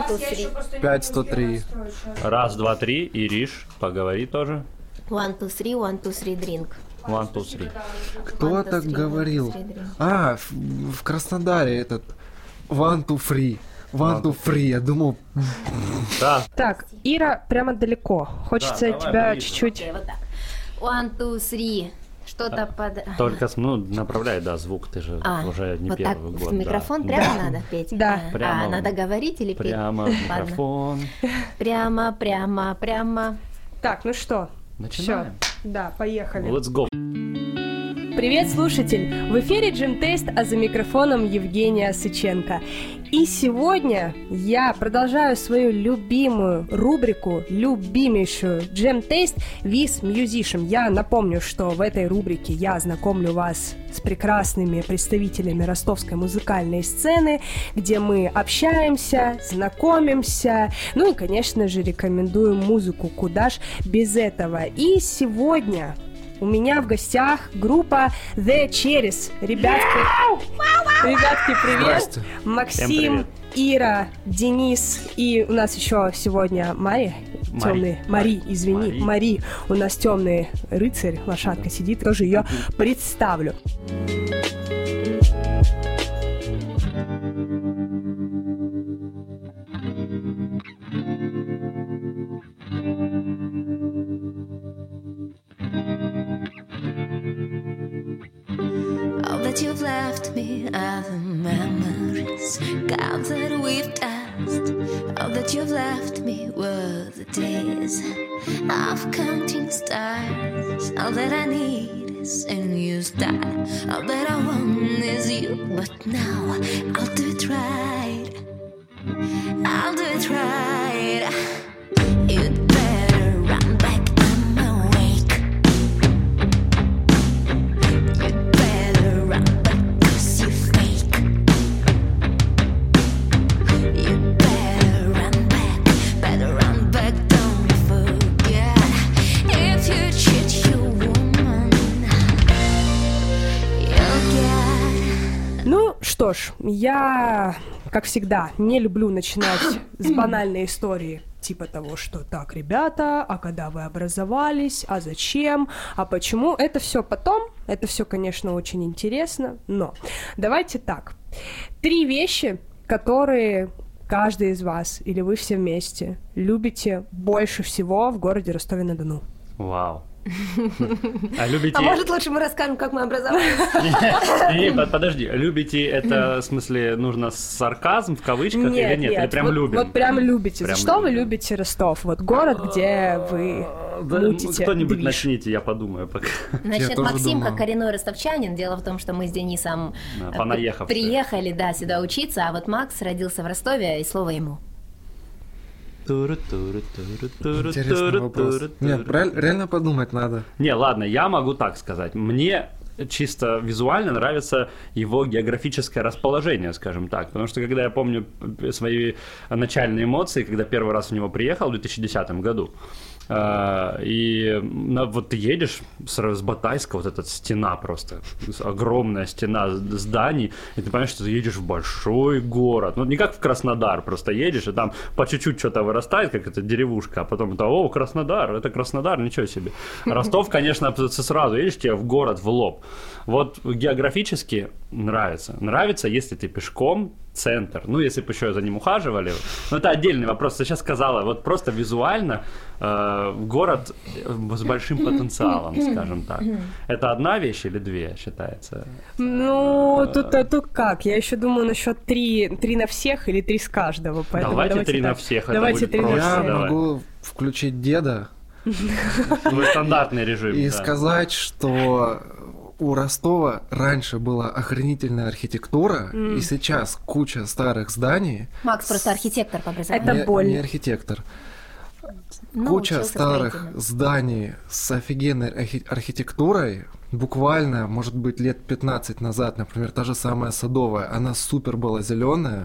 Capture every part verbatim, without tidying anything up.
One, two, three. пять сто три. Раз, два, три. Ириш, поговори тоже. One, two, three, one, two, three, drink. One, two, three. Кто One, two, так three, говорил? one, two, three, drink. А, в, в Краснодаре этот one, two, free. One, two, free. Я думал... Да. Так, Ира прямо далеко. Хочется Да, давай тебя ближе. чуть-чуть... Окей, вот так. One, two, three. Что-то под... Только ну, направляй, да, звук, ты же А, уже не вот первый так год. в микрофон да. прямо Да. надо петь? Да. А, Прямо а, в- надо говорить или петь? Прямо в Ладно. микрофон. Прямо, прямо, прямо. Так, ну что? Начинаем. Всё. Да, поехали. Let's go. Привет, слушатель! В эфире Jam Taste, а за микрофоном Евгения Сыченко. И сегодня я продолжаю свою любимую рубрику, любимейшую Jam Taste with Musician. Я напомню, что в этой рубрике я знакомлю вас с прекрасными представителями ростовской музыкальной сцены, где мы общаемся, знакомимся, ну и, конечно же, рекомендуем музыку, куда ж без этого. И сегодня... У меня в гостях группа The Cherries. Ребятки, ребятки, привет. Здрасте. Максим, Всем Ира, Денис и у нас еще сегодня Мари. Мари. Темный, Мари, извини, Мари. Мари. У нас темный рыцарь, лошадка сидит, тоже ее представлю. All that you've left me are the memories, gaps that we've passed. All that you've left me were the days of counting stars. All that I need is in you style. All that I want is you, but now I'll do it right. I'll do it right. You'd better run back, I'm awake. You'd better run back, 'cause you fake. You'd better run back, better run back, don't forget. If you cheat your woman, you'll get. Ну что ж, я, как всегда, не люблю начинать с банальной истории. Типа того, что так, ребята, а когда вы образовались, а зачем, а почему, это все потом, это все, конечно, очень интересно, но давайте так. Три вещи, которые каждый из вас или вы все вместе любите больше всего в городе Ростове-на-Дону. Вау. А любите... А может, лучше мы расскажем, как мы образовались? Не, под- подожди, любите это, в смысле, нужно сарказм в кавычках или нет? Или прям вот, любим? Вот прям любите. Прям За что вы любим. любите Ростов? Вот город, где вы Да, мутите кто-нибудь движ. начните, я подумаю пока. Значит, тоже Максим, думал. как коренной ростовчанин, дело в том, что мы с Денисом Да, э, понаехавшие. приехали, да, сюда учиться, а вот Макс родился в Ростове, и слово ему. Интересный вопрос. Нет, реаль- реально подумать надо. Не, ладно, я могу так сказать. Мне чисто визуально нравится его географическое расположение, скажем так. Потому что когда я помню свои начальные эмоции, когда первый раз в него приехал в две тысячи десятом году, э, и на- вот ты едешь с, с Батайска, вот эта стена просто, огромная стена зданий, и ты понимаешь, что ты едешь в большой город. Ну, не как в Краснодар, просто едешь, и там по чуть-чуть что-то вырастает, как эта деревушка, а потом это, о, Краснодар, это Краснодар, ничего себе. Ростов, конечно, ты сразу едешь, тебе в город, в лоб. Вот географически нравится. Нравится, если ты пешком, центр. Ну, если бы еще за ним ухаживали. Но это отдельный вопрос. Ты сейчас сказала, вот просто визуально э, город с большим потенциалом, скажем так. Это одна вещь или две считается? Ну, тут, а тут как? Я еще думаю насчет три, три на всех или три с каждого. Поэтому Давайте три так. на всех, это Давайте будет три на проще. Я всех. давай. могу включить деда Твой стандартный режим. и да. сказать, что у Ростова раньше была охренительная архитектура, и сейчас куча старых зданий. Макс просто архитектор по образованию. Это не, боль. не архитектор. Ну, Куча учился старых строительным. зданий с офигенной архи- архитектурой. Буквально, может быть, лет пятнадцать назад, например, та же самая Садовая, она супер была зеленая.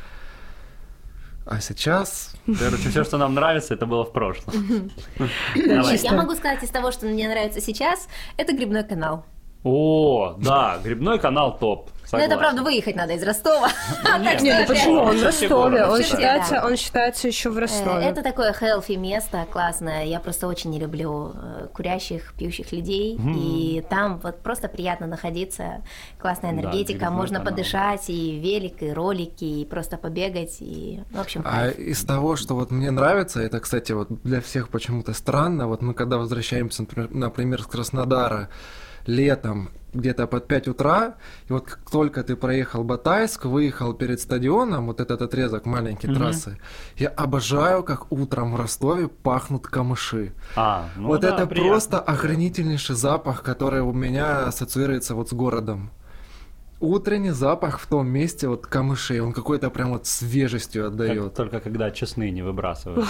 А сейчас Короче, все, что нам нравится, это было в прошлом. Да, Давай. чисто. Я могу сказать из того, что мне нравится сейчас, это грибной канал. О, да, грибной канал топ. Но это, правда, выехать надо из Ростова. нет, Нет, ну почему? Он в Вообще Ростове. город. Он Вообще, считается, да. он считается еще в Ростове. Это такое healthy место, классное. Я просто очень не люблю э, курящих, пьющих людей. И там вот просто приятно находиться. Классная Да, энергетика, грибной можно канал. подышать, и велик, и ролики, и просто побегать. И, в общем, А кайф. из того, что вот мне нравится, это, кстати, вот для всех почему-то странно, вот мы когда возвращаемся, например, например, с Краснодара летом, где-то под пять утра, и вот как только ты проехал Батайск, выехал перед стадионом, вот этот отрезок маленькой Мгм. трассы, я обожаю, как утром в Ростове пахнут камыши. А, ну вот да, это приятно. просто охранительнейший запах, который у меня ассоциируется вот с городом. Утренний запах в том месте вот камышей, он какой-то прям вот свежестью Как- отдает. только когда честные не выбрасывают.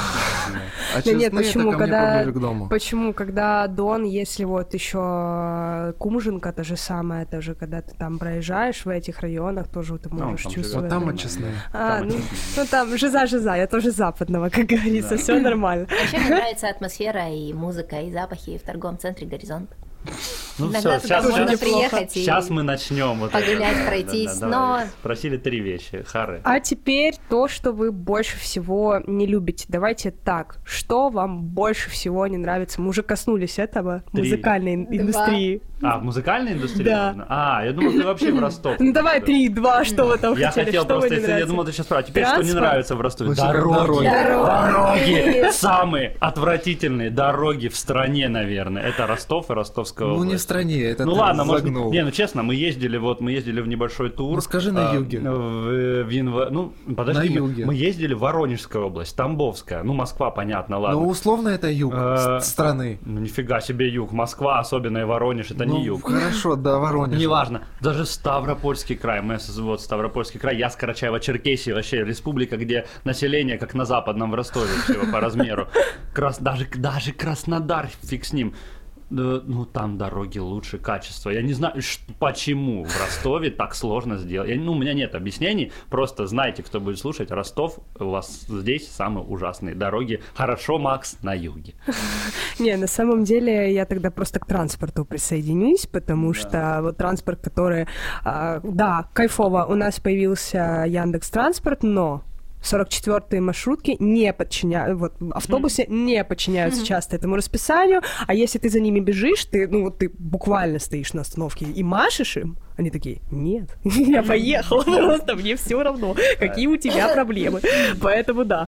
А Да нет, честные почему, это ко мне когда- поближе к дому. Почему, когда Дон, если вот еще Кумжинка, то же самое, тоже когда ты там проезжаешь в этих районах, тоже ты Ну, можешь там чувствовать. живет. Вот там это вот честные. А, Там ну, очень- ну там жиза-жиза, я тоже западного, как говорится, Да. все нормально. А еще мне нравится атмосфера и музыка, и запахи в торговом центре «Горизонт». Ну Иногда все, туда сейчас, можно неплохо. приехать и сейчас мы начнем. Вот погулять, это. пройтись, Да, да, давай. но- Спросили три вещи. Хары. А теперь то, что вы больше всего не любите. Давайте так, что вам больше всего не нравится? Мы уже коснулись этого, Три. музыкальной ин- Два. индустрии. А, в музыкальной индустрии? Да. можно? А, я думал, ты вообще в Ростов. Ну давай три, два, что вы там Я хотели, хотел что вы просто, не если, я нравится? думал, ты сейчас спрашиваешь. Теперь, что не Транспорт? нравится в Ростове? Лучше Дороги. дороги. Дороги. Самые отвратительные дороги в стране, наверное. Это Ростов и Ростовская область. Ну не в стране, это Ну ты ладно, может, загнул. не, ну честно, мы ездили, вот мы ездили в небольшой тур. Ну, скажи на а, юге. В, в янва- Ну, подожди, На мы, юге. мы ездили в Воронежскую область, Тамбовская, ну, Москва, понятно, ладно. Ну, условно, это юг Э, с- страны. Ну, нифига себе юг. Москва, особенно и Воронеж, это Ну, не юг. хорошо, да, Воронеж. Неважно. Даже Ставропольский край, мы с- вот Ставропольский край, я с Карачаево-Черкесии, вообще республика, где население как на западном в Ростове всего по размеру. Крас- даже, даже Краснодар, фиг с ним. Да, ну там дороги лучше, качество. Я не знаю, ш- почему в Ростове так сложно сделать. Я- ну, у меня нет объяснений. Просто знайте, кто будет слушать, Ростов, у вас здесь самые ужасные дороги. Хорошо, Макс, на юге. Не, на самом деле я тогда просто к транспорту присоединюсь, потому что вот транспорт, который... а, да, кайфово, у нас появился Яндекс.Транспорт, но сорок четвёртые маршрутки не подчиняют, вот автобусы не подчиняются часто этому расписанию, а если ты за ними бежишь, ты, ну вот ты буквально стоишь на остановке и машешь им, они такие, нет, я поехал, просто мне все равно, какие у тебя проблемы, поэтому да.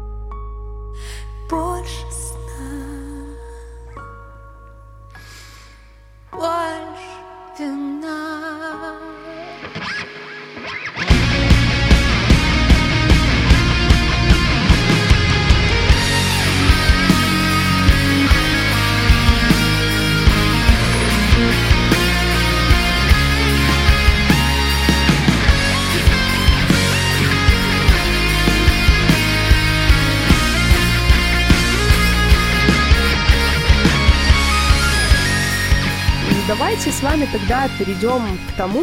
Больше сна, больше вина. Давайте с вами тогда перейдем к тому,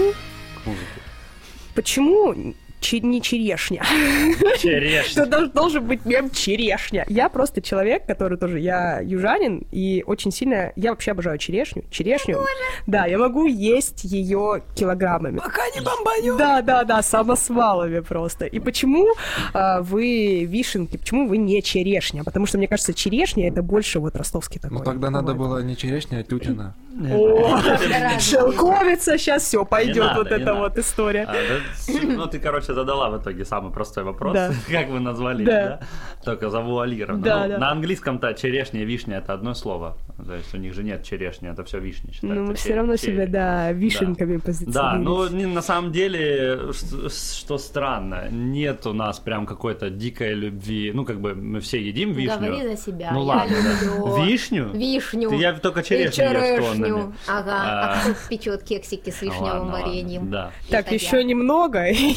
почему че- не черешня. Черешня. Что дол- должен быть мем черешня. Я просто человек, который тоже, я южанин, и очень сильно, я вообще обожаю черешню. Черешню, да, я могу есть ее килограммами. Пока не бомбаню. Да, да, да, самосвалами просто. И почему а, вы вишенки, почему вы не черешня? Потому что, мне кажется, черешня это больше вот ростовский такой. Ну тогда надо вайб. было не черешня, а тютина. О, разные. шелковица, сейчас все пойдет Не надо, вот не эта надо. вот история. А, да, ну, ты, короче, задала в итоге самый простой вопрос, Да. как вы назвали, Да. да? Только завуалированно. Да, Ну, да. На английском-то черешня и вишня это одно слово. То есть у них же нет черешни, это все вишня считается. Ну, мы все Чере- равно чере- себя, да, вишенками Да, позиционируем. ну не- на самом деле, что, что странно, нет у нас прям какой-то дикой любви. Ну, как бы мы все едим вишню. Говори за себя. Ну я ладно, да. люблю Вишню? Вишню. Ты- я только И черешню ешь черешню. тоннами. Ага. А. А кто печет кексики с вишневым Ладно, ладно, вареньем? да. И Так, я. еще немного, и я пойду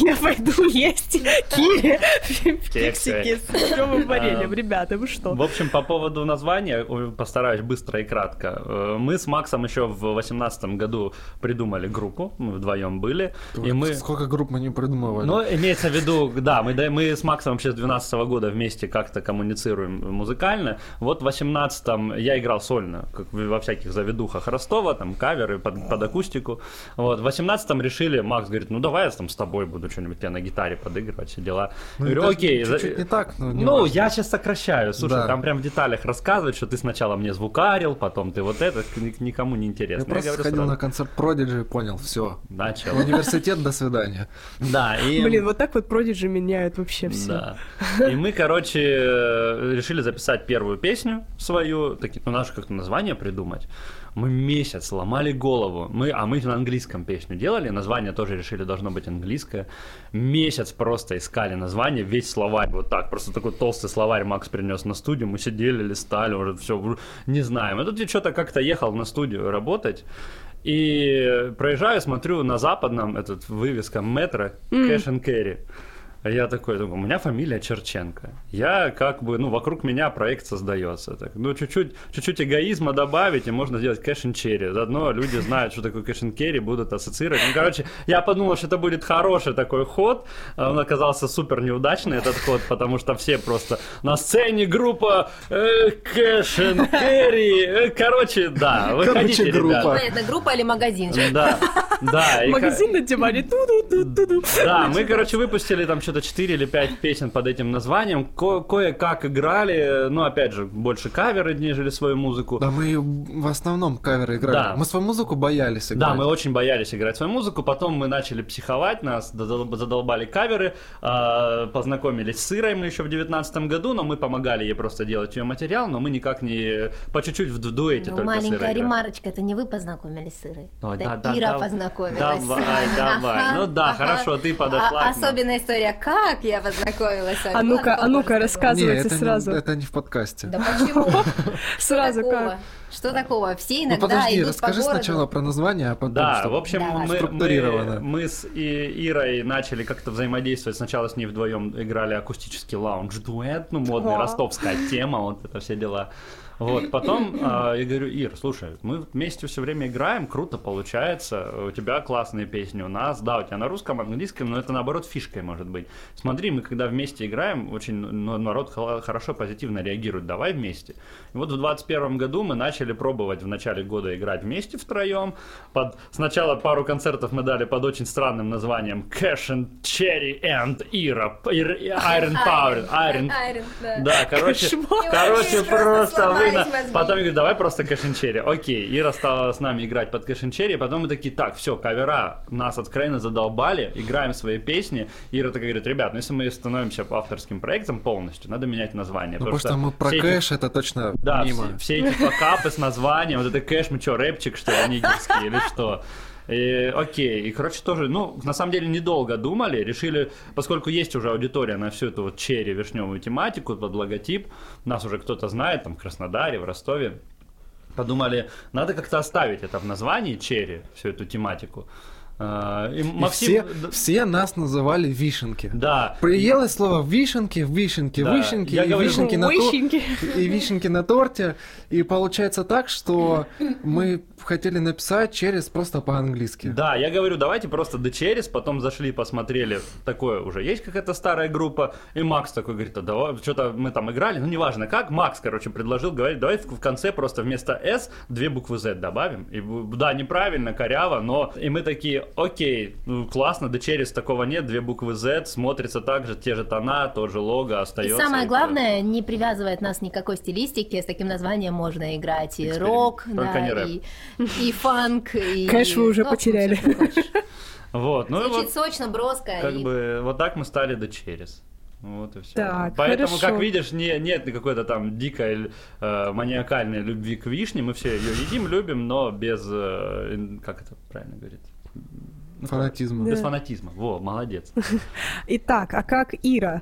году есть Кире Тексты. фиксики с вишневым вареньем. Ребята, вы что? В общем, по поводу названия, ой, постараюсь быстро и кратко. Э, Мы с Максом еще в восемнадцатом году придумали группу, мы вдвоем были. И мы... Сколько групп мы не придумывали. Ну, имеется в виду, да, мы, да, мы с Максом вообще с двенадцатого года вместе как-то коммуницируем музыкально. Вот в восемнадцатом я играл сольно, как во всяких заведухах Ростова, там каверы под, под акустику. Вот в восемнадцатом решили, Макс говорит, ну давай я там с тобой буду что-нибудь я на гитаре подыгрывать, все дела. Ну, Говорю, окей. Чуть-чуть не так, но не Ну, важно. я сейчас сокращаю. Слушай, Да. там прям в деталях рассказывают, что ты сначала мне звукарил, потом ты вот это, ни- никому не Я интересно. просто говорю сходил сразу, на концерт Prodigy и понял, все. начал. Университет, до свидания. Да, и... Блин, вот так вот Prodigy меняют вообще все. Да. И мы, короче, э, решили записать первую песню свою, таки, ну, надо же как-то название придумать. Мы месяц ломали голову. Мы, а мы на английском песню делали, название тоже решили должно быть английское. Месяц просто искали название, весь словарь вот так, просто такой толстый словарь Макс принес на студию, мы сидели, листали, уже все, не знаем. И тут я что-то как-то ехал на студию работать, и проезжаю, смотрю на западном, этот вывеска метро, Cash and Carry. А я такой думаю, у меня фамилия Черченко. Я как бы, ну, вокруг меня проект создается. Так, ну, чуть-чуть, чуть-чуть эгоизма добавить, и можно сделать кэш and черри. Заодно люди знают, что такое кэш and carry, будут ассоциировать. Ну, короче, я подумал, что это будет хороший такой ход. А он оказался супер неудачный, этот ход, потому что все просто на сцене группа э, кэш and carry. Э, короче, да, выходите, Короче, группа. ребята. Понятно, группа или магазин? Да, да. и ко- Магазин на диване. Ту-ду-ду-ду-ду. Да, мы, короче, выпустили там что-то четыре или пять песен под этим названием. Ко- кое-как играли, ну, опять же, больше каверы, нежели свою музыку. Да, мы в основном каверы играли. Да. Мы свою музыку боялись играть. Да, мы очень боялись играть свою музыку, потом мы начали психовать, нас задол- задолбали каверы, а, познакомились с Ирой мы еще в девятнадцатом году, но мы помогали ей просто делать ее материал, но мы никак не, по чуть-чуть в дуэте Ну, только с Ирой маленькая играли. ремарочка, это не вы познакомились с Ирой. Ой, это да, да, Ира да. познакомилась. Давай, давай. Ну да, хорошо, ты подошла А- к нам. особенная история, как я познакомилась с вами. А ну-ка, Ладно, а ну-ка, попозже. Не, рассказывайте это, сразу. Не, это не в подкасте. Да почему? Сразу Что такого? как? Что такого? Все Ну иногда подожди, идут расскажи по городу. сначала про название, а потом Да, что- в общем, Давай. мы, Структурированно. мы, мы с И- Ирой начали как-то взаимодействовать. Сначала с ней вдвоем играли акустический лаунж-дуэт, ну, модная Ого. ростовская тема, вот это все дела. Вот, потом а, я говорю, Ир, слушай, мы вместе все время играем, круто получается, у тебя классные песни, у нас, да, у тебя на русском, английском, но это наоборот фишкой может быть. Смотри, мы когда вместе играем, очень ну, народ хо- хорошо, позитивно реагирует, давай вместе. И вот в двадцать первом году мы начали пробовать в начале года играть вместе втроем. Под... Сначала пару концертов мы дали под очень странным названием Cash and Cherry and Ira, Ир- Iron Power, Iron. Iron, да. Да, короче, Кошмар. короче, И вообще просто просто сломались вы на- мозги. Потом я говорю, давай просто Cash and Cherry. Окей, Ира стала с нами играть под Cash and Cherry, и потом мы такие, так, все, кавера нас откровенно задолбали, играем свои песни. Ира такая говорит, ребят, ну если мы становимся по авторским проектам полностью, надо менять название. Ну, потому что мы про все эти- кэш, это точно Да, мимо. все, все эти факапы с названием, вот это кэш, мы что, рэпчик, что ли, нигерский или что? И, окей, и, короче, тоже, ну, на самом деле, недолго думали, решили, поскольку есть уже аудитория на всю эту вот черри, вишневую тематику, под логотип, нас уже кто-то знает, там, в Краснодаре, в Ростове, подумали, надо как-то оставить это в названии, черри, всю эту тематику. А, И И Максим... все, все нас называли вишенки. Да, Приелось слово вишенки, вишенки, Да, вишенки, я и говорю, вишенки на то- Вишенки. и вишенки на торте. И получается так, что мы хотели написать через просто по-английски. Да, я говорю, давайте просто The Cherries, потом зашли, посмотрели, такое уже есть какая-то старая группа, и Макс такой говорит, а давай, что-то мы там играли, ну неважно как, Макс, короче, предложил, говорит, давай в в конце просто вместо S две буквы Z добавим, и б- да, неправильно, коряво, но, и мы такие, окей, ну классно, The Cherries такого нет, две буквы Z, смотрится так же, те же тона, тот же лого И остается. самое и главное, не привязывает нас никакой стилистики, с таким названием можно играть и Эксперимент. рок, Только да, не рэп. и, и фанк, и... Кэш вы уже ну, потеряли. всё, что хочешь. Вот, ну и Звучит вот, сочно, броско. как и... бы, вот так мы стали The Cherries. Вот и все. Так, Поэтому, хорошо. как видишь, не, нет какой-то там дикой э, маниакальной любви к вишне. Мы все ее едим, любим, но без, э, ин- как это правильно говорить? Ну, Фанатизма. Без Да. фанатизма. Во, молодец. Итак, а как Ира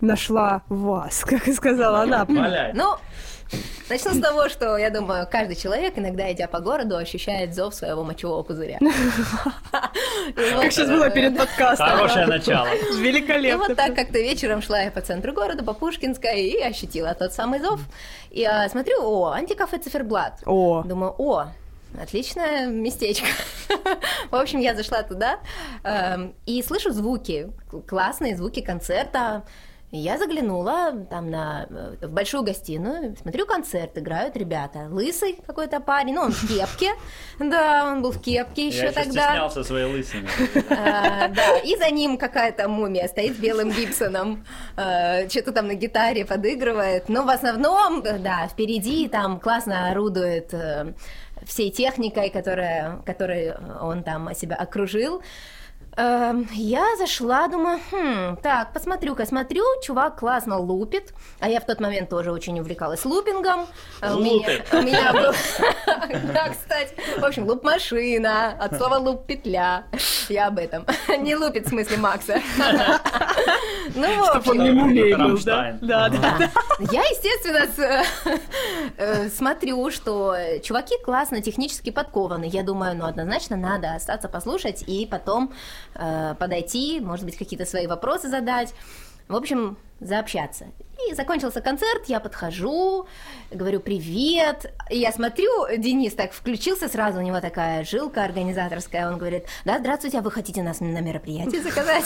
нашла вас, как и сказала она. Валяй. Ну, начну с того, что, я думаю, каждый человек, иногда идя по городу, ощущает зов своего мочевого пузыря. Как сейчас было перед подкастом. Хорошее начало. И Великолепно. вот так как-то вечером шла я по центру города, по Пушкинской, и ощутила тот самый зов. И а, смотрю, о, антикафе «Циферблат». О, Думаю, о, отличное местечко. В общем, я зашла туда эм, и слышу звуки, классные звуки концерта. Я заглянула там на, в большую гостиную, смотрю, концерт играют ребята. Лысый какой-то парень, ну он в кепке, да, он был в кепке еще Я еще тогда. стеснялся своей лысиной. А, да, и за ним какая-то мумия стоит с белым Гибсоном, а, что-то там на гитаре подыгрывает. Но в основном, да, впереди там классно орудует э, всей техникой, которая, которой он там себя окружил. Эм, Я зашла, думаю, хм, так, посмотрю-ка, смотрю, чувак классно лупит, а я в тот момент тоже очень увлекалась лупингом. А У меня, Лупит. у меня был, да, кстати, в общем, луп-машина, от слова луп-петля, я об этом, не лупит в смысле Макса. Ну, в он общем, не мумей был, да? Рамштайн. Да, да. я, естественно, с- э, смотрю, что чуваки классно технически подкованы. Я думаю, ну, однозначно надо остаться послушать и потом э, подойти, может быть, какие-то свои вопросы задать. В общем, заобщаться. И закончился концерт, я подхожу, говорю привет. И я смотрю, Денис так включился сразу, у него такая жилка организаторская. Он говорит, да, здравствуйте, а вы хотите нас на мероприятие заказать?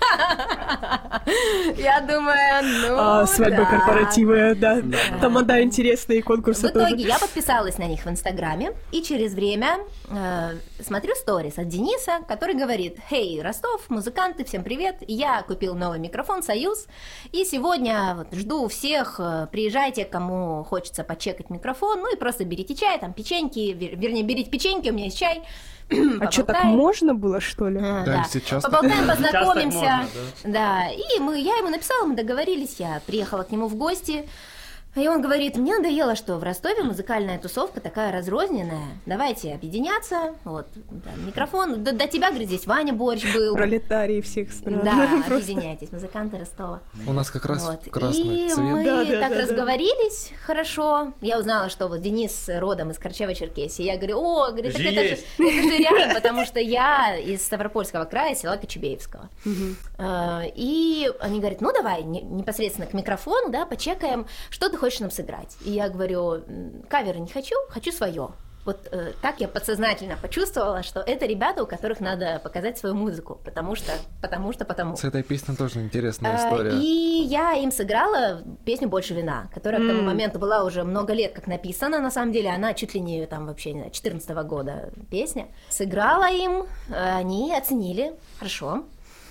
Я думаю, ну А, свадьбы да. корпоративы, да. Тамада интересные В конкурсы итоге тоже. я подписалась на них в Инстаграме, и через время э, смотрю сторис от Дениса, который говорит, «Хей, Ростов, музыканты, всем привет, я купил новый микрофон «Союз», и сегодня вот жду всех, э, приезжайте, кому хочется почекать микрофон, ну и просто берите чай, там печеньки, вер- вернее, берите печеньки, у меня есть чай». А что, так поболтаем. можно было, что ли? А, Да, да. сейчас так Поболтаем, Сейчас так познакомимся. можно, Да, и мы, я ему написала, мы договорились, я приехала к нему в гости. И он говорит, мне надоело, что в Ростове музыкальная тусовка такая разрозненная. Давайте объединяться. Вот, да, микрофон. До, до тебя, говорит, здесь Ваня Борщ был. Пролетарии всех стран. Да, Просто. объединяйтесь, музыканты Ростова. У нас как раз Вот. красный И цвет. мы Да, да, так да, да. разговорились хорошо. Я узнала, что вот Денис родом из Карачаево-Черкесии. Я говорю, о, говорит, так это же, Есть. это же рядом, потому что я из Ставропольского края, села Кочубеевского. Э, И они говорят, ну давай не- непосредственно к микрофону, да, почекаем, что ты хочешь нам сыграть. И я говорю, «М, каверы не хочу, хочу свое. Вот э, так я подсознательно почувствовала, что это ребята, у которых надо показать свою музыку, потому что, потому что, потому. С этой песней тоже интересная А, история. И я им сыграла песню «Больше вина», которая к тому М. моменту была уже много лет как написана, на самом деле, она чуть ли не там вообще, не знаю, четырнадцатого года песня. Сыграла им, они оценили, хорошо.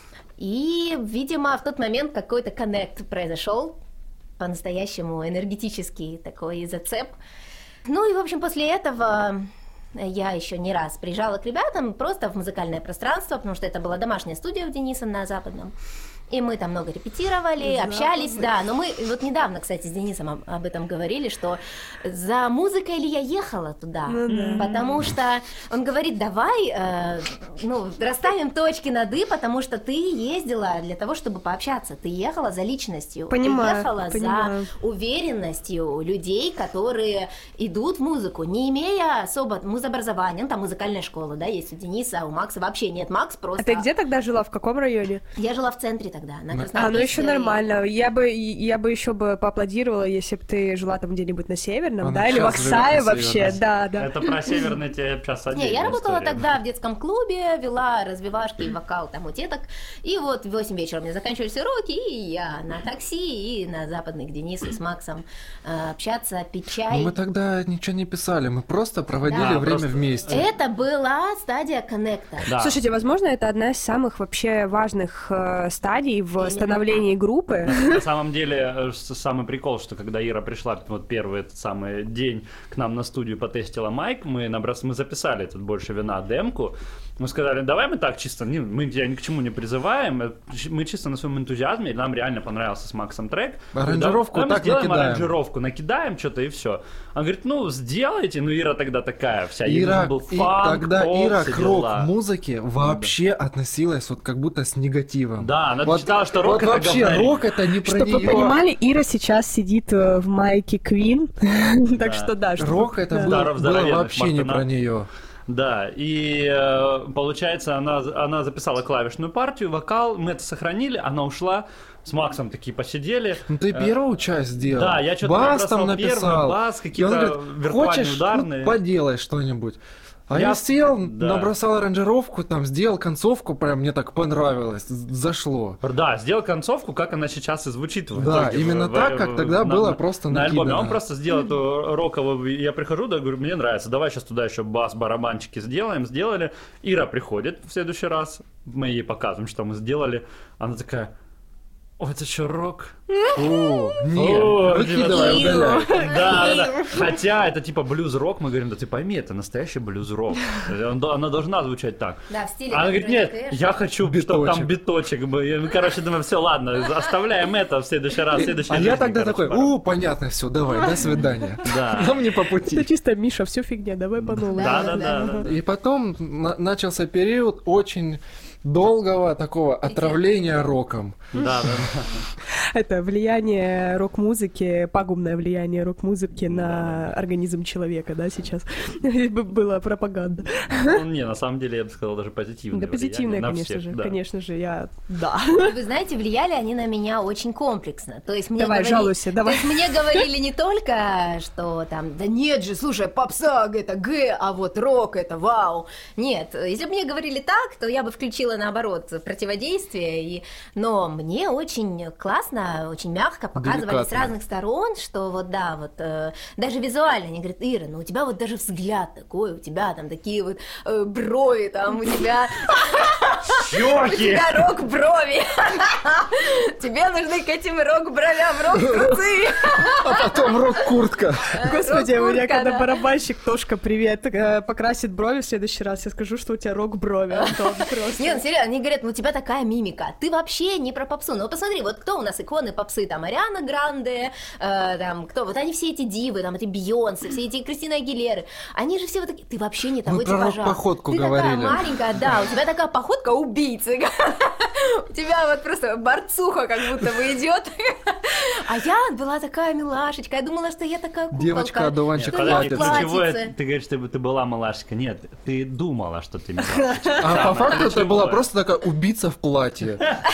И, видимо, в тот момент какой-то коннект произошел, по-настоящему энергетический такой зацеп. Ну и, в общем, после этого я еще не раз приезжала к ребятам просто в музыкальное пространство, потому что это была домашняя студия у Дениса на Западном. И мы там много репетировали, общались, да. Но мы вот недавно, кстати, с Денисом об, об этом говорили, что за музыкой ли я ехала туда? Ну да. Потому что он говорит, давай, э, ну, расставим точки над «и», потому что ты ездила для того, чтобы пообщаться. Ты ехала за личностью. Понимаю, Ты ехала понимаю. за уверенностью людей, которые идут в музыку, не имея особо музобразования. Ну, там музыкальная школа, да, есть у Дениса, а у Макса вообще нет. Макс просто... А ты где тогда жила? В каком районе? Я жила в центре тогда, на А, ну Красноармейской. еще нормально. Я бы, я бы еще бы поаплодировала, если бы ты жила там где-нибудь на Северном, Она да, или в сейчас живет Оксае на вообще, Северном. да, да. Это про северный тебе сейчас Не, отдельная я работала история. тогда в детском клубе, вела развивашки и вокал там у деток. И вот в восемь вечера у меня заканчивались уроки, и я на такси, и на Западный к Денису с Максом э, общаться, пить Но чай. мы тогда ничего не писали, мы просто проводили Да, время просто- вместе. Это была стадия коннекта. Да. Слушайте, возможно, это одна из самых вообще важных э, стадий в становлении группы. На самом деле, э, с- самый прикол, что когда Ира пришла, вот первый этот самый день к нам на студию потестила майк, мы, наброс... мы записали тут «Больше вина» демку, мы сказали, давай мы так чисто, не, мы тебя ни к чему не призываем, э, мы чисто на своем энтузиазме, и нам реально понравился с Максом трек. Аранжировку Давай мы так сделаем накидаем. аранжировку, накидаем что-то и все. Он говорит, ну сделайте, ну Ира тогда такая вся, Ира, Ира был и фанк, тогда поп, Ира все к дела. рок-музыке вообще относилась вот как будто с негативом. Да, она Вот считала, что рок вот это вообще говнарик. рок это не про Чтобы вы нее. понимали, Ира сейчас сидит э, в майке Queen, так что да. чтобы- Рок это да. было, Даров было здоровенных, вообще не Мартына. про нее. Да, и э, получается, она, она записала клавишную партию, вокал, мы это сохранили, она ушла, с Максом такие посидели. Ну ты Э, первую часть сделал. Да, я что-то бас там набросал первый, написал. бас, И какие-то он говорит, виртуальные хочешь, ударные. ну, поделай что-нибудь. А я, Я- сел, да. набросал аранжировку, там, сделал концовку, прям мне так понравилось, з- зашло. Да, сделал концовку, как она сейчас и звучит. В Да, итоге, именно в- так, в- как в- тогда на- было на- просто на альбоме. накидано. Он просто сделал эту роковую, я прихожу, да, говорю, мне нравится, давай сейчас туда еще бас, барабанчики сделаем, сделали. Ира приходит в следующий раз, мы ей показываем, что мы сделали. Она такая, о, это что, рок? О, нет, О, выкидывай, типа, удаляй. Да, да. Хотя это типа блюз-рок, мы говорим, да ты пойми, это настоящий блюз-рок. Он- Она должна звучать так. Да, в стиле Она говорит, нет, Johnny Cash. я хочу, чтобы Биточек. там биточек был. И мы, короче, думаем, все, ладно, оставляем это в следующий раз, в следующей А я жизни, тогда короче, такой, пора. у, понятно, все, давай, до свидания. Да. Нам не по Это пути. чисто Миша, все фигня, давай по новой. Да, да, да, да. И потом на- начался период очень долгого такого отравления роком. Да, да. Это влияние рок-музыки, пагубное влияние рок-музыки на организм человека, да, сейчас Б- была пропаганда. Ну, не, на самом деле, я бы сказал, даже позитивное. Да, позитивное, влияние на конечно всех, же, да. конечно же, я, да. Вы знаете, влияли они на меня очень комплексно. То есть мне Давай, говорили- жалуйся, давай. То есть мне говорили не только, что там, да нет же, слушай, попса это Г, а вот рок это вау. Нет, если бы мне говорили так, то я бы включила наоборот противодействие. И... Но мне очень классно, очень мягко показывали с Деликатно. разных сторон, что вот да, вот э, даже визуально они говорят, Ира, ну у тебя вот даже взгляд такой, у тебя там такие вот э, брови, там у тебя у Щеки! тебя рок-брови. Тебе нужны к этим рок-бровям рок-трусы. А потом рок-куртка. Господи, у меня Рок-куртка, когда да. барабанщик, Тошка, привет, э, покрасит брови в следующий раз, я скажу, что у тебя рок-брови, Антон, просто. Нет, ну серьезно, они говорят, ну у тебя такая мимика, ты вообще не про попсу. Ну посмотри, вот кто у нас иконы попсы, там Ариана Гранде, э, там кто, вот они все эти дивы, там эти Бейонсе, все эти Кристина Агилеры, они же все вот такие, ты вообще не того Мы про типажа. рок-походку Ты говорили. такая маленькая, да, у тебя такая походка убийцы. У тебя вот просто борцуха как будто бы идет. А я была такая милашечка, я думала, что я такая куколка. Девочка, одуванчик что я в Подожди, платьице. ключевое, платьице. ты говоришь, что ты была малашка. Нет, ты думала, что ты малашка. А по факту это ключевое. была просто такая убийца в платье.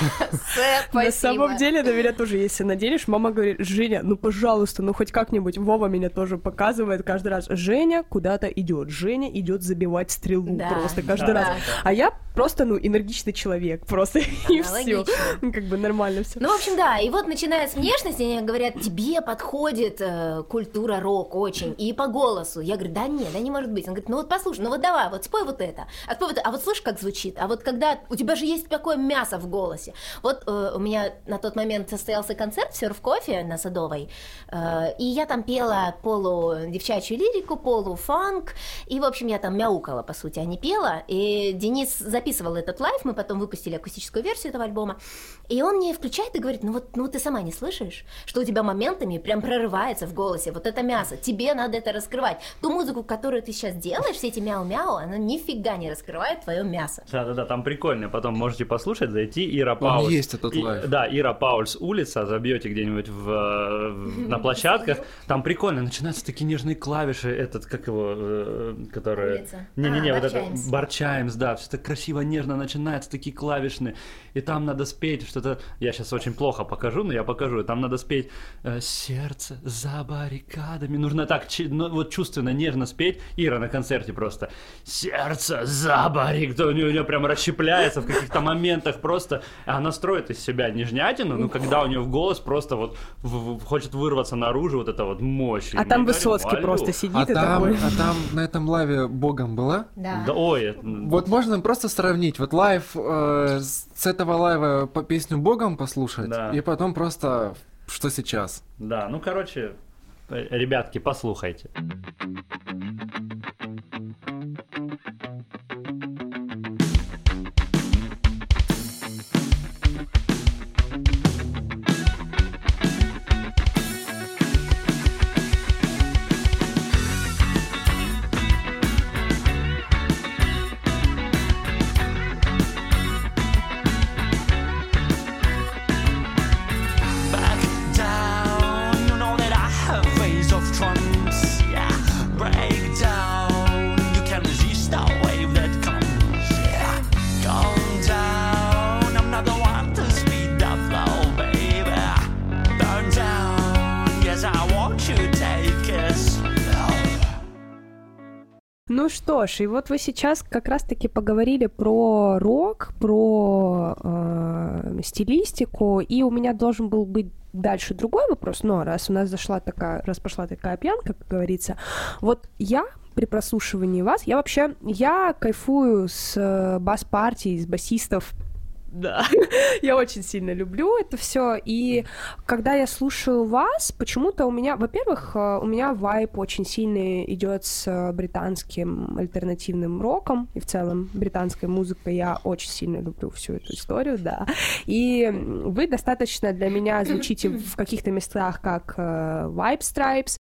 Сэп, На спасибо. самом деле, на меня тоже, если наделишь, мама говорит, Женя, ну пожалуйста, ну хоть как-нибудь. Вова меня тоже показывает каждый раз. Женя куда-то идет, Женя идет забивать стрелу Да, просто каждый да, раз. да. А я просто, ну, энергичный человек, просто и все. Аналогично. Как бы нормально все. Ну, в общем, да, и вот начиная с внешности, они говорят, тебе подходит э, культура рок очень, и по голосу. Я говорю, да нет, да не может быть. Он говорит, ну вот послушай, ну вот давай, вот спой вот это, а спой вот это, а вот слышишь, как звучит, а вот когда, у тебя же есть такое мясо в голосе. Вот э, у меня на тот момент состоялся концерт в Surf Coffee на Садовой, э, и я там пела полу девчачью лирику, полу фанк, и, в общем, я там мяукала, по сути, а не пела, и Денис записывал этот лайв, мы потом выпустили акустическую версию этого альбома, и он мне включает и говорит, ну вот, ну ты сама не слышишь, что у тебя моментами прям прорывается в голосе вот это мясо, тебе надо это раскрывать. Ту музыку, которую ты сейчас делаешь, все эти мяу-мяу, она нифига не раскрывает твое мясо. Да-да-да, там прикольно. Потом можете послушать, зайти, Ира Он Паульс. есть этот И- лайв. Да, Ира Паульс улица, забьете где-нибудь в, э, в- на площадках. Там прикольно, начинаются такие нежные клавиши, этот, как его, э, который... Улица. Не-не-не, А, вот Бар это, Чаймс. Бар Чаймс, да, все так красиво, нежно начинается, такие клавишные. И там надо спеть что-то, я сейчас очень плохо покажу, но я покажу. Там надо спеть э, «Сердце за баррикадами». Нужно так, чи- ну, вот чувственно, нежно спеть. Ира на концерте просто «Сердце за баррикадами». У нее, у нее прям расщепляется в каких-то моментах просто. А она строит из себя нежнятину, но когда у нее в голос просто вот в- в- хочет вырваться наружу вот эта вот мощь. И А мы там говорим, Высоцкий «Алло». просто сидит А и там, такой. а там на этом лайве богом была? Да. Да, ой, это- Вот можно просто сравнить, вот лайв, э, с с этого лайва по песню богом послушать, Да. и потом просто что сейчас. да, ну короче, э, ребятки, послухайте. Ну что ж, и вот вы сейчас как раз-таки поговорили про рок, про э, стилистику, и у меня должен был быть дальше другой вопрос, но раз у нас зашла такая, раз пошла такая пьянка, как говорится, вот я при прослушивании вас, я вообще, я кайфую с бас-партий, с басистов. Да, я очень сильно люблю это все, и когда я слушаю вас, почему-то у меня, во-первых, у меня вайб очень сильный идет с британским альтернативным роком, и в целом британской музыкой я очень сильно люблю всю эту историю, да, и вы достаточно для меня звучите в каких-то местах как White Stripes.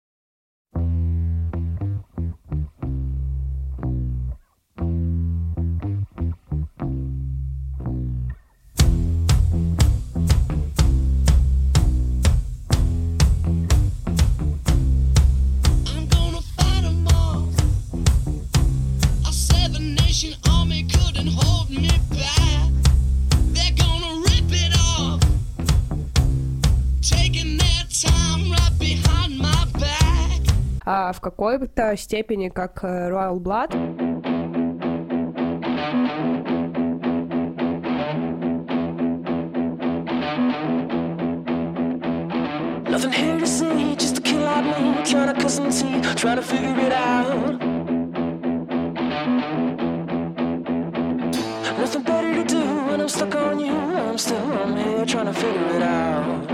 А в какой-то степени как Royal Blood. Nothing here to see, just a kid like me, trying to cut some teeth, trying to figure it out. Nothing better to do when I'm stuck on you. I'm still, I'm here trying to figure it out.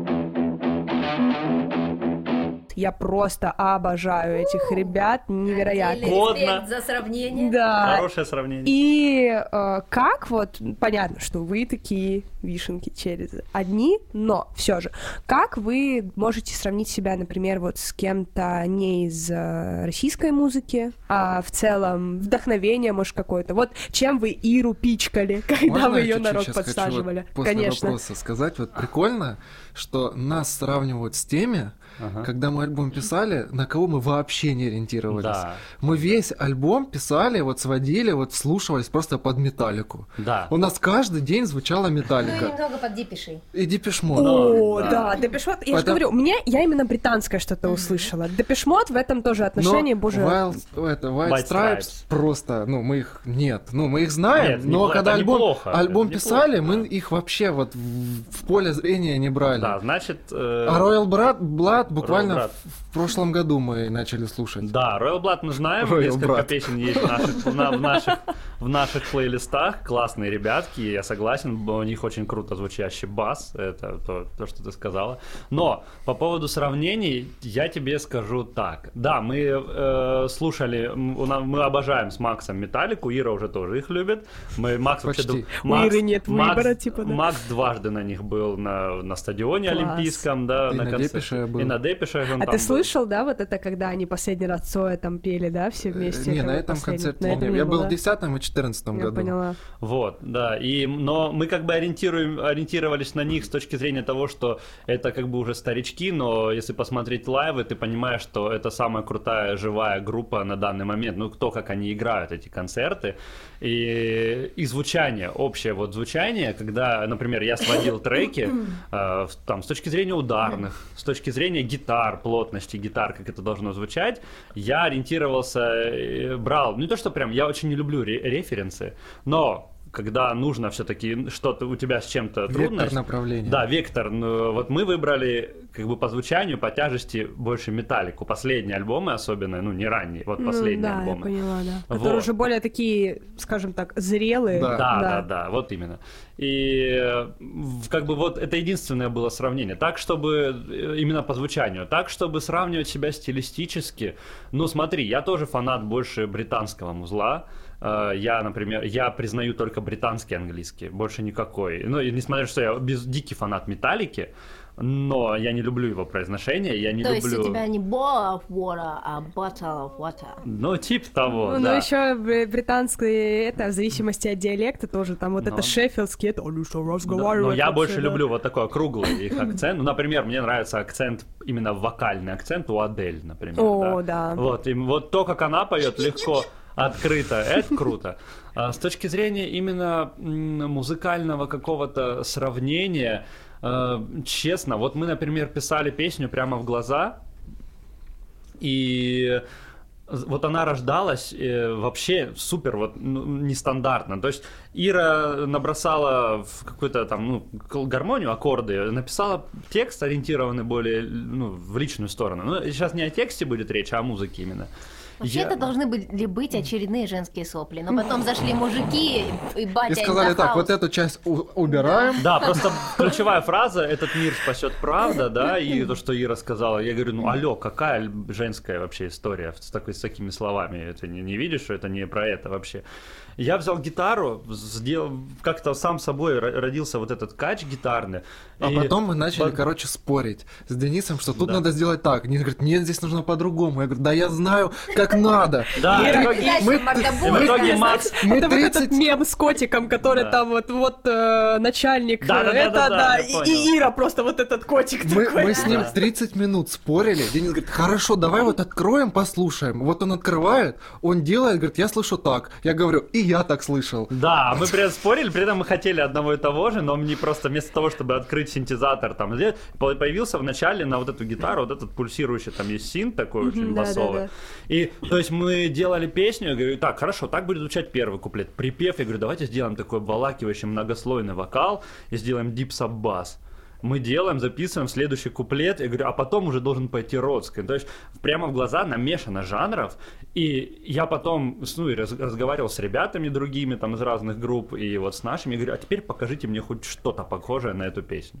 Я просто обожаю этих ребят, невероятно. Годно. За сравнение. Да. Хорошее сравнение. И э, как вот, понятно, что вы такие вишенки через одни, но все же, как вы можете сравнить себя, например, вот с кем-то не из э, российской музыки, а в целом вдохновение, может, какое-то. Вот чем вы Иру пичкали, когда Можно вы ее чуть-чуть на рок сейчас подсаживали? Хочу вот после Конечно. вопроса сказать, вот прикольно, что нас сравнивают с теми, ага. когда мы альбом писали, на кого мы вообще не ориентировались. Да. Мы весь альбом писали, вот сводили, вот слушались просто под металлику. Да. У нас каждый день звучала металлика. Ну, немного под Депешей. И Депеш Мод. О, да, да. Депеш Мод. Я Потом... же говорю, мне, я именно британское что-то mm-hmm. услышала. Депеш Мод в этом тоже отношении, но боже. Wild, это, White, White Stripes, Stripes просто, ну, мы их, нет, ну, мы их знаем, нет, но не, когда альбом, неплохо, альбом писали, неплохо, мы да. их вообще вот в, в поле зрения не брали. Да, значит... Э... А Royal Blood, Blood буквально Royal Blood. В, в прошлом году мы начали слушать. Да, Royal Blood мы знаем, Royal несколько Blood. Песен есть в наших, в, наших, в наших плейлистах, классные ребятки, я согласен, у них очень круто звучащий бас, это то, то, что ты сказала. Но по поводу сравнений я тебе скажу так. Да, мы э, слушали, мы обожаем с Максом Металлику, Ира уже тоже их любит. Мы, Макс, Почти. вообще, у Макс, Иры нет Макс, выбора, типа, да? Макс дважды на них был на, на стадионе Класс. Олимпийском, да, и на, на концерте. Депеше был. И на Депеше он А там ты был. слышал, да, вот это, когда они последний раз Цоя там пели, да, все вместе? Не, это на вот этом последний... концерте на этом не. не Я было, был да? в десятом и четырнадцатом Я году. поняла. Вот, да, и, но мы как бы ориентируем, ориентировались на них с точки зрения того, что это как бы уже старички, но если посмотреть лайвы, ты понимаешь, что это самая крутая живая группа на данный момент, ну, то, как они играют эти концерты, и, и звучание, общее вот звучание, когда, например, я сводил треки, э, там, с точки зрения ударных, с точки зрения гитар, плотности гитар, как это должно звучать, я ориентировался, брал, ну, не то, что прям, я очень не люблю ре- референсы, но когда нужно все-таки что-то у тебя с чем-то трудно. Вектор направления. Да, вектор. Ну, вот мы выбрали как бы по звучанию, по тяжести больше металлику. Последние альбомы особенно, ну не ранние, вот последние ну, да, альбомы. Да, я поняла, да. Вот. Которые уже более такие, скажем так, зрелые. Да. Да, да, да, да, вот именно. И как бы вот это единственное было сравнение. Так, чтобы именно по звучанию, так, чтобы сравнивать себя стилистически. Ну смотри, я тоже фанат больше британского музла. Я, например, я признаю только британский английский, больше никакой. Ну, и несмотря на то, что я без, дикий фанат Металлики, но я не люблю его произношение, я не То люблю... есть у тебя не ball of water, а bottle of water. Ну, типа того, ну, да. Ну, еще британские, это, в зависимости от диалекта тоже, там вот но... это шеффилдский, это он еще разговаривает. Но, но я вообще, больше да. люблю вот такой округлый их акцент. Ну, например, мне нравится акцент, именно вокальный акцент у Адель, например. О, да. да. Вот, и вот то, как она поет, легко... Открыто, это круто. А с точки зрения именно музыкального какого-то сравнения, честно, вот мы, например, писали песню «Прямо в глаза», и вот она рождалась э, вообще супер вот ну, нестандартно. То есть Ира набросала в какую-то там ну, гармонию, аккорды, написала текст, ориентированный более ну, в личную сторону. Ну, сейчас не о тексте будет речь, а о музыке именно. Вообще Я... это должны были быть очередные женские сопли, но потом зашли мужики и батя И сказали так, вот эту часть у- убираем. Да, просто ключевая фраза «этот мир спасет правда», да, и то, что Ира сказала, я говорю, ну алло, какая женская вообще история с, такой, с такими словами, ты не, не видишь, что это не про это вообще. Я взял гитару, сделал, как-то сам собой родился вот этот кач гитарный. А и... потом мы начали, По... короче, спорить с Денисом, что тут да. надо сделать так. Денис говорит, нет, здесь нужно по-другому. Я говорю, да я знаю, как надо. Да, И в итоге, мы, в итоге Макс... Мы это тридцать... вот этот мем с котиком, который Да. там вот, вот э, начальник, Да, да, да, это, да, да, да, я и, понял. и Ира просто вот этот котик Мы, такой. мы с ним тридцать минут спорили. Денис говорит, хорошо, давай вот откроем, послушаем. Вот он открывает, он делает, говорит, я слышу так. Я говорю, и я так слышал. Да, мы при этом спорили, при этом мы хотели одного и того же, но мне просто вместо того, чтобы открыть синтезатор, там, появился в начале на вот эту гитару вот этот пульсирующий, там есть синт такой очень да, басовый. да, И, то есть, мы делали песню, я говорю, так, хорошо, так будет звучать первый куплет. Припев, я говорю, давайте сделаем такой обволакивающий многослойный вокал и сделаем дип саб-бас. Мы делаем, записываем следующий куплет, я говорю, а потом уже должен пойти родской. То есть прямо в глаза намешано жанров, и я потом ну, раз, разговаривал с ребятами другими там из разных групп, и вот с нашими, я говорю, а теперь покажите мне хоть что-то похожее на эту песню.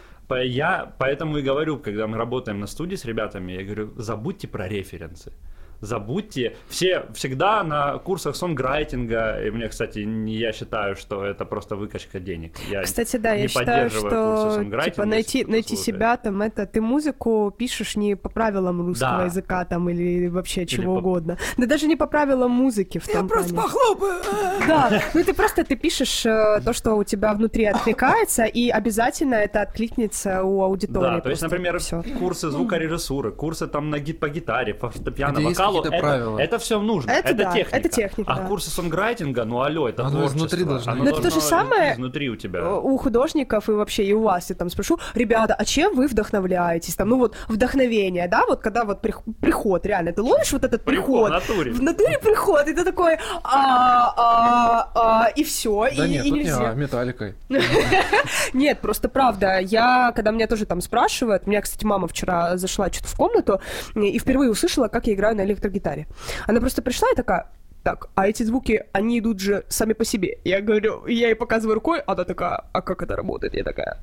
Я поэтому и говорю, когда мы работаем на студии с ребятами, я говорю, забудьте про референсы. Забудьте. Все всегда на курсах сонграйтинга, и мне, кстати, не я считаю, что это просто выкачка денег. Я Кстати, да, не я считаю, поддерживаю курсы что типа, найти, если найти слушает. себя, там, это ты музыку пишешь не по правилам русского Да. языка там или вообще чего по- угодно. Да даже не по правилам музыки в том плане. похлопаю. Да, ну ты просто ты пишешь э, то, что у тебя внутри откликается, и обязательно это откликнется у аудитории. Да, то есть, просто. например, Всё. курсы звукорежиссуры, курсы там на гид по гитаре, фортепиано, Где есть вокалу, какие-то это, правила. это все нужно, Это это, да, техника. это техника, А да. курсы сонграйтинга, ну алло, это Оно творчество. изнутри должно Оно быть. Но это то же должно самое изнутри у тебя. у художников и вообще и у вас, я там спрошу, ребята, а чем вы вдохновляетесь? Там, ну вот вдохновение, да, вот когда вот прих- приход, реально, ты ловишь вот этот Приход, приход, в натуре. в натуре приход, и ты такой, а, а, а, и все, Да и, нет, и тут не нельзя. а, металликой. Нет, просто правда, я, когда меня тоже там спрашивают, у меня, кстати, мама вчера зашла что-то в комнату и впервые услышала, как я играю на электрогитаре. Она просто пришла и такая, так, а эти звуки, они идут же сами по себе. Я говорю, я ей показываю рукой, она такая, а как это работает? Я такая,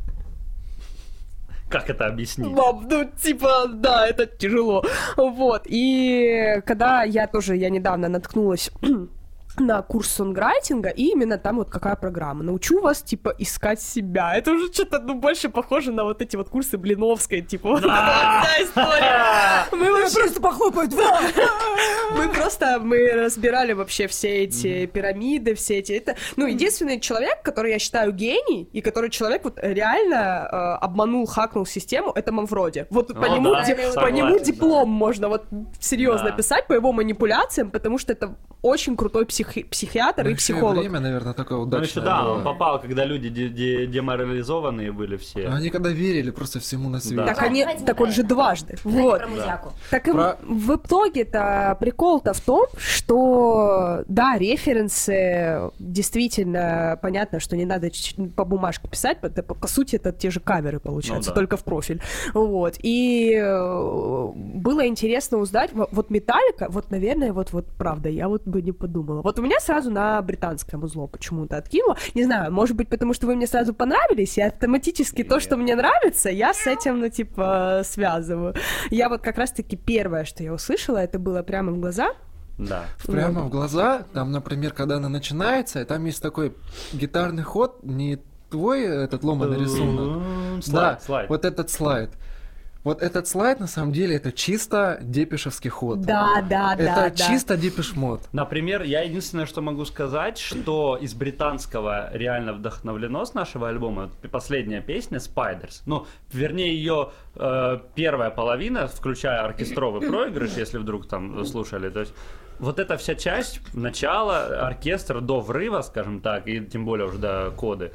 Как это объяснить? мам, ну, типа, да, это тяжело. Вот, и когда я тоже, я недавно наткнулась на курс сонграйтинга, и именно там вот какая программа. Научу вас, типа, искать себя. Это уже что-то, ну, больше похоже на вот эти вот курсы Блиновской, типа, вот эта вся история. Мы вообще... просто похлопают. Мы просто, мы разбирали вообще все эти пирамиды, все эти... Это, ну, единственный человек, который я считаю гений, и который человек вот реально э, обманул, хакнул систему, это Манфроди. Вот по, Ну нему, да, ди- согласен, по нему да. диплом можно вот серьезно Да. писать по его манипуляциям, потому что это очень крутой психи- психиатр Ну, и ещё психолог. время, наверное, такое Ну, удачное еще, да, было. он попал, когда люди де- де- деморализованные были все. Они когда верили просто всему на свете. Да. Так, Давай, они, давайте так не он про же это. дважды. Давайте Вот. про музяку. Так и Про- в итоге-то прикол-то в том, что да, референсы действительно понятно, что не надо ч- по бумажке писать, это, по, по сути это те же камеры получаются, Ну да. только в профиль. Вот. И э, было интересно узнать, во- вот Металлика, вот, наверное, вот, вот правда, я вот бы не подумала. Вот у меня сразу на британское музло почему-то откинуло. Не знаю, может быть, потому что вы мне сразу понравились, и автоматически то, что мне нравится, я с этим, ну, типа, связываю. Я вот как раз-таки первое, что я услышала, это было прямо в глаза. Да. Прямо в глаза, там, например, когда она начинается, там есть такой гитарный ход, не твой этот ломаный рисунок. Слайд, Да, слайд. вот этот слайд. Вот этот слайд, на самом деле, это чисто депешевский ход. Да, да, Это да, да. чисто депеш-мод. Например, я единственное, что могу сказать, что из британского реально вдохновлено с нашего альбома вот последняя песня Spiders. Ну, вернее, ее э, первая половина, включая оркестровый проигрыш, если вдруг там слушали. То есть вот эта вся часть, начало, оркестр до врыва, скажем так, и тем более уже до коды.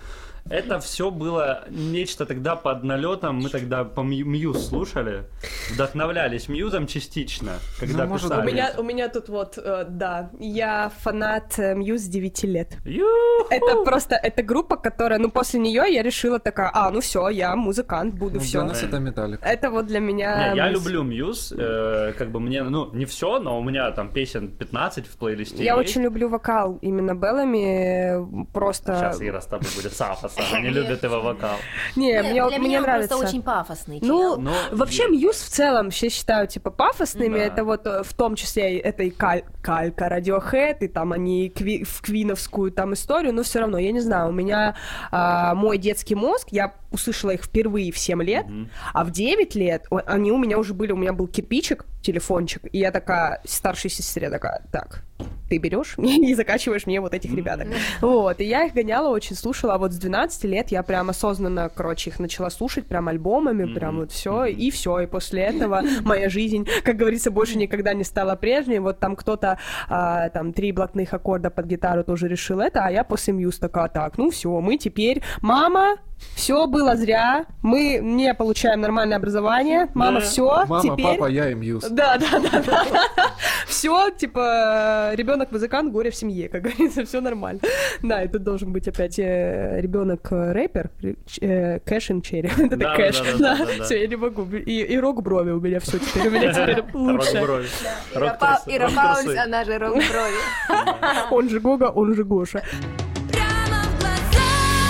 это все было нечто тогда под налетом. Мы тогда по Мьюз слушали, вдохновлялись Мьюзом частично, когда Ну, может, писали. У меня, у меня тут вот, э, да, я фанат э, Мьюз с девяти лет. Ю-ху! Это просто, это группа, которая, ну, после нее я решила такая, а, ну все, я музыкант буду, Ну, все. для нас это Металлик. Это вот для меня... Не, я Мьюз. люблю Мьюз, э, как бы мне, ну, не все, но у меня там песен пятнадцать в плейлисте Я есть. очень люблю вокал именно Беллами, просто... Сейчас Ира с тобой будет сафоса, она не любит его вокал. Не, Для мне, меня мне он нравится. просто очень пафосный. Ну, чел. Но вообще е- Мьюз в целом все считают, типа, пафосными, Да. это вот э, в том числе это и каль- калька Radiohead, и там они кви- в квиновскую там историю, но все равно, я не знаю, у меня а, мой детский мозг, я услышала их впервые в семь лет, Мгм. а в девять лет о- они у меня уже были, у меня был кирпичик, телефончик, и я такая, старшей сестре такая, так, ты берешь и закачиваешь мне вот этих ребяток. Вот, и я их гоняла, очень слушала, а вот с двенадцати лет я прям осознанно, короче, их начала слушать прям альбомами, Мгм. прям вот все, и все, и после этого моя жизнь, как говорится, больше никогда не стала прежней. Вот там кто-то, а, там, три блатных аккорда под гитару тоже решил это, а я после Мьюз такая, так, ну все, мы теперь, мама, все было зря, мы не получаем нормальное образование, мама, Да. все, Мама, теперь... папа, я и Мьюз. Да, да, да, да. Все, типа, ребенок музыкант, горе в семье, как говорится, все нормально. Да, и тут должен быть опять ребенок рэпер, кэш ин черри. Это Да, кэш. да, да, да, да. Все, я не могу. И, и рок брови у меня все теперь. У меня теперь лучше. Рок-брови. Ира, Па- Рок-трусы. Ира Рок-трусы. Паульс, она же рок-брови. Он же Гога, он же Гоша. Прямо в глаза.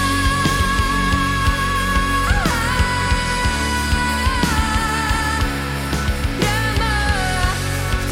Прямо в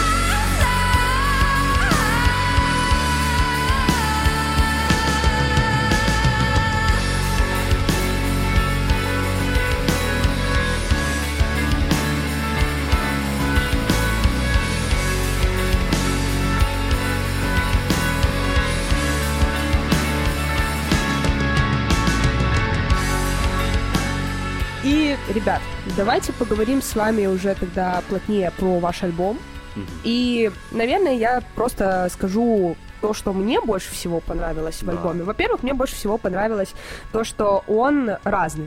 И, ребят, давайте поговорим с вами уже тогда плотнее про ваш альбом. Мгм. И, наверное, я просто скажу то, что мне больше всего понравилось в Да. альбоме. Во-первых, мне больше всего понравилось то, что он разный.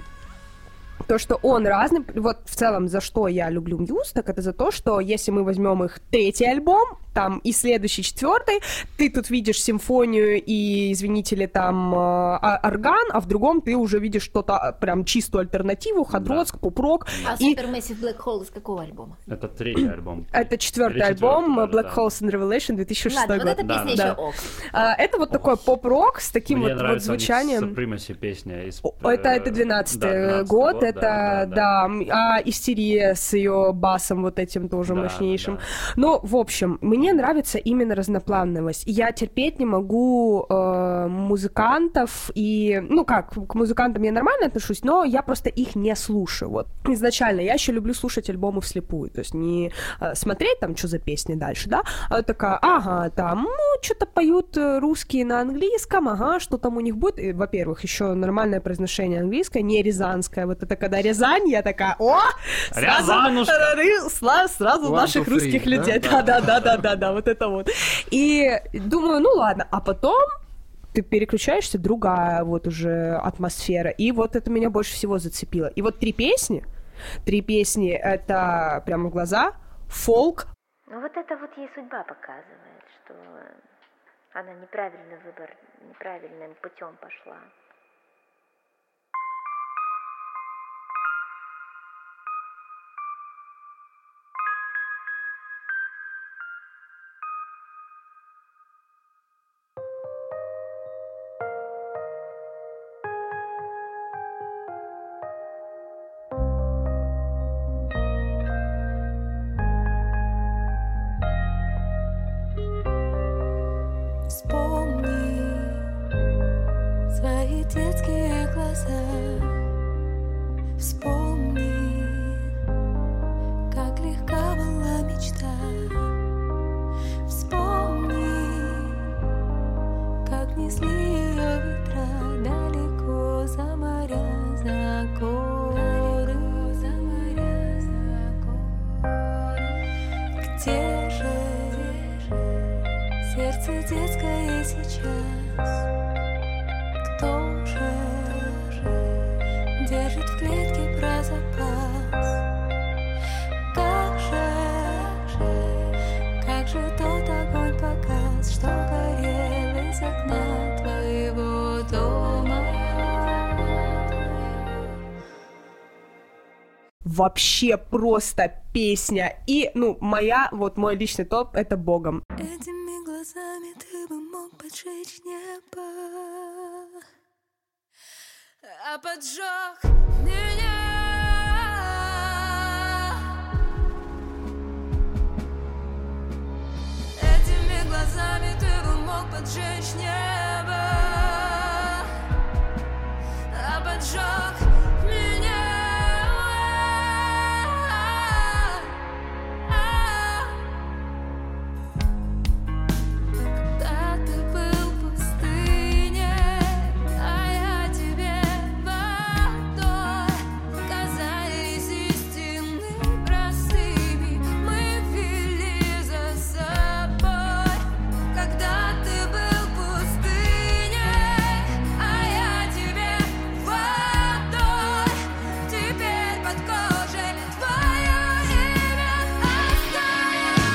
То, что он разный, вот в целом, за что я люблю Мьюз, так это за то, что если мы возьмем их третий альбом, там и следующий, четвертый, ты тут видишь симфонию и, извините ли, там э, а- орган, а в другом ты уже видишь что-то а, прям чистую альтернативу, хадротск, поп-рок. А И Supermassive Black Hole из какого альбома? Это третий альбом. это четвертый Или альбом четвёртый даже, Black да. Holes and Revelation две тысячи шестой Ладно, вот год. эта Да, песня да. еще ок. А, это вот такой поп-рок с таким Мне вот, вот нравится у них звучанием. Supremacy песня. Из, О, Это, это э, двенадцатый да, двенадцатый год, это, да, да, а истерия с ее басом вот этим тоже Да, мощнейшим. да. Ну, в общем, мне нравится именно разноплановость. Я терпеть не могу э, музыкантов и, ну как, к музыкантам я нормально отношусь, но я просто их не слушаю. Вот изначально я еще люблю слушать альбомы вслепую, то есть не э, смотреть там, что за песни дальше, да, а такая, ага, там, ну, что-то поют э, русские на английском, ага, что там у них будет. И, во-первых, еще нормальное произношение английское, не рязанское. Вот это когда Рязань, я такая, о, сразу, Рязанушка. сразу, сразу One, наших two, русских three, людей. да? Да, да, да, да, да, да, вот это вот. И думаю, ну ладно, а потом ты переключаешься, другая вот уже атмосфера, и вот это меня больше всего зацепило. И вот три песни, три песни, это прямо в глаза, фолк. Ну вот это вот ей судьба показывает, что она неправильный выбор, неправильным путем пошла. Вспомни свои детские глаза. Вспомни, как легка была мечта. Вспомни, как несли ее ветра далеко за моря, за горы, за моря, за горы. Где же сердце детское сейчас? Кто же вообще просто песня. И, ну, моя, вот мой личный топ — это «Богом». Этими глазами ты бы мог поджечь небо, а поджег меня. Этими глазами ты бы мог поджечь небо, а поджег меня. Когда ты был в пустыне, а я тебе водой, казались истины простыми, мы вели за собой. Когда ты был в пустыне, а я тебе водой, теперь под кожей твое имя остается.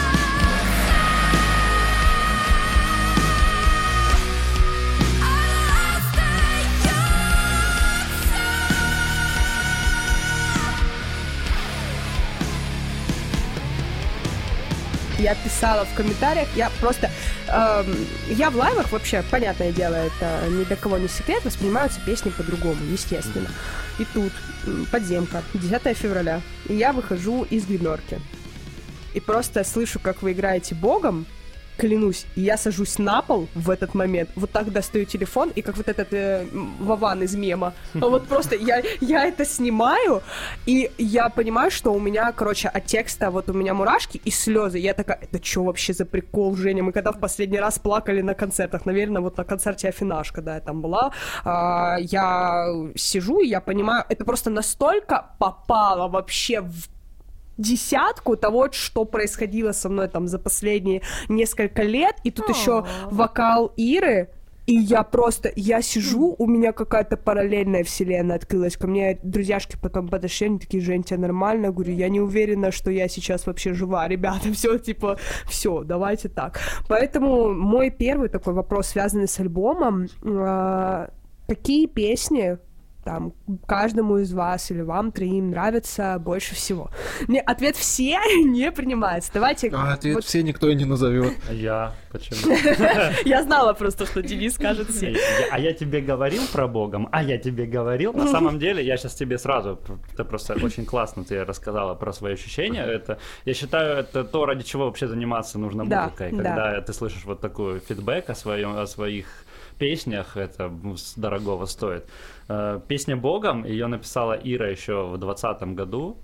Я писала в комментариях, я просто... эм, я в лайвах вообще, понятное дело, это ни для кого не секрет, воспринимаются песни по-другому, естественно. И тут м, подземка, десятое февраля, и я выхожу из гримерки. И просто слышу, как вы играете «Богом», клянусь, и я сажусь на пол в этот момент, вот так достаю телефон, и как вот этот э, Вован из мема, а вот просто я, я это снимаю, и я понимаю, что у меня, короче, от текста вот у меня мурашки и слезы. Я такая, это что вообще за прикол, Женя? Мы когда в последний раз плакали на концертах, наверное, вот на концерте Афинаж, когда я там была, а, я сижу, и я понимаю, это просто настолько попало вообще в десятку того, что происходило со мной там за последние несколько лет, и тут еще вокал Иры, и я просто, я сижу, у меня какая-то параллельная вселенная открылась, ко мне друзьяшки потом подошли, они такие: Жень, тебе нормально? Я говорю, я не уверена, что я сейчас вообще жива, ребята, все, типа, все, давайте так. Поэтому мой первый такой вопрос, связанный с альбомом, э, какие песни там каждому из вас или вам троим нравится больше всего? Не, ответ «все» не принимается. Давайте... А ответ вот... «все» никто и не назовет. Я? Почему? Я знала просто, что Денис скажет «все». А я тебе говорил про Богом? А я тебе говорил? На самом деле, я сейчас тебе сразу... Ты просто очень классно ты рассказала про свои ощущения. Это, я считаю, это то, ради чего вообще заниматься нужно музыкой. Да, Когда да. ты слышишь вот такой фидбэк о, своем, о своих песнях, это дорогого стоит. Песня «Богом», ее написала Ира еще в двадцатом году.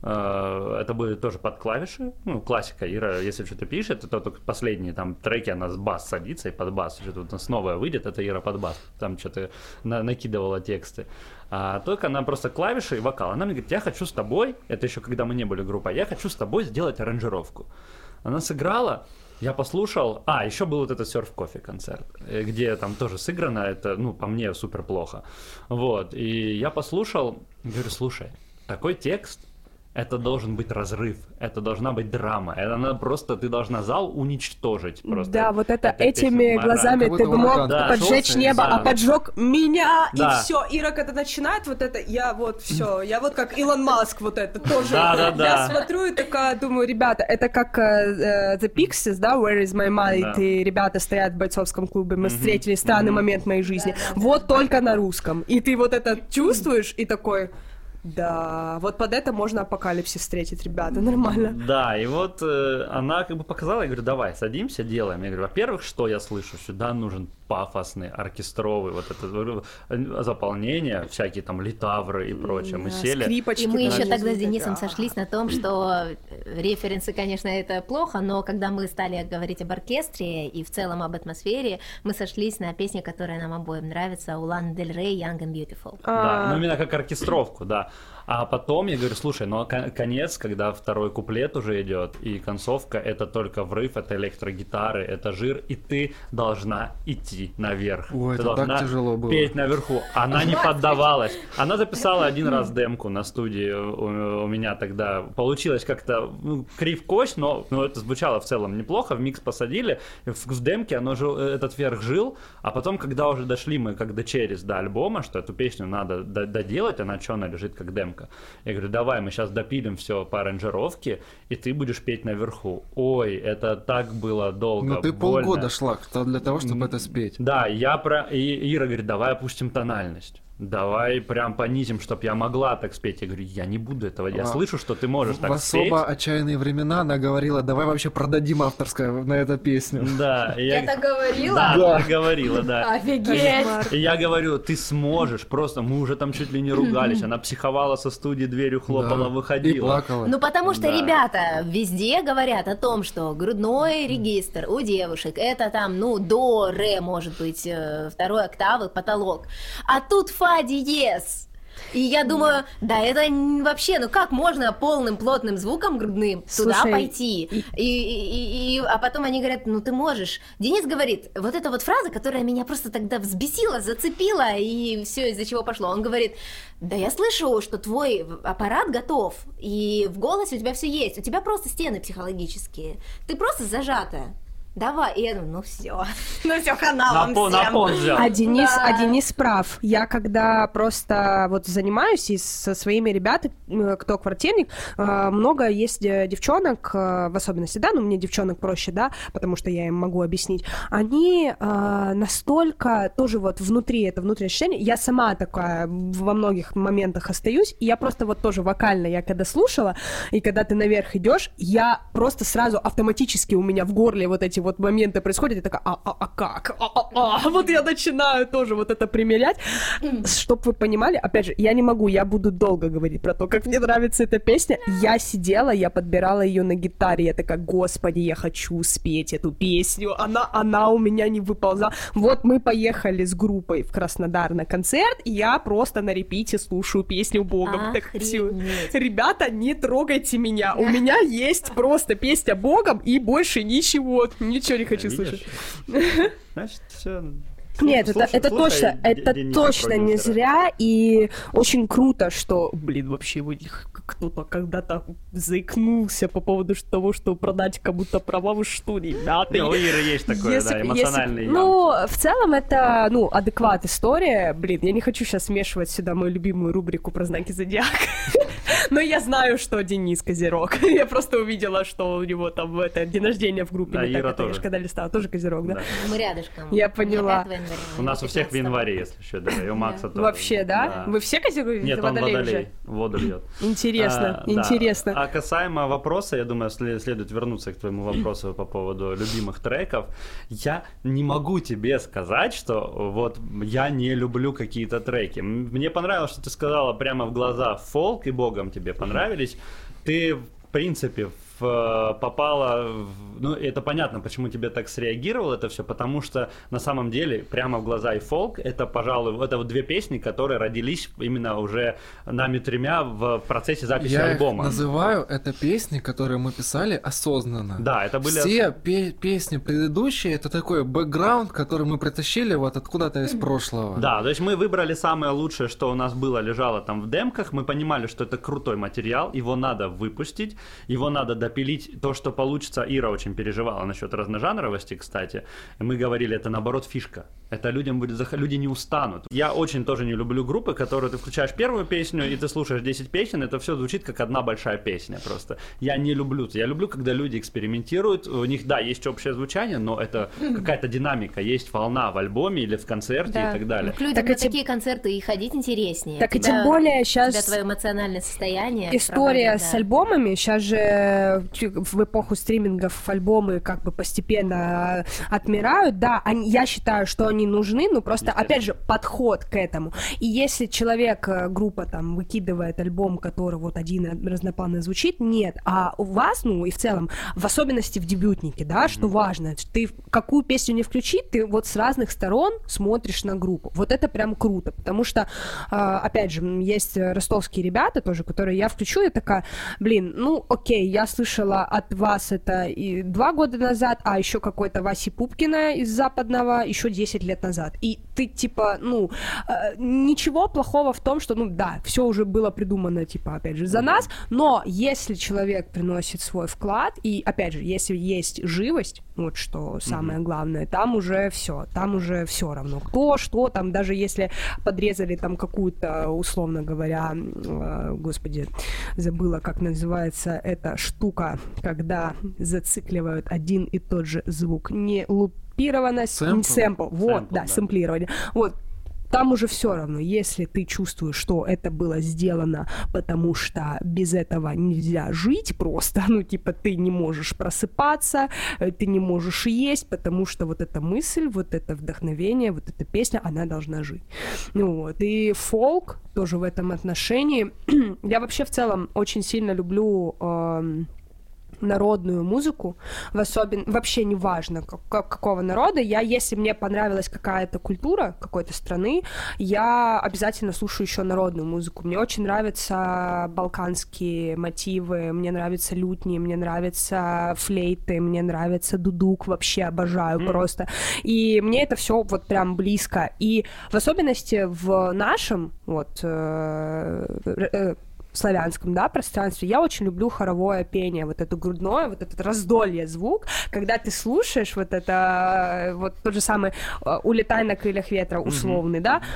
Это были тоже под клавиши, ну, классика. Ира, если что-то пишет, то только последние там треки она с бас садится и под бас. Что-то у нас новое выйдет, это Ира под бас. Там что-то на- накидывала тексты. А только она просто клавиши и вокал. Она мне говорит, я хочу с тобой, это еще когда мы не были группой, я хочу с тобой сделать аранжировку. Она сыграла, я послушал, а, еще был вот этот Surf Coffee концерт, где там тоже сыграно, это, ну, по мне, супер плохо. Вот, и я послушал, говорю, слушай, такой текст, это должен быть разрыв, это должна быть драма, это она просто, ты должна зал уничтожить просто. Да, вот это, это этими песня, глазами как ты будто бы мог ураган Да. поджечь прошелся, небо, да. а поджег меня, Да. и все. Ира, когда начинает вот это, я вот все, я вот как Илон Маск вот это тоже. Да, да, да. Я смотрю и такая думаю, ребята, это как э, The Pixies, да, Where is my money? Да. И ребята стоят в бойцовском клубе, мы встретили странный момент в моей жизни. Вот только на русском. И ты вот это чувствуешь и такой... Да, вот под это можно апокалипсис встретить, ребята, нормально. Да, и вот э, она как бы показала, я говорю, давай, садимся, делаем. Я говорю, во-первых, что я слышу? Сюда нужен пафосный, оркестровый, вот это э, заполнение, всякие там литавры и прочее. Мы Да, сели. скрипочки, И мы да, еще тогда с внизу, Денисом да. сошлись на том, что референсы, конечно, это плохо, но когда мы стали говорить об оркестре и в целом об атмосфере, мы сошлись на песне, которая нам обоим нравится, у Ланы Дель Рей «Young and Beautiful». Да, А, ну именно как оркестровку, да. А потом я говорю, слушай, ну а кон- конец, когда второй куплет уже идет, и концовка, это только врыв, это электрогитары, это жир, и ты должна идти наверх. Ой, ты это так должна тяжело было. петь наверху. Она не поддавалась. Она записала один раз демку на студии у, у меня тогда. Получилось как-то ну, крив-кость, но, но это звучало в целом неплохо. В микс посадили. В, в демке оно жил, этот верх жил, а потом, когда уже дошли мы как до через до альбома, что эту песню надо д- доделать, она что, она лежит как демка. Я говорю, давай, мы сейчас допилим все по аранжировке, и ты будешь петь наверху. Ой, это так было долго, Ну ты больно. полгода шла для того, чтобы это спеть. Да, я про... И Ира говорит, давай опустим тональность. Давай прям понизим, чтобы я могла так спеть. Я говорю, я не буду этого. Я А, слышу, что ты можешь В так спеть. особо отчаянные времена она говорила, давай вообще продадим авторское на эту песню. Да. и Я так говорила? Да, Да. ты говорила, да. Офигеть! И я говорю, ты сможешь, просто мы уже там чуть ли не ругались. Она психовала со студии, дверью хлопала, Да. И выходила. плакала. Ну, потому что Да. ребята везде говорят о том, что грудной регистр у девушек это там, ну, до, ре, может быть, э, второй октавы, потолок. А тут фа диез. И я думаю, да, это н- вообще, ну как можно полным плотным звуком грудным туда Слушай, пойти? И, и- и- и- а потом они говорят, ну ты можешь. Денис говорит, вот эта вот фраза, которая меня просто тогда взбесила, зацепила, и все из-за чего пошло. Он говорит, да я слышу, что твой аппарат готов, и в голосе у тебя все есть, у тебя просто стены психологические, ты просто зажатая. Давай, и я думаю, ну все, ну все, хана На вам пон, на всем. пон взял. А Денис, Да. а Денис прав. Я когда просто вот занимаюсь и со своими ребятами, э, кто квартирник, э, много есть э, девчонок, э, в особенности, да, ну мне девчонок проще, да, потому что я им могу объяснить. Они э, настолько тоже вот внутри, это внутреннее ощущение, я сама такая во многих моментах остаюсь, и я просто вот тоже вокально, я когда слушала, и когда ты наверх идешь, я просто сразу автоматически у меня в горле вот эти вот моменты происходят, я такая, а, а, а как? А, а, а. Вот я начинаю тоже вот это примерять. Чтоб вы понимали, опять же, я не могу, я буду долго говорить про то, как мне нравится эта песня. Я сидела, я подбирала ее на гитаре, я такая, господи, я хочу спеть эту песню, она, она у меня не выползала. Вот мы поехали с группой в Краснодар на концерт, и я просто на репите слушаю песню Богом. Так, всё. Охренеть. Ребята, не трогайте меня, у меня есть просто песня Богом и больше ничего. Ничего не хочу Видишь? слышать. Значит, все. Нет, это, это точно, это точно не зря, и очень круто, что, блин, вообще вы- кто-то когда-то заикнулся по поводу того, что продать кому-то права, вы что, ребята? У Иры есть такое, Если- да, если- эмоциональный ям. Ну, в целом это, ну, адекват история. Блин, я не хочу сейчас смешивать сюда мою любимую рубрику про знаки зодиака. Но я знаю, что Денис Козерог. Я просто увидела, что у него там это день рождения в группе. Да, не так Ира это я тоже. ж когда листала, тоже Козерог, да? Да. Мы рядышком. Я поняла. пятого января, У нас у всех в пятнадцатого. январе, если что, да, и у Макса тоже. Вообще, да? Вы все Козероги? Нет, Ты он Водолей водолей, уже? воду льет. Интересно, А, да. интересно. А касаемо вопроса, я думаю, след- следует вернуться к твоему вопросу по поводу любимых треков. Я не могу тебе сказать, что вот я не люблю какие-то треки. М- Мне понравилось, что ты сказала прямо в глаза фолк и Богом тебе понравились. Ты, в принципе, в- попала, в- ну, это понятно, почему тебе так среагировало это все, потому что на самом деле прямо в глаза и фолк это, пожалуй, это вот две песни, которые родились именно уже нами тремя в процессе записи Я альбома. их называю это песни, которые мы писали осознанно. Да, это были... Все пе- песни предыдущие, это такой бэкграунд, который мы притащили вот откуда-то из прошлого. Да, то есть мы выбрали самое лучшее, что у нас было, лежало там в демках, мы понимали, что это крутой материал, его надо выпустить, его надо допилить, то, что получится. Ира очень переживала насчет разножанровости, кстати. Мы говорили, это наоборот фишка. Это людям будет, зах- люди не устанут. Я очень тоже не люблю группы, которые ты включаешь первую песню, и ты слушаешь десять песен, это все звучит как одна большая песня просто. Я не люблю это. Я люблю, когда люди экспериментируют, у них, да, есть общее звучание, но это какая-то динамика, есть волна в альбоме или в концерте Да. и так далее. К людям Так на и тем- такие концерты и ходить интереснее. Так и Тебя- тем более тебя сейчас твое эмоциональное состояние. история проводит, с да. альбомами. Сейчас же в эпоху стримингов альбомы как бы постепенно отмирают. Да, они, я считаю, что они нужны, но просто, опять же, подход к этому. И если человек, э, группа там выкидывает альбом, который вот один разнопланно звучит, нет. А у вас, ну и в целом, в особенности в дебютнике, да, что важно, ты какую песню не включи, ты вот с разных сторон смотришь на группу. Вот это прям круто, потому что, э, опять же, м, есть ростовские ребята тоже, которые я включу, и такая, блин, ну окей, я слышу слышала от вас это и два года назад, а еще какой-то Васи Пупкина из Западного еще десять лет назад. И ты, типа, ну, э, ничего плохого в том, что, ну, да, все уже было придумано, типа, опять же, за нас, но если человек приносит свой вклад, и, опять же, если есть живость, вот что самое mm-hmm. главное, там уже все, там уже все равно, кто, что, там, даже если подрезали там какую-то, условно говоря, э, господи, забыла, как называется эта штука, когда зацикливают один и тот же звук, не лупировано, сэмпл, сэмпл. вот, сэмпл, да, да, сэмплирование, вот. Там уже все равно, если ты чувствуешь, что это было сделано, потому что без этого нельзя жить просто, ну, типа, ты не можешь просыпаться, ты не можешь есть, потому что вот эта мысль, вот это вдохновение, вот эта песня, она должна жить. Ну, вот. И фолк тоже в этом отношении. Я вообще в целом очень сильно люблю... Э- народную музыку, в особен... вообще не важно, как, какого народа, я, если мне понравилась какая-то культура какой-то страны, я обязательно слушаю еще народную музыку. Мне очень нравятся балканские мотивы, мне нравятся лютни, мне нравятся флейты, мне нравится дудук, вообще обожаю mm. просто. И мне это все вот прям близко. И в особенности в нашем вот э, э, славянском, да, пространстве, я очень люблю хоровое пение, вот это грудное, вот этот раздолье звук, когда ты слушаешь вот это, вот тот же самый «Улетай на крыльях ветра» условный, mm-hmm. да,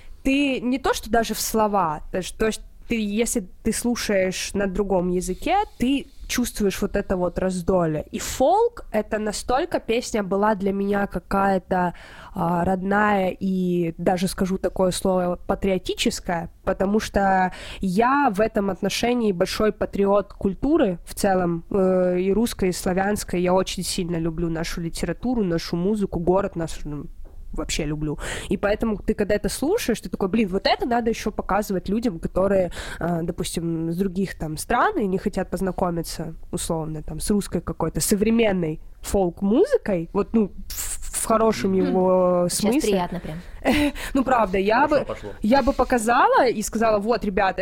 ты не то, что даже в слова, то есть ты, если ты слушаешь на другом языке, ты чувствуешь вот это вот раздолье. И фолк, это настолько песня была для меня какая-то а, родная и, даже скажу такое слово, патриотическая, потому что я в этом отношении большой патриот культуры в целом, э, и русской, и славянской. Я очень сильно люблю нашу литературу, нашу музыку, город наш, ну, вообще люблю. И поэтому ты, когда это слушаешь, ты такой, блин, вот это надо еще показывать людям, которые, допустим, с других там стран и не хотят познакомиться, условно, там, с русской какой-то современной фолк-музыкой, вот, ну, в хорошем его смысле. Сейчас приятно прям. Ну, правда, я Пошло, бы, пошло. я бы показала и сказала, вот, ребят,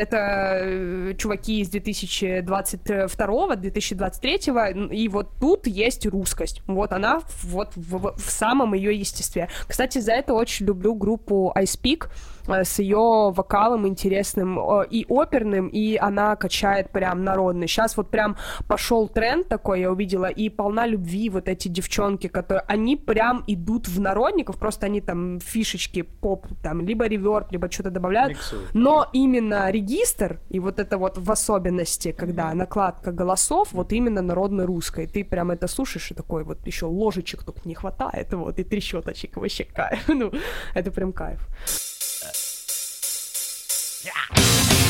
это чуваки из две тысячи двадцать второго, две тысячи двадцать третьего, и вот тут есть русскость. Вот она вот в, в самом ее естестве. Кстати, за это очень люблю группу I Speak с ее вокалом интересным и оперным, и она качает прям народный. Сейчас вот прям пошел тренд такой, я увидела, и полна любви вот эти девчонки, которые, они прям идут в народников, просто они там фишечки поп, там, либо реверб, либо что-то добавляют, миксуют. Но именно регистр, и вот это вот в особенности, когда накладка голосов, вот именно народно-русской, ты прям это слушаешь, и такой вот еще ложечек только не хватает, вот, и трещоточек, вообще кайф, ну, это прям кайф. Yeah.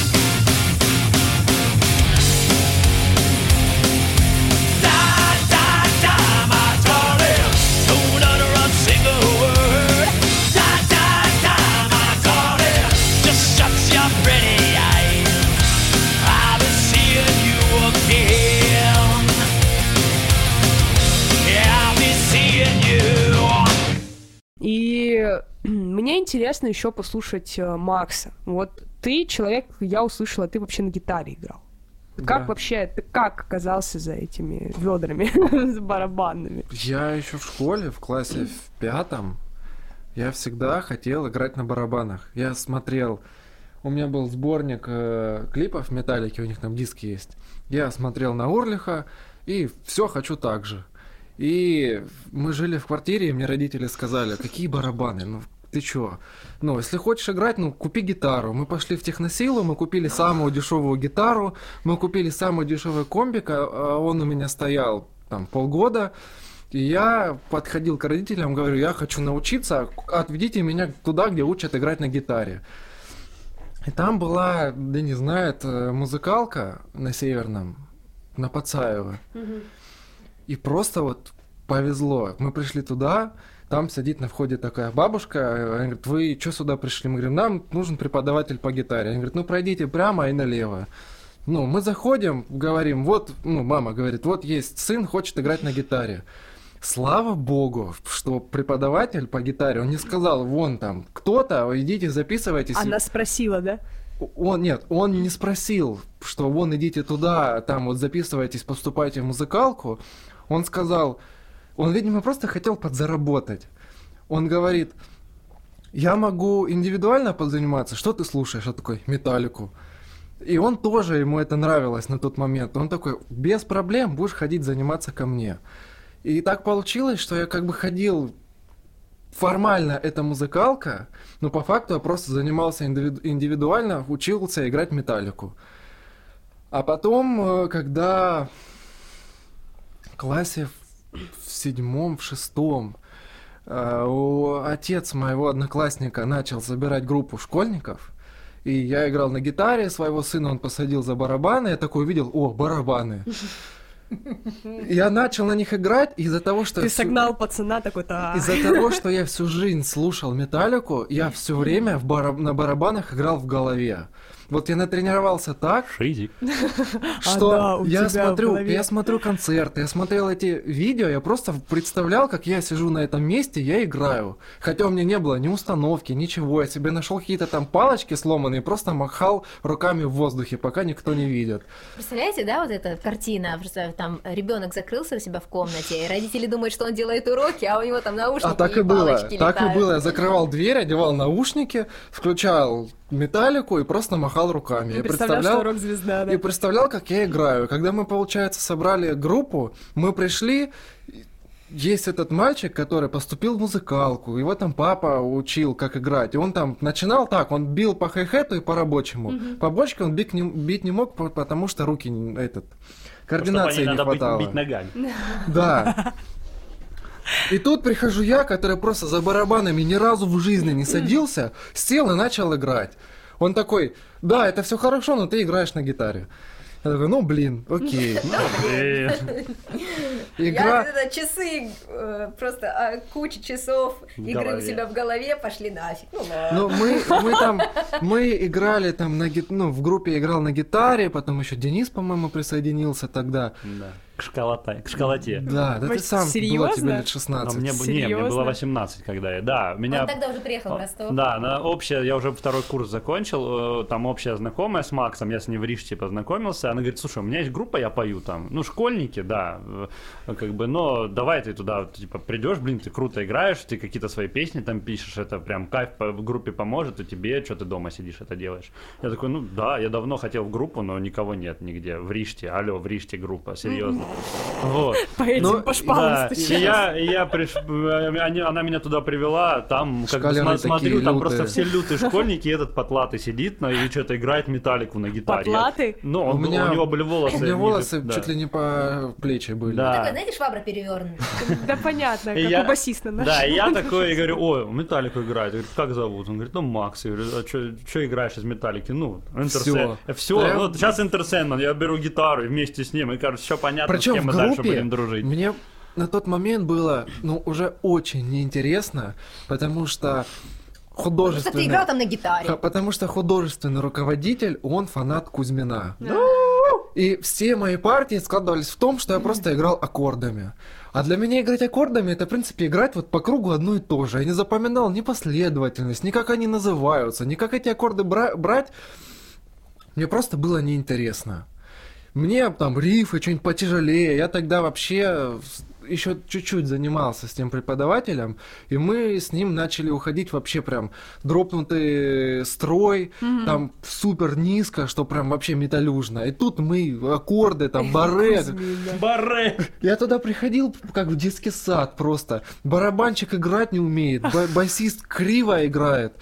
И мне интересно еще послушать Макса. Вот ты человек, я услышала, ты вообще на гитаре играл. Как да. вообще, ты как оказался за этими ведрами с барабанами? Я еще в школе, в классе в пятом, я всегда хотел играть на барабанах. Я смотрел, у меня был сборник э, клипов Металлики, у них там диски есть. Я смотрел на Урлиха и все хочу так же. И мы жили в квартире, и мне родители сказали, какие барабаны, ну ты чё? Ну, если хочешь играть, ну купи гитару. Мы пошли в Техносилу, мы купили самую дешевую гитару, мы купили самый дешевый комбик, а он у меня стоял там полгода. И я подходил к родителям, говорю, я хочу научиться, отведите меня туда, где учат играть на гитаре. И там была, да не знаю, музыкалка на Северном, на Пацаева. Mm-hmm. И просто вот повезло. Мы пришли туда, там сидит на входе такая бабушка, она говорит, вы что сюда пришли? Мы говорим, нам нужен преподаватель по гитаре. Она говорит, ну пройдите прямо и налево. Ну, мы заходим, говорим, вот, ну, мама говорит, вот есть сын, хочет играть на гитаре. Слава богу, что преподаватель по гитаре, он не сказал, вон там, кто-то, идите записывайтесь. Она спросила, да? Он, нет, он не спросил, что вон идите туда, там вот записывайтесь, поступайте в музыкалку. Он сказал, он, видимо, просто хотел подзаработать. Он говорит, я могу индивидуально позаниматься, что ты слушаешь? Я такой, Металлику. И он тоже, ему это нравилось на тот момент. Он такой, без проблем будешь ходить заниматься ко мне. И так получилось, что я как бы ходил, формально это музыкалка, но по факту я просто занимался индивиду- индивидуально, учился играть Металлику. А потом, когда в классе в седьмом, в шестом, у отец моего одноклассника начал собирать группу школьников, и я играл на гитаре, своего сына он посадил за барабаны, я такой увидел, о, барабаны. Я начал на них играть из-за того, что... Ты всю... согнал пацана такой-то... Из-за того, что я всю жизнь слушал Металлику, я все время в бар... на барабанах играл в голове. Вот я натренировался так, Шизик. что А, да, у я, тебя в смотрю, голове. я смотрю концерты, я смотрел эти видео, я просто представлял, как я сижу на этом месте, я играю. Хотя у меня не было ни установки, ничего. Я себе нашел какие-то там палочки сломанные, просто махал руками в воздухе, пока никто не видит. Представляете, да, вот эта картина, просто там ребенок закрылся у себя в комнате, и родители думают, что он делает уроки, а у него там наушники А так и и было, палочки так и летают. было. Я закрывал дверь, одевал наушники, включал Металлику и просто махал руками. Я Представлял, что рок-звезда, да. и представлял, как я играю. Когда мы, получается, собрали группу, мы пришли, есть этот мальчик, который поступил в музыкалку, его там папа учил, как играть, и он там начинал так, он бил по хай-хету и по рабочему. Мгм. По бочке он бить не, бить не мог, по- потому что руки, не- этот, координации не Надо бить, хватало. бить ногами. Да. И тут прихожу я, который просто за барабанами ни разу в жизни не садился, сел и начал играть. Он такой, да, это все хорошо, но ты играешь на гитаре. Я такой, ну блин, окей. Э, Игра... Я это часы, э, просто а, куча часов В игры у голове. себя в голове пошли нафиг. Ну ладно. Ну, мы, мы там, мы играли там на ги- ну, в группе играл на гитаре, потом еще Денис, по-моему, присоединился тогда. Да. К школоте. К школоте. Да, да ты Вы сам было серьезно? тебе лет Но шестнадцать. мне, б- не, мне было Серьезно? восемнадцать, когда я... Да, меня... Он тогда уже приехал в Ростов. Да, на общее, я уже второй курс закончил, э, там общая знакомая с Максом, я с ней в Риште познакомился, она говорит, слушай, у меня есть группа, я пою там, ну, школьники, да, э, как бы, но давай ты туда, типа, придешь, блин, ты круто играешь, ты какие-то свои песни там пишешь, это прям кайф по в группе поможет, и тебе, что ты дома сидишь, это делаешь. Я такой, ну, да, я давно хотел в группу, но никого нет нигде, в Риште, алло, в Риште группа, серьезно. Вот. По этим, Ну, по шпалам Да, и стучать. я, и я приш... они- она меня туда привела, там как бы Шкалеры сма- такие смотрю, там лютые. просто все лютые школьники, и этот потлатый сидит, ну, и что-то играет металлику на гитаре. Потлатый? Ну, он У был- меня- у него были волосы. У меня ниже, волосы да. чуть ли не по плечи были. Да. Такой, знаете, швабра перевернутая. Да понятно, И как я- у басиста наш. Да, и я такой, и говорю, ой, металлику играет. Я говорю, как зовут? Он говорит, ну, Макс. Я говорю, а что играешь из металлики? Ну, Всё. Все, Да. вот сейчас Enter Sandman, я беру гитару и вместе с ним, и кажется, все понятно, Причем с кем в мы дальше группе будем дружить. мне на тот момент было, ну, уже очень неинтересно, потому что Что художественный... ты играл там на гитаре. Х- Потому что художественный руководитель, он фанат Кузьмина. И все мои партии складывались в том, что я просто играл аккордами. А для меня играть аккордами, это, в принципе, играть вот по кругу одно и то же. Я не запоминал ни последовательность, ни как они называются, ни как эти аккорды бра- брать. Мне просто было неинтересно. Мне там рифы, что-нибудь потяжелее. Я тогда вообще еще чуть-чуть занимался с тем преподавателем, и мы с ним начали уходить вообще прям дропнутый строй, там супер низко, что прям вообще металлюжно. И тут мы аккорды, там баре. Баре! Я туда приходил как в детский сад просто. Барабанщик играть не умеет, ба- басист криво играет.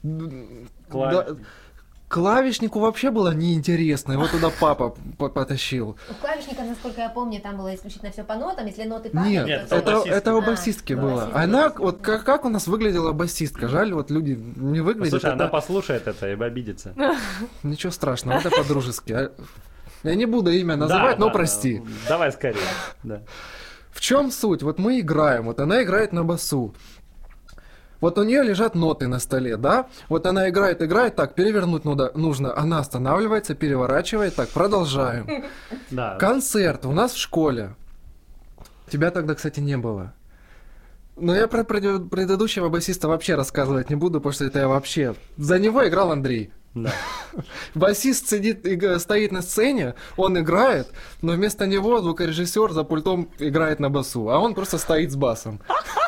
Клавиш. Да, клавишнику вообще было неинтересно, его туда папа по- потащил. У клавишника, насколько я помню, там было исключительно все по нотам, если ноты падают, Нет, Нет, то это это, у басистки. это у А, басистки у было. басистки Она, было. вот как, как у нас выглядела басистка, жаль, вот люди не выглядят. Слушай, она это- послушает это и обидится. Ничего страшного, это по-дружески. А- Я не буду имя называть, Да, но да, прости. да. Давай скорее. Да. В чем суть? Вот мы играем, вот она играет на басу. Вот у нее лежат ноты на столе, да? Вот она играет, играет, так, перевернуть надо- нужно. Она останавливается, переворачивает, так, продолжаем. Да. Концерт у нас в школе. Тебя тогда, кстати, не было. Но я про пред- предыдущего басиста вообще рассказывать не буду, потому что это я вообще... За него играл Андрей. Да. Басист сидит, и стоит на сцене, он играет, но вместо него звукорежиссер за пультом играет на басу, а он просто стоит с басом.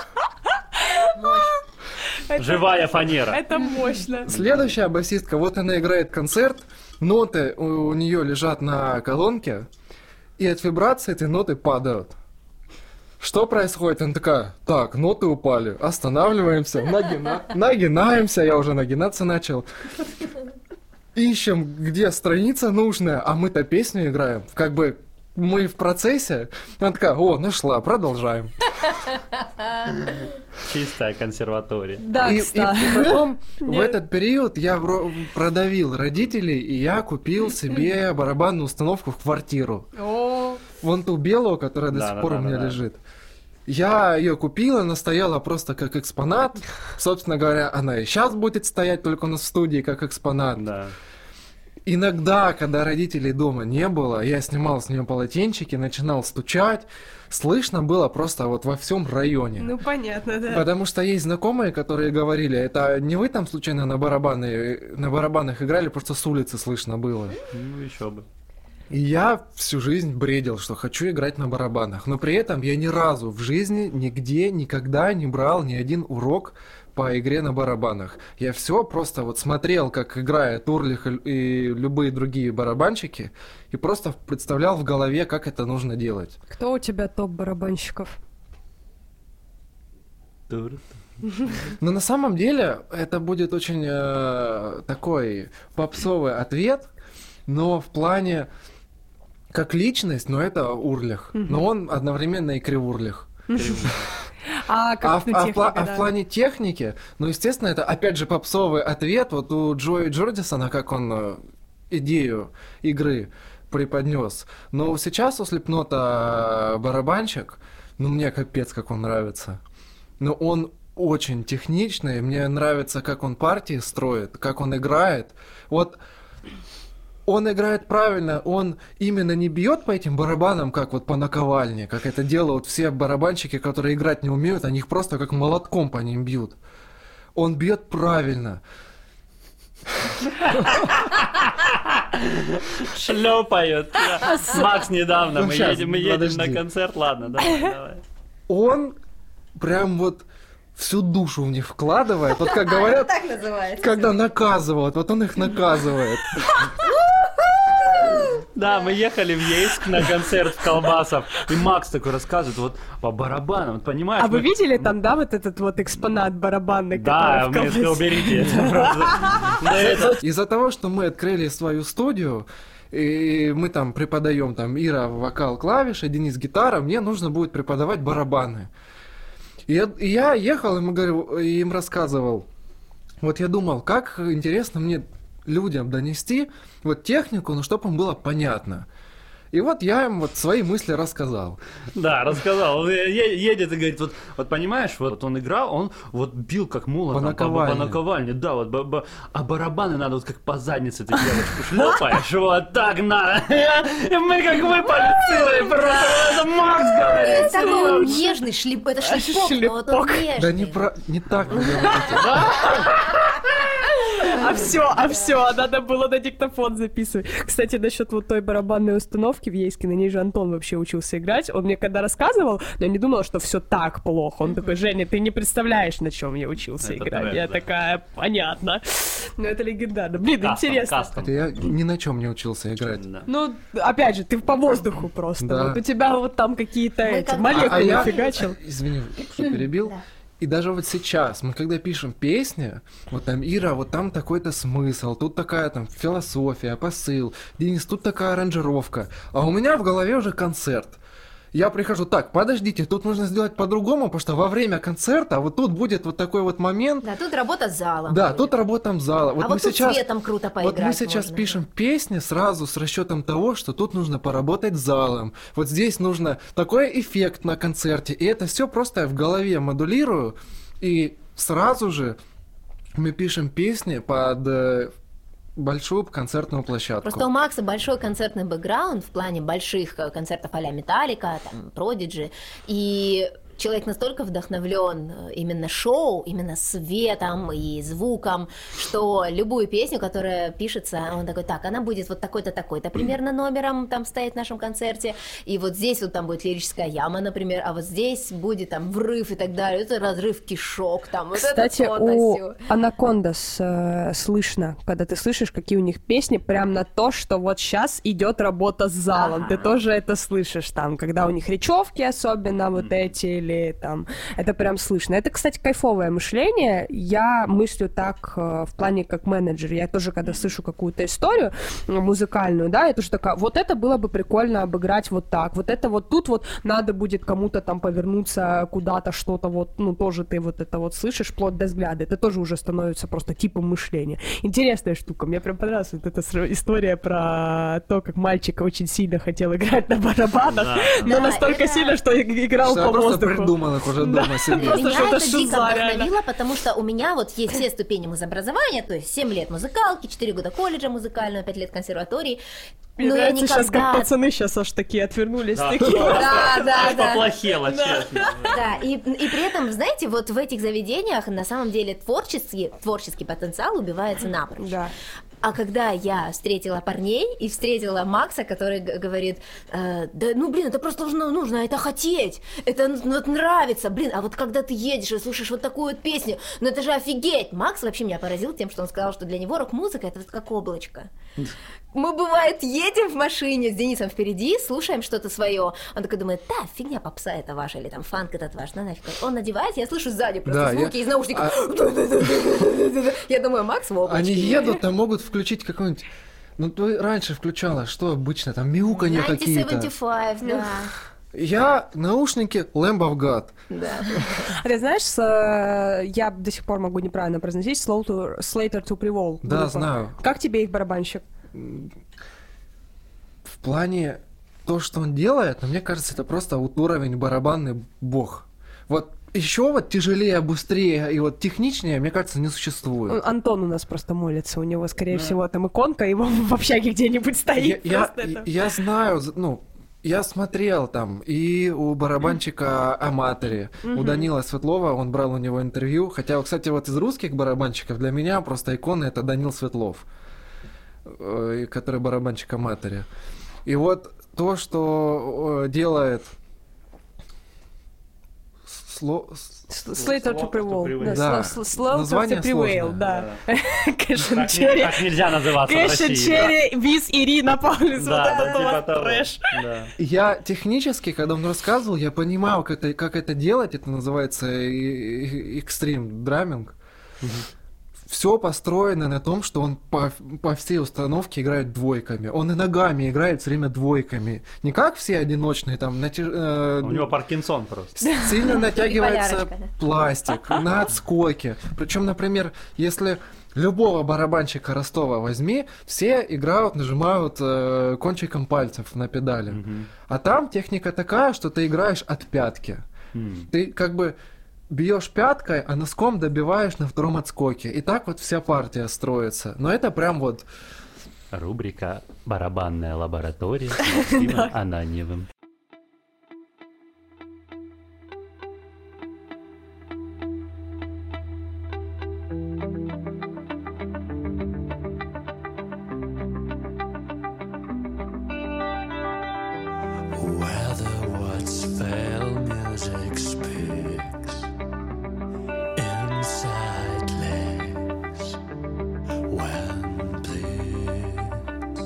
Живая фанера. Это мощно. Следующая басистка, вот она играет концерт, ноты у, у нее лежат на колонке, и от вибрации эти ноты падают. Что происходит? Она такая, так, ноты упали, останавливаемся, нагина... нагинаемся, я уже нагинаться начал. Ищем, где страница нужная, а мы-то песню играем. Как бы мы в процессе. Она такая, о, нашла, продолжаем. Чистая консерватория. Да, и, и, кстати. и потом в Нет. этот период я вро- продавил родителей, и я купил себе барабанную установку в квартиру. О, Вон ту белую, которая до Да, сих да, пор да, у меня да, да. лежит. Я ее купил, она стояла просто как экспонат. Собственно говоря, она и сейчас будет стоять только у нас в студии как экспонат. Да. Иногда, когда родителей дома не было, я снимал с нее полотенчики, начинал стучать. Слышно было просто вот во всем районе. ну понятно, да. Потому что есть знакомые, которые говорили, это не вы там случайно на барабаны, на барабанах играли, просто с улицы слышно было. Ну, еще бы. И я всю жизнь бредил, что хочу играть на барабанах. Но при этом я ни разу в жизни нигде никогда не брал ни один урок по игре на барабанах. Я все просто вот смотрел, как играет Урлих и и любые другие барабанщики, и просто представлял в голове, как это нужно делать. Кто у тебя топ барабанщиков? Но на самом деле это будет очень э, такой попсовый ответ, но в плане как личность, но это Урлих. Но он одновременно и Кривурлих. А как А, в- ну, а в, техника, пла- а в да. плане техники, ну, естественно, это опять же попсовый ответ. Вот у Джои Джордисона, как он э, идею игры преподнес. Но сейчас у Слипнота барабанщик, ну, мне капец, как он нравится. Но он очень техничный, мне нравится, как он партии строит, как он играет. Вот он играет правильно, он именно не бьет по этим барабанам, как вот по наковальне, как это делают все барабанщики, которые играть не умеют, они их просто как молотком по ним бьют. Он бьет правильно. Шлепают. Макс, недавно Ну, мы щас, едем, мы едем подожди. на концерт. Ладно, давай, давай. Он прям вот всю душу в них вкладывает. Вот как говорят, Так называется. когда наказывают, вот он их наказывает. Да, мы ехали в Ейск на концерт в Колбасов, и Макс такой рассказывает вот по барабанам, вот понимаешь? А вы мы- видели там, да, вот этот вот экспонат барабанный, Да, который в мы колбасе? уберите это просто. Да, это- Из-за того, что мы открыли свою студию, и мы там преподаем, там, Ира вокал, клавиши, Денис гитара, мне нужно будет преподавать барабаны. И я, и я ехал, им, говорю, и им рассказывал. Вот я думал, как интересно мне людям донести вот технику, ну, чтобы им было понятно. И вот я им вот свои мысли рассказал. Да, рассказал. Он е- едет и говорит, вот, вот понимаешь, вот он играл, он вот бил как мула По там, по, наковальне. по наковальне, да, вот, ба- ба- а барабаны надо вот как по заднице ты девочку шлепаешь, вот так надо. И мы как выпали целые, просто это Макс говорит. Такой он серьёзно. нежный шлип, это шлепок, но вот он нежный. Да не, про, не так вы говорите. А все, а все, надо было на диктофон записывать. Кстати, насчет вот той барабанной установки в Ейске, на ней же Антон вообще учился играть. Он мне когда рассказывал, но я не думала, что все так плохо. Он такой, Женя, ты не представляешь, на чем я учился Это играть. правда, Я да. такая, понятно. Ну это легендарно. Блин, Кастом, интересно. кастом. Это я ни на чем не учился играть. Да. Ну, опять же, ты по воздуху просто. Да. Вот у тебя вот там какие-то Мы эти как- молекулы А я- фигачил. Извини, что перебил. Да. И даже вот сейчас, мы когда пишем песни, вот там Ира, вот там такой-то смысл, тут такая там философия, посыл, Денис, тут такая аранжировка, а у меня в голове уже концерт. Я прихожу, так, подождите, тут нужно сделать по-другому, потому что во время концерта вот тут будет вот такой вот момент. Да, тут работа с залом. Да, будет. тут работаем зала. А Вот вот, мы тут сейчас, цветом круто поиграть вот мы сейчас можно. пишем песни сразу с расчетом того, что тут нужно поработать с залом. Вот здесь нужно такой эффект на концерте. И это все просто я в голове модулирую. И сразу же мы пишем песни под э, большую концертную площадку. Просто у Макса большой концертный бэкграунд в плане больших э, концертов а-ля Металлика, там, Продиджи, и человек настолько вдохновлен именно шоу, именно светом и звуком, что любую песню, которая пишется, он такой, так, она будет вот такой-то, такой-то примерно номером там стоять в нашем концерте, и вот здесь вот там будет лирическая яма, например, а вот здесь будет там врыв и так далее, это разрыв кишок, там, Кстати, вот это у Анакондас э, слышно, когда ты слышишь, какие у них песни, прям на то, что вот сейчас идет работа с залом, Ага. ты тоже это слышишь там, когда у них речевки особенно вот эти, или там, это прям слышно. Это, кстати, кайфовое мышление, я мыслю так э, в плане как менеджер, я тоже, когда слышу какую-то историю э, музыкальную, да, я тоже такая, вот это было бы прикольно обыграть вот так, вот это вот тут вот надо будет кому-то там повернуться куда-то, что-то вот, ну, тоже ты вот это вот слышишь, вплоть до взгляда, это тоже уже становится просто типом мышления. Интересная штука, мне прям понравилась вот эта сра- история про то, как мальчик очень сильно хотел играть на барабанах, Да. но Да, настолько это- сильно, что и- играл Что я по просто воздуху. придумал их уже дома себе. Просто Меня что-то это дико шиза, реально. вдохновило, потому что у меня вот есть все ступени музобразования, то есть семь лет музыкалки, четыре года колледжа музыкального, пять лет консерватории. Мне Но я нравится сейчас, как никогда... пацаны сейчас аж такие отвернулись, Да. такие. Да, да, Аж да. поплохело, честно. Да, и, и при этом, знаете, вот в этих заведениях на самом деле творческий, творческий потенциал убивается напрочь. Да. А когда я встретила парней и встретила Макса, который г- говорит, э, да ну блин, это просто нужно, нужно это хотеть, это н- вот нравится, блин, а вот когда ты едешь и слушаешь вот такую вот песню, ну это же офигеть. Макс вообще меня поразил тем, что он сказал, что для него рок-музыка это вот как облачко. Мы, бывает, едем в машине с Денисом впереди, слушаем что-то свое. Он такой думает, да, фигня, попса это ваша, или там фанк этот ваш, ну нафиг. Он надевает, я слышу сзади просто Да, звуки я- из наушников. Я думаю, Макс в облачке. Они едут, там могут включить какой-нибудь... Ну, ты раньше включала, что обычно, там мяуканье какие-то. девяносто семьдесят пять, да. Я наушники Lamb of God. Да. А ты знаешь, с, э, я до сих пор могу неправильно произносить Slow to, Slater to Prevail. Да, группа. знаю. Как тебе их барабанщик? В плане то, что он делает, но мне кажется, это просто вот уровень барабанный бог. Вот еще вот тяжелее, быстрее и вот техничнее, мне кажется, не существует. Антон у нас просто молится, у него, скорее всего, там иконка, его в общаге где-нибудь Я, стоит. я, просто это. я знаю, ну, я смотрел там и у барабанщика Аматори, у Данила Светлова, он брал у него интервью, хотя, кстати, вот из русских барабанщиков для меня просто икона это Данил Светлов, э, который барабанщик Аматори. И вот то, что э, делает сло... Slater to Prevail. Да, Да. Slow- Slow to Название Prevail, сложное. да. Кэшн Так, не- Черри. так нельзя называться в Кэшн России. Черри, Виз Ирина Паулис, вот Да, это да, у типа вас того. трэш. Да. Я технически, когда он рассказывал, я понимал, как это, как это делать. Это называется экстрим драминг. Все построено на том, что он по, по всей установке играет двойками. Он и ногами играет все время двойками. Не как все одиночные, там, нати- э, У него Паркинсон просто. сильно натягивается полярочка, да. пластик на отскоке. Причем, например, если любого барабанщика Ростова возьми, все играют, нажимают э, кончиком пальцев на педали. А там техника такая, что ты играешь от пятки. М. Ты как бы бьешь пяткой, а носком добиваешь на втором отскоке. И так вот вся партия строится. Но это прям вот... Рубрика «Барабанная лаборатория» с Максимом Ананьевым. Where the words fail, music speaks inside legs when bleeds.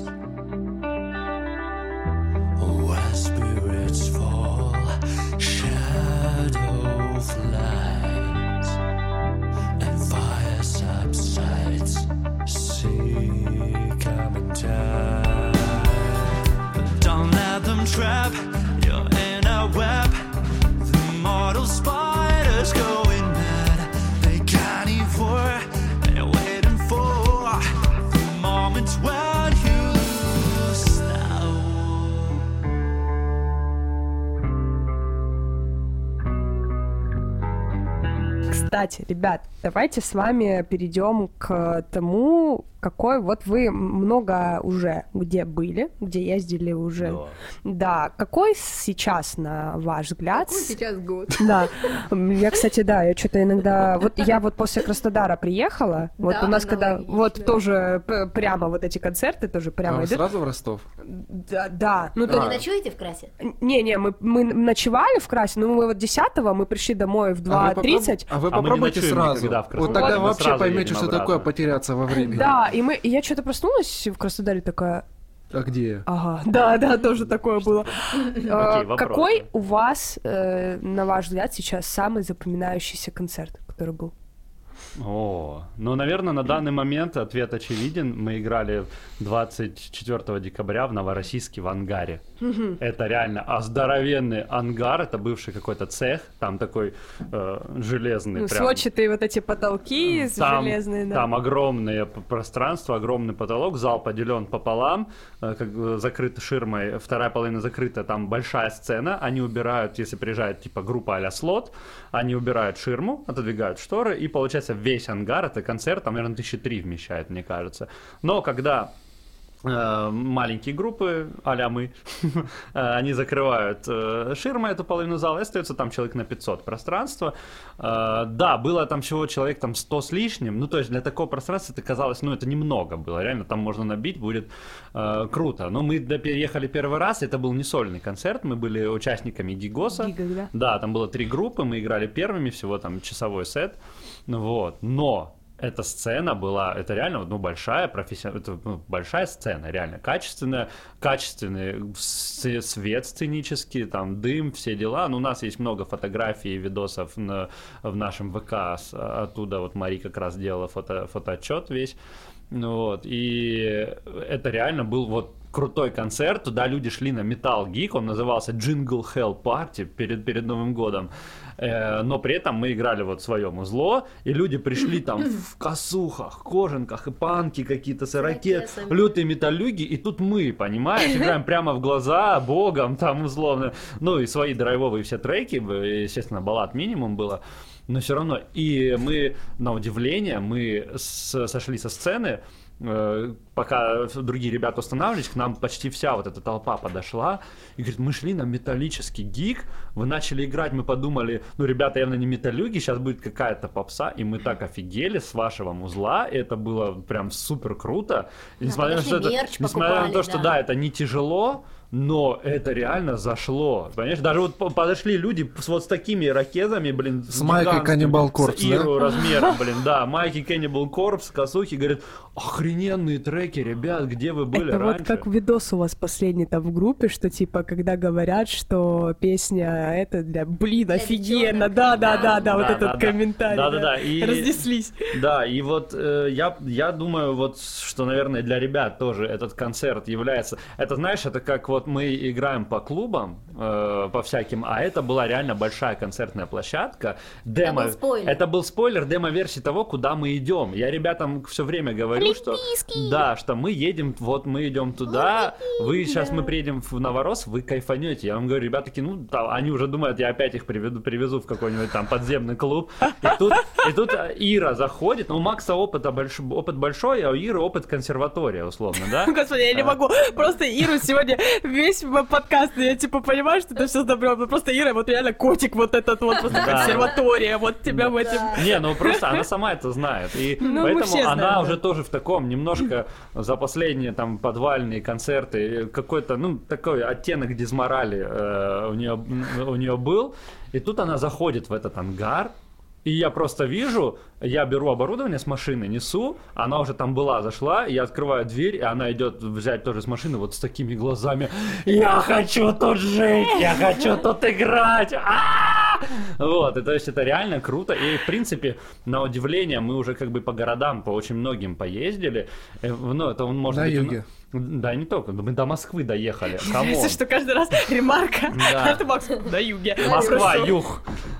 Where spirits fall, shadow flies, and fire subsides. See coming down. Don't let them trap you in a web. The mortal spiders going mad. They can't eat for. They're waiting for the moment when you lose now. Кстати, ребят, давайте с вами перейдем к тому, какой, вот вы много уже где были, где ездили уже, Да. да, какой сейчас, на ваш взгляд, Какой сейчас год? да, я, кстати, да, я что-то иногда, вот я вот после Краснодара приехала, вот Да, у нас когда, аналогично. вот тоже п- прямо вот эти концерты тоже А прямо вы идут, сразу в Ростов? да, да, ну Вы то не ночуете в Красе? не-не, мы, мы ночевали в Красе, но мы вот десятого мы пришли домой в А вы два попроб- тридцать. А вы А мы не попробуйте ночуем сразу. никогда в Вот Краснодаре. тогда Мы вообще сразу поймете, едем что обратно. такое потеряться во времени. Да, и мы, и я что-то проснулась в Краснодаре такая, А где? ага, да, да, тоже такое было. Окей, Э, вопросы. Какой у вас, э, на ваш взгляд, сейчас самый запоминающийся концерт, который был? О, ну, наверное, на данный момент ответ очевиден. Мы играли двадцать четвёртого декабря в Новороссийске в ангаре. Это реально а здоровенный ангар, это бывший какой-то цех, там такой э, железный Ну, прям. сводчатые вот эти потолки Там, железные, да. там огромное п- пространство, огромный потолок, зал поделен пополам, э, как бы закрыт ширмой, вторая половина закрыта, там большая сцена, они убирают, если приезжает типа группа а-ля слот, они убирают ширму, отодвигают шторы, и получается весь ангар, это концерт, там, наверное, тысячи три вмещает, мне кажется. Но когда э, маленькие группы, а-ля мы, э, они закрывают э, ширмой эту половину зала, и остается там человек на пятьсот пространства. Э, да, было там всего человек там сто с лишним, ну то есть для такого пространства это казалось, ну это немного было, реально там можно набить, будет э, круто. Но мы до- переехали первый раз, это был не сольный концерт, мы были участниками Гигоса. Гигок, да? Да, там было три группы, мы играли первыми, всего там часовой сет, ну вот, но эта сцена была, это реально, ну, большая профессиональная, это, ну, большая сцена, реально, качественная, качественный с- свет сценический, там, дым, все дела, ну, у нас есть много фотографий и видосов на- в нашем ВК, с- оттуда вот Мари как раз делала фото, фотоотчет весь, ну, вот, и это реально был вот крутой концерт, туда люди шли на Metal Geek, он назывался Jingle Hell Party перед, перед Новым годом, Э, но при этом мы играли вот в своем узло, и люди пришли там в косухах, кожанках и панки какие-то с ракет, ракетами. лютые металлюги, и тут мы, понимаешь, играем прямо в глаза богом там условно, ну и свои драйвовые все треки, естественно, баллад минимум было, но все равно, и мы, на удивление, мы с- сошли со сцены, э, пока другие ребята устанавливались, к нам почти вся вот эта толпа подошла и говорит, мы шли на металлический гиг, вы начали играть, мы подумали, ну, ребята явно не металлюги, сейчас будет какая-то попса, и мы так офигели с вашего музла, и это было прям супер круто. И Да, несмотря на конечно, то, что это- мерч несмотря на то, покупали, что да. да, это не тяжело, но это реально зашло. Понимаешь, даже вот по- подошли люди с вот с такими ракетами, блин, С майкой гигантскими, Cannibal Corpse, с Иру размером, блин, да, майки Cannibal Corpse, косухи, говорят, охрененные треки, ребят, где вы были Это раньше? вот как видос у вас последний там в группе, что типа, когда говорят, что песня это для, блин, офигенно, да, да, да, да, вот Да, этот да, да. комментарий. Да-да-да, и- Разнеслись. Да, и вот э, я, я думаю, вот, что, наверное, для ребят тоже этот концерт является... Это, знаешь, это как вот мы играем по клубам, э, по всяким, а это была реально большая концертная площадка. Демо... был спойлер. Это был спойлер, демо-версии того, куда мы идем. Я ребятам все время говорю, что... Да, что мы едем, вот мы идем туда, вы сейчас мы приедем в Новорос, вы кайфанете. Я вам говорю, ребята такие, ну, там, они уже думают, я опять их приведу, привезу в какой-нибудь там подземный клуб. И тут, и тут Ира заходит, ну, у Макса опыта больш... опыт большой, а у Иры опыт консерватория, условно, да? Господи, я не могу. Просто Иру сегодня весь подкаст, я типа понимаю, что это все с добром, но просто Ира вот реально котик вот этот вот, просто Да. консерватория, вот тебя в этом... Не, ну просто она сама это знает. И Ну, мы поэтому все она знаем, да. уже тоже в таком немножко за последние там подвальные концерты какой-то, ну, такой оттенок дизморали э, у нее у нее был. И тут она заходит в этот ангар. И я просто вижу, я беру оборудование с машины, несу, она уже там была, зашла, я открываю дверь, и она идет взять тоже с машины вот с такими глазами. Я хочу тут жить, я хочу тут играть. А-а-а! Вот, и то есть это реально круто. И в принципе, на удивление, мы уже как бы по городам, по очень многим поездили. Э, Ну, это он может На быть... юге. Да, не только, мы до Москвы доехали. Камон. Если что, каждый раз ремарка. Да. Это Макс на юге. Москва, Хорошо. юг.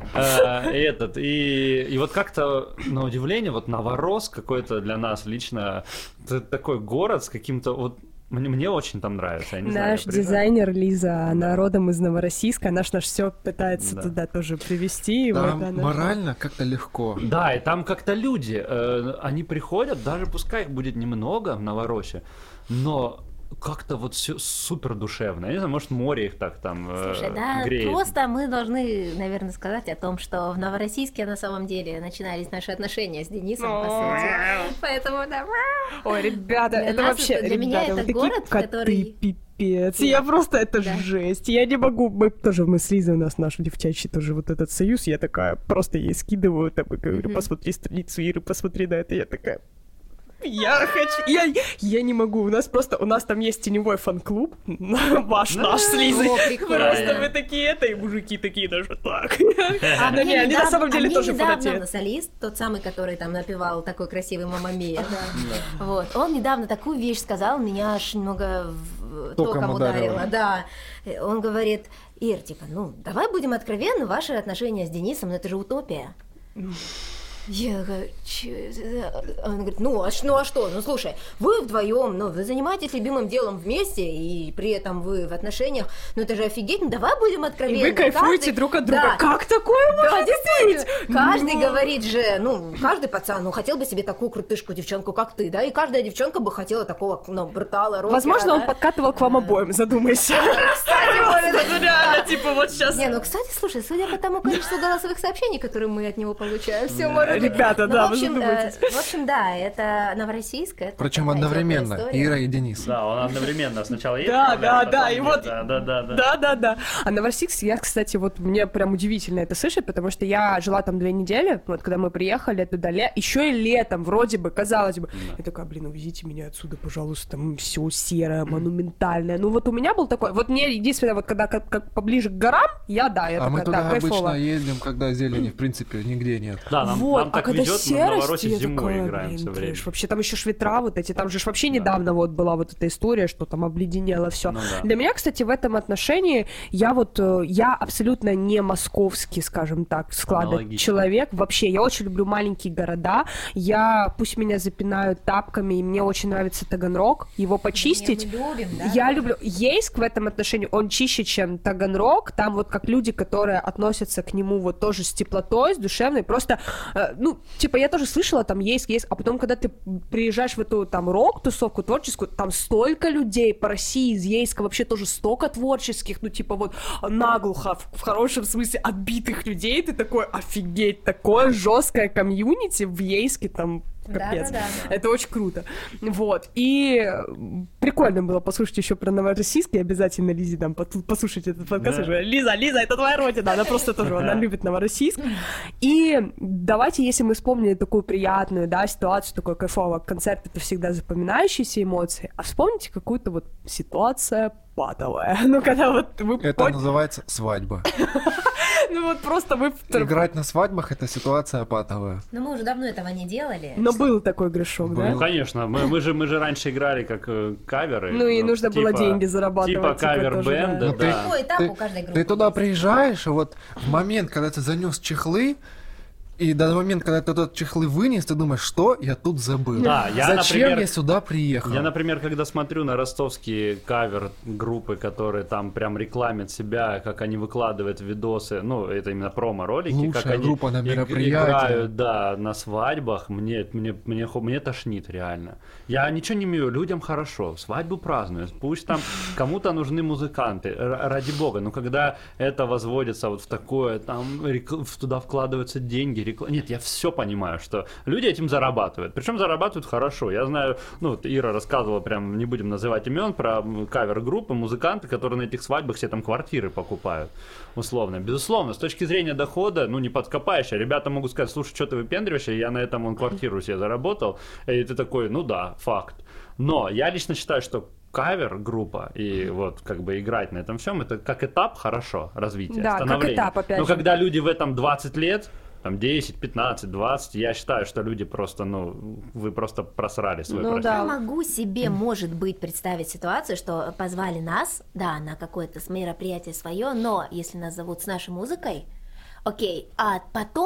Э, и этот, и, и вот как-то, на удивление, вот Новорос какой-то для нас лично, это такой город с каким-то вот Мне, мне очень там нравится, я не знаю. Наш я приезжаю. дизайнер Лиза, она родом из Новороссийска, наш наш все пытается Да. туда тоже привезти. и вот Там она- морально как-то легко. Да, и там как-то люди, э, они приходят, даже пускай их будет немного в Новороссии, но как-то вот все супер душевно. Я не знаю, может, море их так там э, Слушай, да, греет. просто мы должны, наверное, сказать о том, что в Новороссийске на самом деле начинались наши отношения с Денисом, по сути. Поэтому, да. Ой, ребята, Для это нас вообще, это- для меня ребята, это вы такие город, коты, который- пипец. Я просто, это Да. жесть. Я не могу, мы тоже, мы с Лизой, у нас наш девчачий тоже вот этот союз, я такая, просто ей скидываю, там, и говорю, Мгм. посмотри страницу Иры, посмотри на это, я такая... Я хочу, я, я не могу, у нас просто, у нас там есть теневой фан-клуб, ваш, наш с Лизой, О, прикольно. просто мы такие это, и мужики такие даже так. А Но не, мне они на недавно- самом деле а мне тоже недавно фанатеют. солист, тот самый, который там напевал такой красивый «Мамма Мия», вот, он недавно такую вещь сказал, меня аж немного в- Током током ударило. ударило, да. Он говорит: Ир, типа, ну, давай будем откровенны, ваши отношения с Денисом, ну это же утопия. Я говорю, «Чё это?» Он говорит, ну а, ш- ну а что, ну слушай, вы вдвоем, ну вы занимаетесь любимым делом вместе, и при этом вы в отношениях, ну это же офигеть, ну давай будем И откровенны. вы кайфуете Каждый- друг от друга. Да. Как такое Да, может действительно. быть? Каждый Ну. говорит же, ну, каждый пацан, ну, хотел бы себе такую крутышку девчонку, как ты, да, и каждая девчонка бы хотела такого, ну, брутала, рокера, Возможно, он да. подкатывал к вам обоим, задумайся. Кстати, может, Это реально, типа, вот сейчас... Не, ну, кстати, слушай, судя по тому количеству голосовых сообщений, которые мы от него получаем, все может быть. Ребята, Ну, да, в вы общем, задумайтесь. э, в общем, да, это Новороссийск, это Причем такая одновременно, теплая история. Ира и Денис. Да, он одновременно сначала едет, Да, а да, потом да, и едет. вот- Да, да, да, да. Да, да, да. А Новороссийск, я, кстати, вот мне прям удивительно это слышать, потому что я жила там две недели, вот когда мы приехали туда, ле... еще и летом, вроде бы, казалось бы. Я такая, блин, увезите меня отсюда, пожалуйста, там все серое, монументальное. Ну вот у меня был такой, вот мне единственное, вот когда как, как поближе к горам, я, да, я А мы такая, туда да, обычно кайфово. ездим, когда зелени, в принципе, нигде нет. Да, нам, Вот, нам а так когда везет, мы в серость, Новороссии я зимой такая, играем блин, все время. трэш. Вообще там еще ж ветра вот эти, там же ж вообще недавно вот была вот эта история, что там обледенело все. Ну да. Для меня, кстати, в этом отношении я вот, э, я абсолютно не московский, скажем так, склада Аналогично. человек. Вообще, я очень люблю маленькие города. Я, пусть меня запинают тапками, и мне очень нравится Таганрог. Его почистить. Не, мы любим, да. Я люблю Ейск в этом отношении, он чище, чем Таганрог. Там вот как люди, которые относятся к нему вот тоже с теплотой, с душевной. Просто, э, ну, типа, я тоже слышала там Ейск, Ейск, а потом, когда ты приезжаешь в эту там рок-тусовку творческую, там столько людей по России из Ейска, вообще тоже столько творческих, ну, типа, вот наглухо, в, в хорошем смысле, отбитых людей. Ты такой, офигеть, такое жесткое комьюнити в Ейске там. Капец. Да-да-да, да. Это очень круто. Вот. И э, прикольно было послушать еще про Новороссийск. Я обязательно Лизе дам поту- послушать этот подкаст. Да. Уже, Лиза, Лиза, это твоя родина. Она просто тоже, она любит Новороссийск. И давайте, если мы вспомнили такую приятную, да, ситуацию, такой кайфовый концерт, это всегда запоминающиеся эмоции. А вспомните какую-то вот ситуацию патовая. Ну, когда вот вы Это пон- называется свадьба. ну вот просто вы... Играть на свадьбах — это ситуация патовая. Но мы уже давно этого не делали. Но был такой грешок, да? Ну, конечно, мы, мы, же, мы же раньше играли как э, каверы. Ну и нужно было деньги зарабатывать, Типа типа, кавер-бенда, тоже, Ну, ты- да. Какой этап ты- у каждой группы Ты туда есть? приезжаешь, и вот в момент, когда ты занес чехлы, и до момента, когда ты тот чехлы вынес, ты думаешь, что я тут забыл? Да, я, Зачем например, я сюда приехал? Я, например, когда смотрю на ростовские кавер-группы, которые там прям рекламят себя, как они выкладывают видосы, ну, это именно промо-ролики, Лучшая как они группа на иг- мероприятии. играют, да, на свадьбах, мне, мне, мне, хо- мне тошнит реально. Я ничего не имею, людям хорошо, свадьбу празднуют, пусть там кому-то нужны музыканты, р- ради бога, но когда это возводится вот в такое, там рек- в- туда вкладываются деньги, рекла- нет, я все понимаю, что люди этим зарабатывают, причем зарабатывают хорошо. Я знаю, ну, вот Ира рассказывала, прям не будем называть имен, про м, кавер-группы, музыканты, которые на этих свадьбах себе там квартиры покупают, условно. Безусловно, с точки зрения дохода, ну, не подкопаешь, а ребята могут сказать, слушай, что ты выпендриваешься, я на этом вон квартиру себе заработал, и ты такой, ну да, факт. Но я лично считаю, что кавер-группа и вот как бы играть на этом всем, это как этап хорошо развития, Да, как становления. этап, опять Но же. когда люди в этом двадцать лет, там десять, пятнадцать, двадцать, я считаю, что люди просто, ну, вы просто просрали свой Ну профиль. да. Я могу себе, может быть, представить ситуацию, что позвали нас, да, на какое-то с- мероприятие свое, но если нас зовут с нашей музыкой, окей, а потом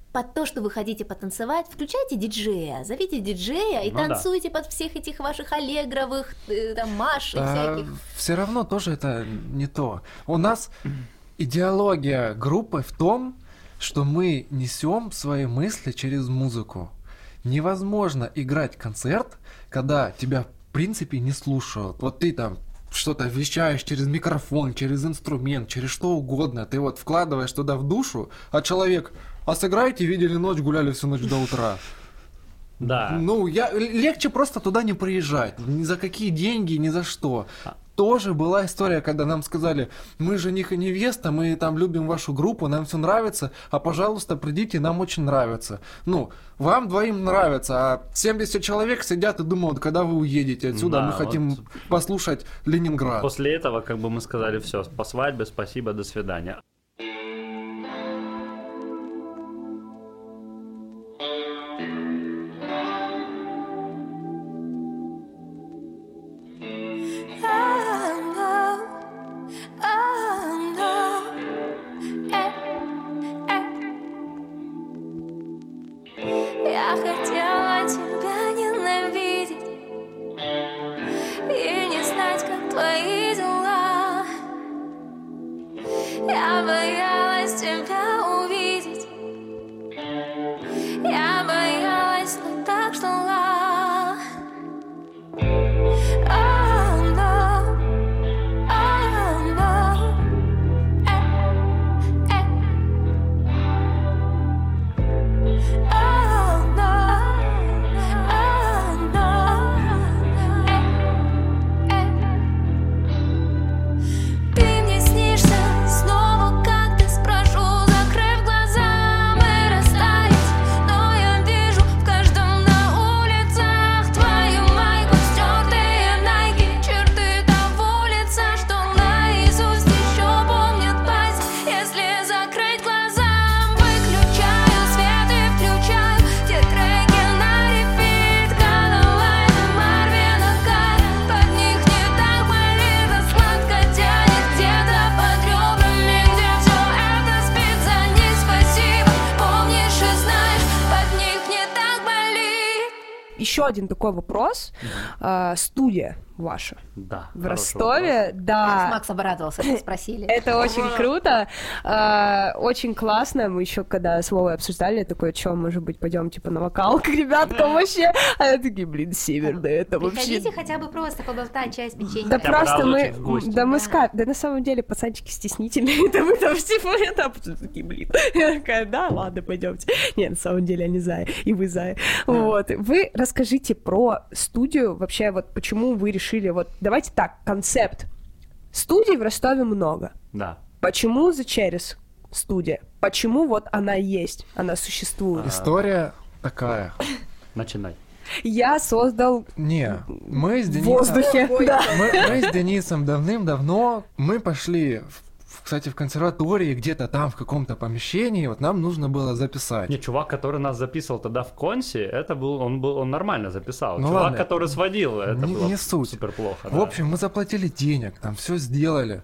под то, что вы хотите потанцевать, включайте диджея, зовите диджея и Ну да. танцуйте под всех этих ваших Аллегровых, э, там, Маш и Да, всяких. все равно тоже это не то. У нас идеология группы в том, что мы несем свои мысли через музыку. Невозможно играть концерт, когда тебя в принципе не слушают. Вот ты там что-то вещаешь через микрофон, через инструмент, через что угодно. Ты вот вкладываешь туда в душу, а человек, а сыграйте, видели ночь, гуляли всю ночь до утра. Да. Ну, я, легче просто туда не приезжать. Ни за какие деньги, ни за что. Тоже была история, когда нам сказали, мы жених и невеста, мы там любим вашу группу, нам все нравится, а пожалуйста, придите, нам очень нравится. Ну, вам двоим нравится, а семьдесят человек сидят и думают, когда вы уедете отсюда, Да, мы хотим вот. послушать Ленинград. После этого, как бы мы сказали, все, по свадьбе, спасибо, до свидания. Я хотела тебя ненавидеть и не знать, как твои дела. Я боялась тебя увидеть, я боялась, но так ждала. Oh, no. Oh, no. Eh, eh. Oh, no. Oh, no. Eh, eh. Ты мне снишься снова, когда спрошу, закрыв глаза, мы расстались. Но я вижу в каждом на улицах твою майку, стертые найки, черты того лица, что наизусть еще помнят пальцы. Если закрыть глаза, выключаю свет и включаю те треки на репит. Каролайна, Марвина Гая, под них не так болит, а сладко тянет где-то под ребрами, где все это спит. За них спасибо, помнишь и знаешь, под них не так болит. Еще один такой вопрос. А, студия ваша Да. в хороший Ростове, вопрос. да. Макс обрадовался, что спросили. Это очень круто, а, очень классно. Мы еще когда с Вовой обсуждали, такое, что, может быть, пойдем типа на вокал к ребяткам вообще. А я такие, блин, северные, это вообще... Приходите хотя бы просто поболтать, чай с печеньем. Да Хотя бы просто разочек мы, в гости. да мы Да. скайп, да на самом деле пацанчики стеснительные, это мы там типа, это, а потом такие, блин, я такая, да, ладно, пойдемте. Не, на самом деле они зая, и вы зая. Вот, вы расскажите про студию, вообще вот почему вы решили, вот давайте так, концепт. Студий в Ростове много. Да. Почему The Cherries студия? Почему вот она есть, она существует? История такая. Начинай. Я создал Не, мы с в Денисом... воздухе, да. Мы, мы с Денисом давным-давно, мы пошли, в- кстати, в консерватории, где-то там, в каком-то помещении, вот нам нужно было записать. Не, чувак, который нас записывал тогда в Консе, это был, он был, он нормально записал. Ну чувак, ладно. который сводил, это Не- было не суть. супер плохо. В общем, мы заплатили денег, там все сделали.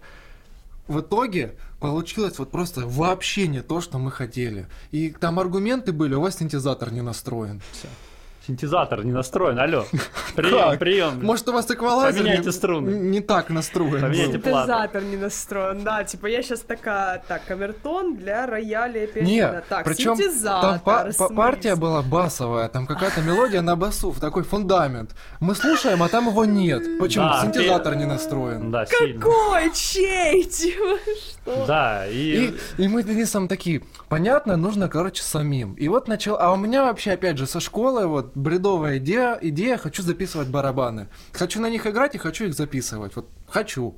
В итоге получилось вот просто вообще не то, что мы хотели. И там аргументы были, у вас синтезатор не настроен. синтезатор не настроен, алло. Прием, Как? прием. Может, у вас эквалайзер Поменяйте не, струны. не так настроен. Поменяйте был. Синтезатор не настроен, да, типа я сейчас такая, так, камертон для рояля и пианино. Нет, Так, причем синтезатор, там па- в па- смысле? партия была басовая, там какая-то мелодия на басу, в такой фундамент. Мы слушаем, а там его нет. Почему? Да, Синтезатор ты- не настроен. Да, сильно. Какой чей, типа, что? Да, и... И, и мы с Денисом такие, понятно, нужно, короче, самим. И вот начал, а у меня вообще, опять же, со школы вот бредовая идея, идея, хочу записывать барабаны. Хочу на них играть и хочу их записывать. Вот хочу.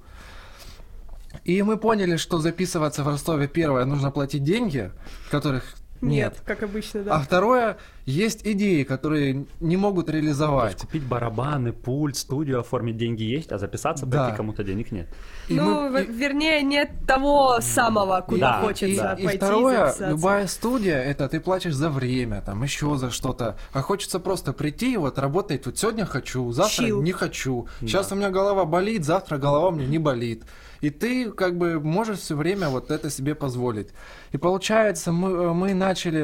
И мы поняли, что записываться в Ростове, первое, нужно платить деньги, которых Нет, нет. как обычно, А да. второе, есть идеи, которые не могут То есть реализовать. купить барабаны, пульт, студию, оформить деньги есть, а записаться Да. пойти кому-то денег нет. И Ну, мы- в- вернее, нет того самого, куда Да, хочется и, и пойти второе, записаться. любая студия, это ты платишь за время, там еще за что-то. А хочется просто прийти и вот работать. Вот сегодня хочу, завтра Chill. не хочу. Сейчас у меня голова болит, завтра голова у меня не болит. И ты как бы можешь все время вот это себе позволить. И получается, мы, мы начали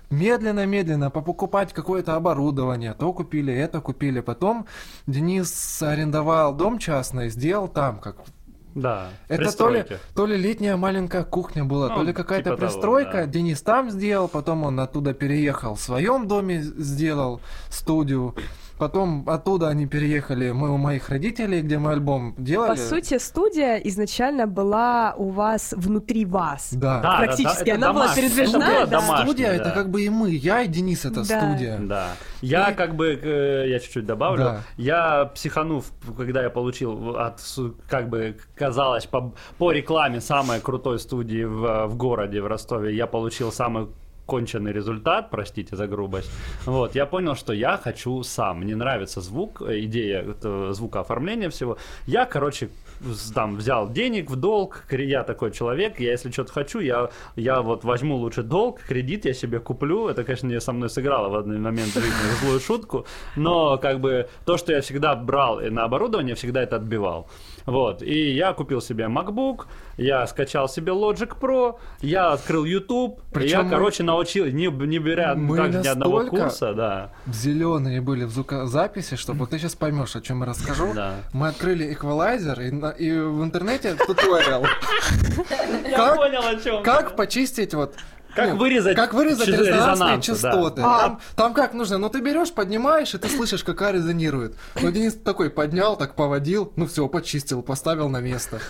медленно-медленно покупать какое-то оборудование, то купили, это купили. Потом Денис арендовал дом частный, сделал там как... Да, Это то ли, пристройки. то ли летняя маленькая кухня была, Ну, то ли какая-то типа того, пристройка. да. Денис там сделал, потом он оттуда переехал, в своем доме сделал студию. Потом оттуда они переехали, мы у моих родителей, где мы альбом делали. По сути, студия изначально была у вас внутри вас. Да. Да, Практически, это она была домашняя. передвижная, Это было да. домашнее, Студия да. это как бы и мы, я и Денис это Да. студия. Да. Я И- как бы, э, я чуть-чуть добавлю, Да. я психанув, когда я получил от, су- как бы, казалось, по, по рекламе самой крутой студии в, в городе, в Ростове, я получил самый конченый результат, простите за грубость. Вот, я понял, что я хочу сам. Мне нравится звук, э, идея э, звукооформления всего. Я, короче, с- там взял денег в долг, кре- я такой человек, я если что-то хочу, я, я вот возьму лучше долг, кредит я себе куплю. Это, конечно, не со мной сыграло в один момент жизни злую шутку, но как бы то, что я всегда брал на оборудование, всегда это отбивал. Вот, и я купил себе MacBook, я скачал себе Logic Pro, я открыл YouTube, и Причем я, мы- короче, научил, не, не беря Мы также ни одного настолько- курса, да. Зеленые были в звукозаписи, что вот ты сейчас поймешь, о чем я расскажу. Да. Мы открыли эквалайзер, и, на- и в интернете туториал. Я Как- понял, о чем. Как почистить вот... Как ну, вырезать как вырезать чис- резонансные резонансы, да. частоты. А. Там, там как нужно? Ну ты берешь, поднимаешь, и ты слышишь, какая резонирует. Ну Денис такой поднял, так поводил, ну все, почистил, поставил на место.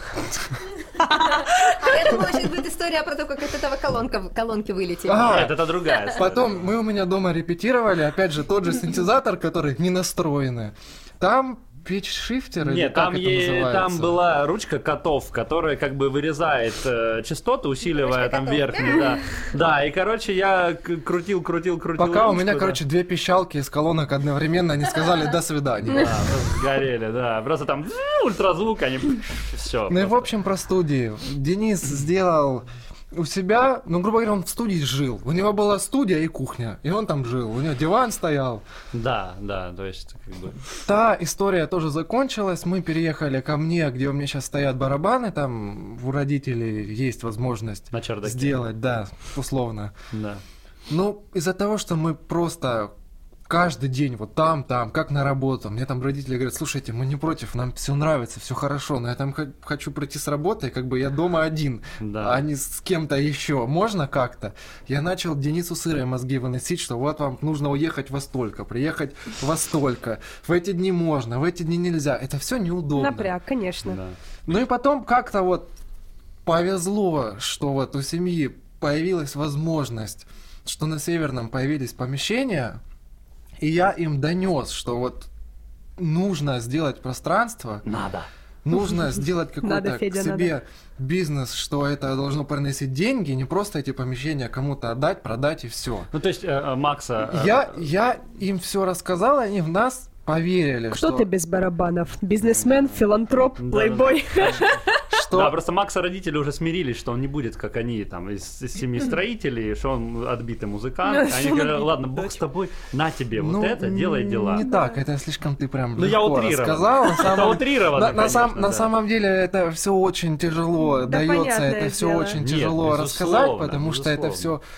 А я думала, сейчас будет история про то, как от этого колонка, колонки вылетели. А, Нет, это другая история. Потом мы у меня дома репетировали, опять же, тот же синтезатор, который не настроенный. Там питч-шифтер или Нет, как там, это е- называется? там была ручка котов, которая как бы вырезает э, частоты, усиливая Ручка там котов. верхние, да. Да, и, короче, я к- крутил, крутил, крутил. Пока у ручку, меня, да. короче, две пищалки из колонок одновременно, они сказали «до свидания». Да, просто сгорели, да. Просто там ультразвук, они все. Ну и в общем про студии. Денис сделал у себя, ну, грубо говоря, он в студии жил. У него была студия и кухня, и он там жил. У него диван стоял. Да, да, то есть как бы. Та история тоже закончилась. Мы переехали ко мне, где у меня сейчас стоят барабаны. Там у родителей есть возможность На чердаке. сделать, да, условно. Да. Ну, из-за того, что мы просто каждый день вот там, там, как на работу. Мне там родители говорят, слушайте, мы не против, нам все нравится, все хорошо, но я там х- хочу прийти с работы, и как бы я дома один, Да. а не с кем-то еще. Можно как-то? Я начал Денису сырые мозги выносить, что вот вам нужно уехать во столько, приехать во столько. В эти дни можно, в эти дни нельзя. Это все неудобно. Напряг, конечно. Да. Ну и потом как-то вот повезло, что вот у семьи появилась возможность, что на Северном появились помещения, и я им донес, что вот нужно сделать пространство, Надо. нужно сделать Надо, какой-то к Федя, себе бизнес, что это должно приносить деньги, не просто эти помещения кому-то отдать, продать и все. Ну, то есть, э, э, Макса... э, Я, я им все рассказал, и они в нас поверили, Кто что, ты без барабанов? Бизнесмен, филантроп, Да, плейбой? что Да, просто Макса родители уже смирились, что он не будет, как они, там, из, из семьи строителей, что он отбитый музыкант. Ну, Они что он говорят, отбитый, ладно, бог с тобой, на тебе вот это, делай дела. Не так, это слишком ты прям Ну, я легко утрировал. рассказал. На Это самом, утрировано, на, на сам- конечно, на да. самом деле это все очень тяжело Да, дается, понятное это все дело. очень Нет, тяжело безусловно, рассказать, потому что это все безусловно.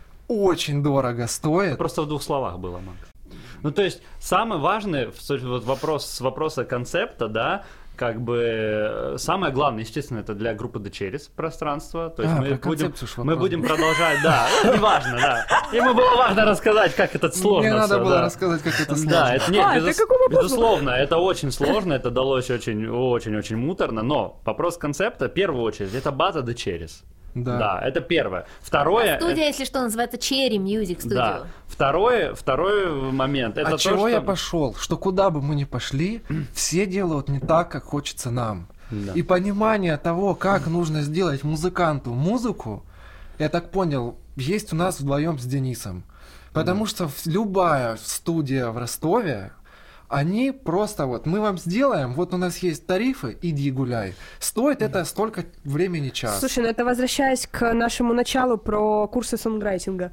очень дорого стоит. Просто в двух словах было, Макс. Ну, то есть, самое важное, в суть- вот вопрос, с вопроса концепта, да, как бы э, самое главное, естественно, это для группы The Cherries пространство. То есть А, мы про будем, концепцию ж мы вопрос будем был. продолжать, да, это не важно, да. Ему было важно рассказать, как это сложно. Мне надо всё, было да. рассказать, как это сложно. Да, это нет, А, это безус- какой вопрос был? безусловно, это очень сложно, это далось очень, очень, очень муторно, но вопрос концепта, в первую очередь, это база The Cherries. Да. Да, это первое. Второе... Студия, если что, называется Cherry Music Studio. Да. Второе, второй момент, это От то, чего что... я пошел? Что куда бы мы ни пошли, все делают не так, как хочется нам. Да. И понимание того, как нужно сделать музыканту музыку, я так понял, есть у нас вдвоем с Денисом. Потому что в- любая студия в Ростове, они просто вот, мы вам сделаем, вот у нас есть тарифы, иди гуляй. Стоит это столько времени час. Слушай, ну это возвращаясь к нашему началу про курсы сонграйтинга.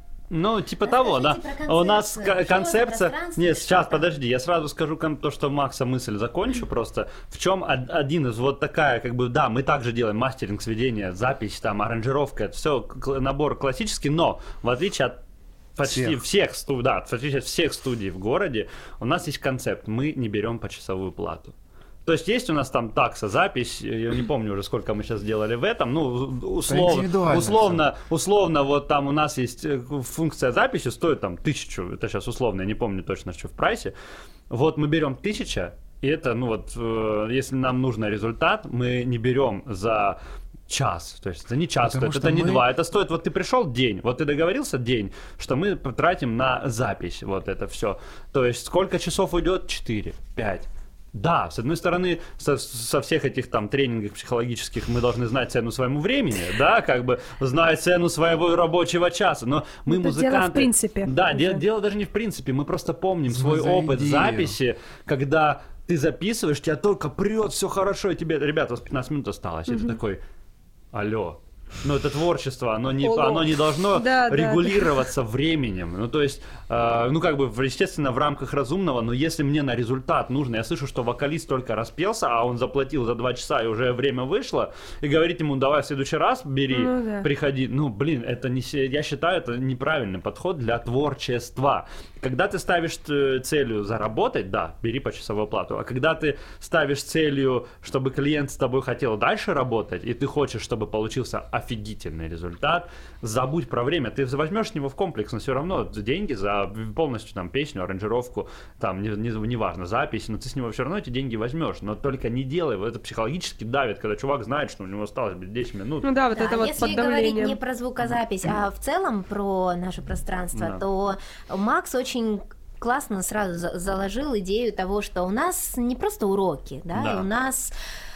Ну, типа того, да. Расскажите про У нас концепцию. ка- Что это концепция... пространство? Нет, Что сейчас, это? подожди, я сразу скажу кон- то, что Макса мысль закончу просто. В чем один из вот такая, как бы, да, мы также делаем мастеринг, сведение, запись, там, аранжировка, это все набор классический, но в отличие от почти Всех. всех, сту- да, практически всех студий в городе у нас есть концепт, мы не берем почасовую плату. То есть есть у нас там такса, запись, я не помню уже, сколько мы сейчас сделали в этом, ну, условно, индивидуально условно, условно, вот там у нас есть э, функция записи, стоит там тысячу, это сейчас условно, я не помню точно, что в прайсе. Вот мы берем тысяча, и это, ну вот, э, если нам нужен результат, мы не берем за час, то есть это не час Потому стоит, что это не мы- два, это стоит, вот ты пришел день, вот ты договорился день, что мы потратим на запись, вот это все. То есть сколько часов уйдет? четыре, пять. Да, с одной стороны, со, со всех этих там тренингов психологических мы должны знать цену своему времени, да, как бы знать цену своего рабочего часа, но мы Это музыканты... дело в принципе Да, уже. де- дело даже не в принципе, мы просто помним свой за опыт идею. записи, когда ты записываешь, тебя только прет, все хорошо, и тебе, ребята, у вас пятнадцать минут осталось, и ты такой, алло. Ну, это творчество, оно не, Оло. оно не должно Да, да, регулироваться временем. Ну, то есть, э, ну, как бы, в- естественно, в рамках разумного, но если мне на результат нужно, я слышу, что вокалист только распелся, а он заплатил за два часа, и уже время вышло, и говорить ему, давай в следующий раз бери, Ну, да. приходи. Ну, блин, это не, се- я считаю, это неправильный подход для творчества. Когда ты ставишь э, целью заработать, да, бери почасовую плату. А когда ты ставишь целью, чтобы клиент с тобой хотел дальше работать, и ты хочешь, чтобы получился офигительный результат, забудь про время. Ты возьмешь с него в комплекс, но все равно деньги за полностью там песню, аранжировку, там, не, не, неважно, запись, но ты с него все равно эти деньги возьмешь. Но только не делай, это психологически давит, когда чувак знает, что у него осталось блин, десять минут. Ну да, вот Да, это вот если под говорить давлением. не про звукозапись, а в целом про наше пространство, Да. то Макс очень классно сразу за- заложил идею того, что у нас не просто уроки, да, Да. и у нас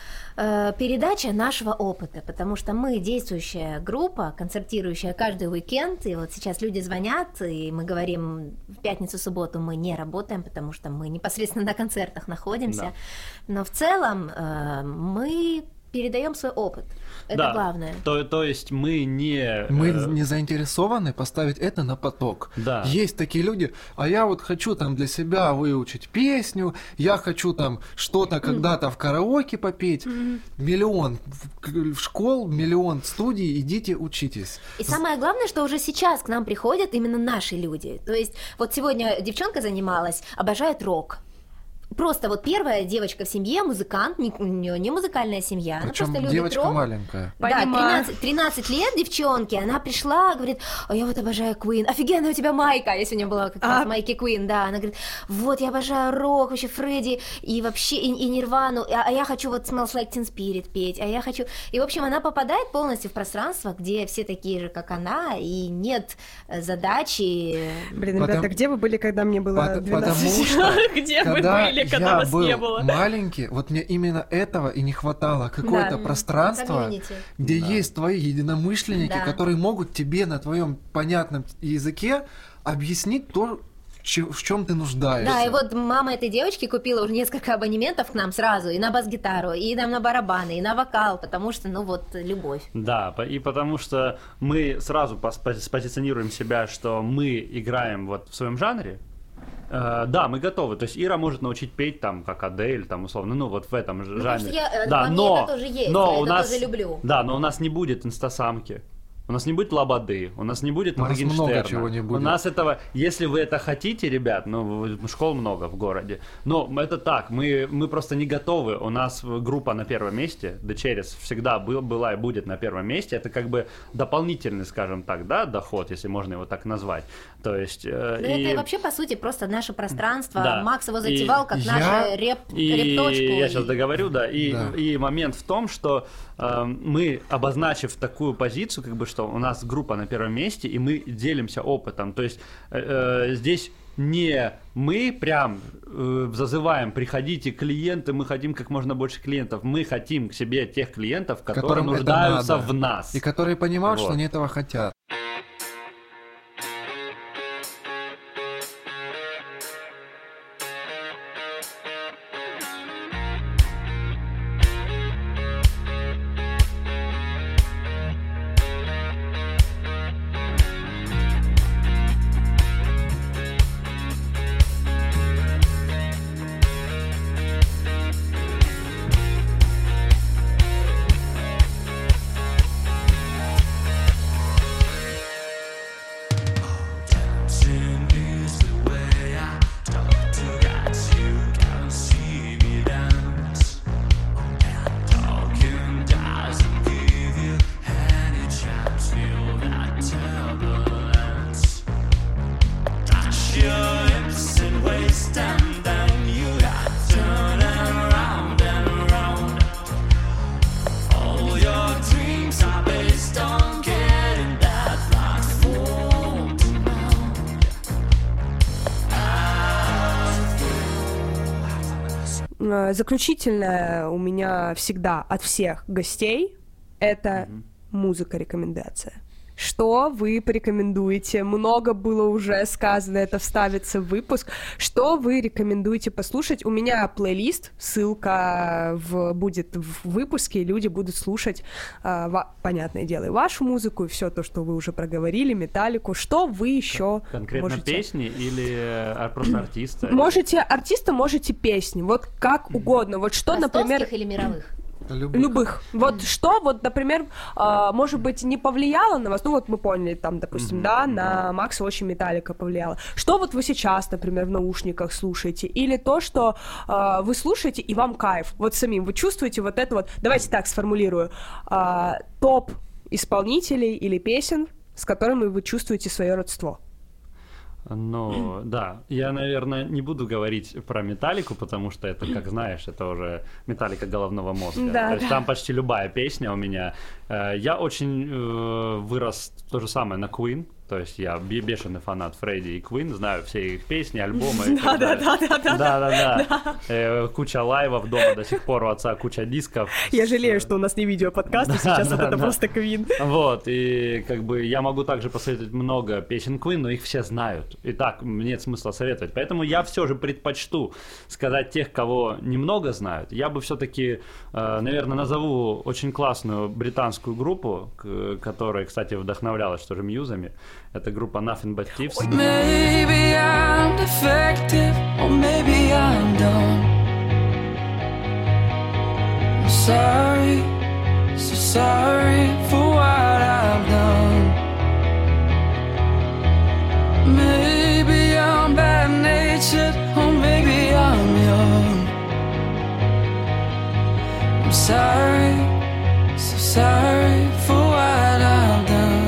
э, передача нашего опыта, потому что мы действующая группа, концертирующая каждый уикенд, и вот сейчас люди звонят, и мы говорим, в пятницу, субботу мы не работаем, потому что мы непосредственно на концертах находимся, но в целом э, мы передаем свой опыт, это Да. главное. То, то есть мы не... Мы э, не заинтересованы поставить это на поток. Да. Есть такие люди, а я вот хочу там для себя выучить песню, я хочу там что-то когда-то в караоке попеть. Миллион в- в школ, миллион студий, идите учитесь. И самое главное, что уже сейчас к нам приходят именно наши люди. То есть вот сегодня девчонка занималась, обожает рок. Просто вот первая девочка в семье, музыкант, не- у нее не музыкальная семья, она Причем просто любит девочка рок. маленькая. Да, Понимаю. тринадцать, тринадцать лет девчонки, она пришла, говорит, а я вот обожаю Queen, офигенная у тебя майка, я сегодня была как раз А. в майке Queen, да, она говорит, вот я обожаю рок, вообще Фредди, и вообще, и, и Нирвану, а, а я хочу вот Smells Like Teen Spirit петь, а я хочу, и в общем она попадает полностью в пространство, где все такие же, как она, и нет э, задачи. Блин, Потому- ребята, где вы были, когда мне было Пот- двенадцать? потому что, Где вы когда были, когда я вас был не было? маленький, вот мне именно этого и не хватало. Какое-то Да. пространство, Комьюнити. где есть твои единомышленники, Да. которые могут тебе на твоем понятном языке объяснить то, че- в чем ты нуждаешься. Да, и вот мама этой девочки купила уже несколько абонементов к нам сразу, и на бас-гитару, и там на барабаны, и на вокал, потому что, ну вот, любовь. Да, по- и потому что мы сразу пос- пози- спозиционируем себя, что мы играем вот в своем жанре. Э, да, мы готовы. То есть Ира может научить петь там, как Адель, там условно, ну вот в этом же Ну, жанре. потому что я, э, да, во мне но, это тоже есть, но я у это нас, тоже люблю. Да, но у нас не будет инстасамки. У нас не будет лободы, у нас не будет У нас Моргенштерна. много чего не будет. У нас этого, если вы это хотите, ребят, ну, вы- школ много в городе, но это так, мы, мы просто не готовы. У нас группа на первом месте, The Cherries всегда был, была и будет на первом месте. Это как бы дополнительный, скажем так, да, доход, если можно его так назвать. То есть... э, Да и- это вообще, по сути, просто наше пространство. Да. Макс его И затевал как я- наше реп, И репточку. я и- сейчас договорю, да. И, Да. и момент в том, что э, мы, обозначив такую позицию, как бы, что у нас группа на первом месте, и мы делимся опытом. То есть э, э, здесь не мы прям э, зазываем, приходите клиенты, мы хотим как можно больше клиентов. Мы хотим к себе тех клиентов, которые Которым это нуждаются надо. в нас. И которые понимают, Вот. что они этого хотят. э, заключительное у меня всегда от всех гостей — это mm-hmm. музыка-рекомендация. Что вы порекомендуете? Много было уже сказано, это вставится в выпуск. Что вы рекомендуете послушать? У меня плейлист, ссылка в, будет в выпуске, и люди будут слушать, э, ва- понятное дело, и вашу музыку, и все то, что вы уже проговорили, Металлику. Что вы еще Конкретно можете? песни или э, просто артиста? Можете артиста, можете песни, вот как угодно. Вот что, например... Ростовских или мировых? Любых. Любых. Вот что, вот, например, э, может быть, не повлияло на вас, ну вот мы поняли, там, допустим, mm-hmm. да, на Макса очень Металлика повлияла. Что вот вы сейчас, например, в наушниках слушаете? Или то, что э, вы слушаете, и вам кайф, вот самим, вы чувствуете вот это вот, давайте так сформулирую, э, топ исполнителей или песен, с которыми вы чувствуете свое родство? Ну, да. Я, наверное, не буду говорить про Металлику, потому что это, как знаешь, это уже Металлика головного мозга. Да, То есть да. там почти любая песня у меня. Я очень э, вырос то же самое на Queen. То есть я бешеный фанат Фредди и Queen, знаю все их песни, альбомы и так далее. Да-да-да. Куча лайвов дома до сих пор, у отца куча дисков. Я жалею, что у нас не видеоподкаст, и сейчас вот это просто Queen. Вот, и как бы я могу также посоветовать много песен Queen, но их все знают. И так нет смысла советовать. Поэтому я все же предпочту сказать тех, кого немного знают. Я бы все-таки, наверное, назову очень классную британскую группу, которая, кстати, вдохновлялась тоже мьюзами. Это группа Nothing But Thieves. Maybe I'm defective, or maybe I'm dumb. I'm sorry, so sorry for what I've done. Maybe I'm bad-natured, or maybe I'm young. I'm sorry, so sorry for what I've done.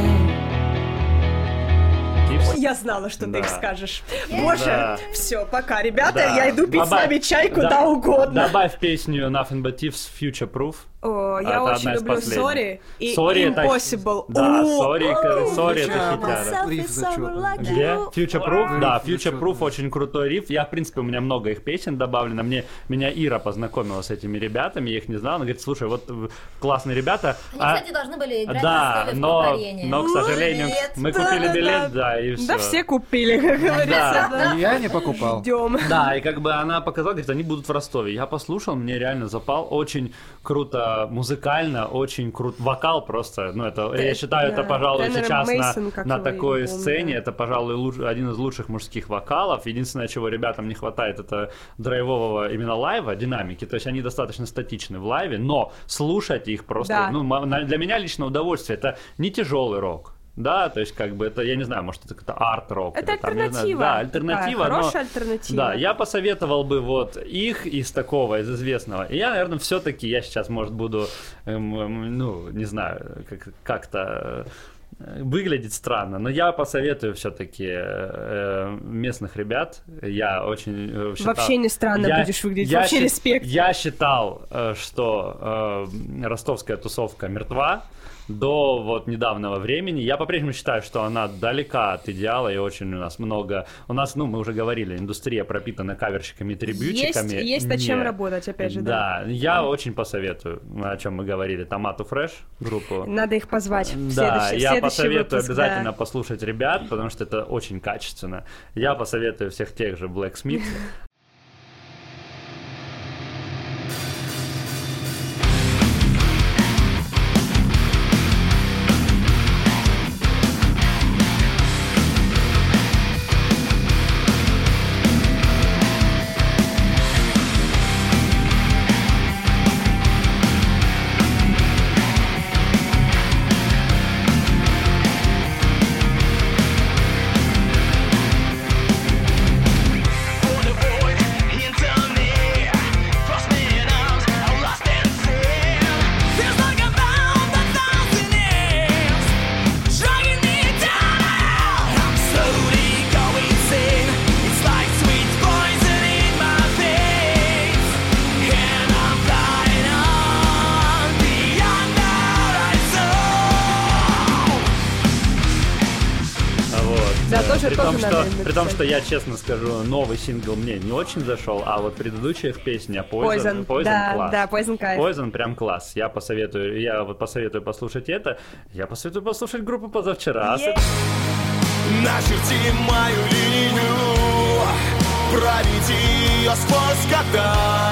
Я знала, что Да. ты их скажешь. Боже, Да. все, пока, ребята, Да. я иду пить с Добавь- вами чай куда да- угодно. Добавь песню Nothing But Thieves Future Proof. О, я Это очень одна из люблю последних. Sorry и Sorry это- Impossible. Да, О, Sorry, о, Sorry это Причем хитяра. риф зачетный. Где? Future Proof? Да, Риф Future зачетный. Proof очень крутой риф. Я, в принципе, у меня много их песен добавлено. Мне, меня Ира познакомила с этими ребятами, я их не знал. Она говорит, слушай, вот э, классные ребята. Они, а- кстати, должны были играть Да, на основе но, повторения. но, к сожалению, Билет. мы Да, купили да, билет, да. да, и все. Да все купили, как говорится. Да. Я не покупал. Идем. Да, и как бы она показала, говорит, они будут в Ростове. Я послушал, мне реально запал. Очень круто музыкально, очень крут вокал просто. Ну, это, я считаю, это, да. пожалуй, Тенор сейчас Мейсон, на, как на его, я такой не помню, сцене, да. это, пожалуй, луч- один из лучших мужских вокалов. Единственное, чего ребятам не хватает, это драйвового именно лайва, динамики. То есть они достаточно статичны в лайве, но слушать их просто, Да. ну, м- на- для меня лично удовольствие. Это не тяжелый рок. Да, то есть как бы это, я не знаю, может это как-то арт-рок. Это или там, не знаю, альтернатива. Да, альтернатива. Такая но- хорошая альтернатива. Да, я посоветовал бы вот их из такого, из известного. И я, наверное, все-таки, я сейчас, может, буду, эм, эм, ну, не знаю, как- как-то э, выглядит странно, но я посоветую все-таки э, местных ребят. Я очень э, считал... Вообще не странно Я- будешь выглядеть, я вообще щи- респект. Я считал, э, что э, ростовская тусовка мертва до вот недавнего времени. Я по-прежнему считаю, что она далека от идеала, и очень у нас много... У нас, ну, мы уже говорили, индустрия пропитана каверщиками и трибьютчиками. Есть, есть над чем Не. работать, опять же, да. Да, я очень посоветую, о чем мы говорили, Томату Фреш группу. Надо их позвать в Да, следующий, я следующий посоветую выпуск, обязательно да. послушать ребят, потому что это очень качественно. Я посоветую всех тех же Black Smith. On the board. уже при тоже том, надо что, написать. при том, что я честно скажу, новый сингл мне не очень зашел, а вот предыдущая их песня Poison, Poison, Poison да, класс. да, Poison кайф. Poison прям класс. Я посоветую, я вот посоветую послушать это. Я посоветую послушать группу «Позавчера». Е- Начерти мою линию, проведи ее сквозь года,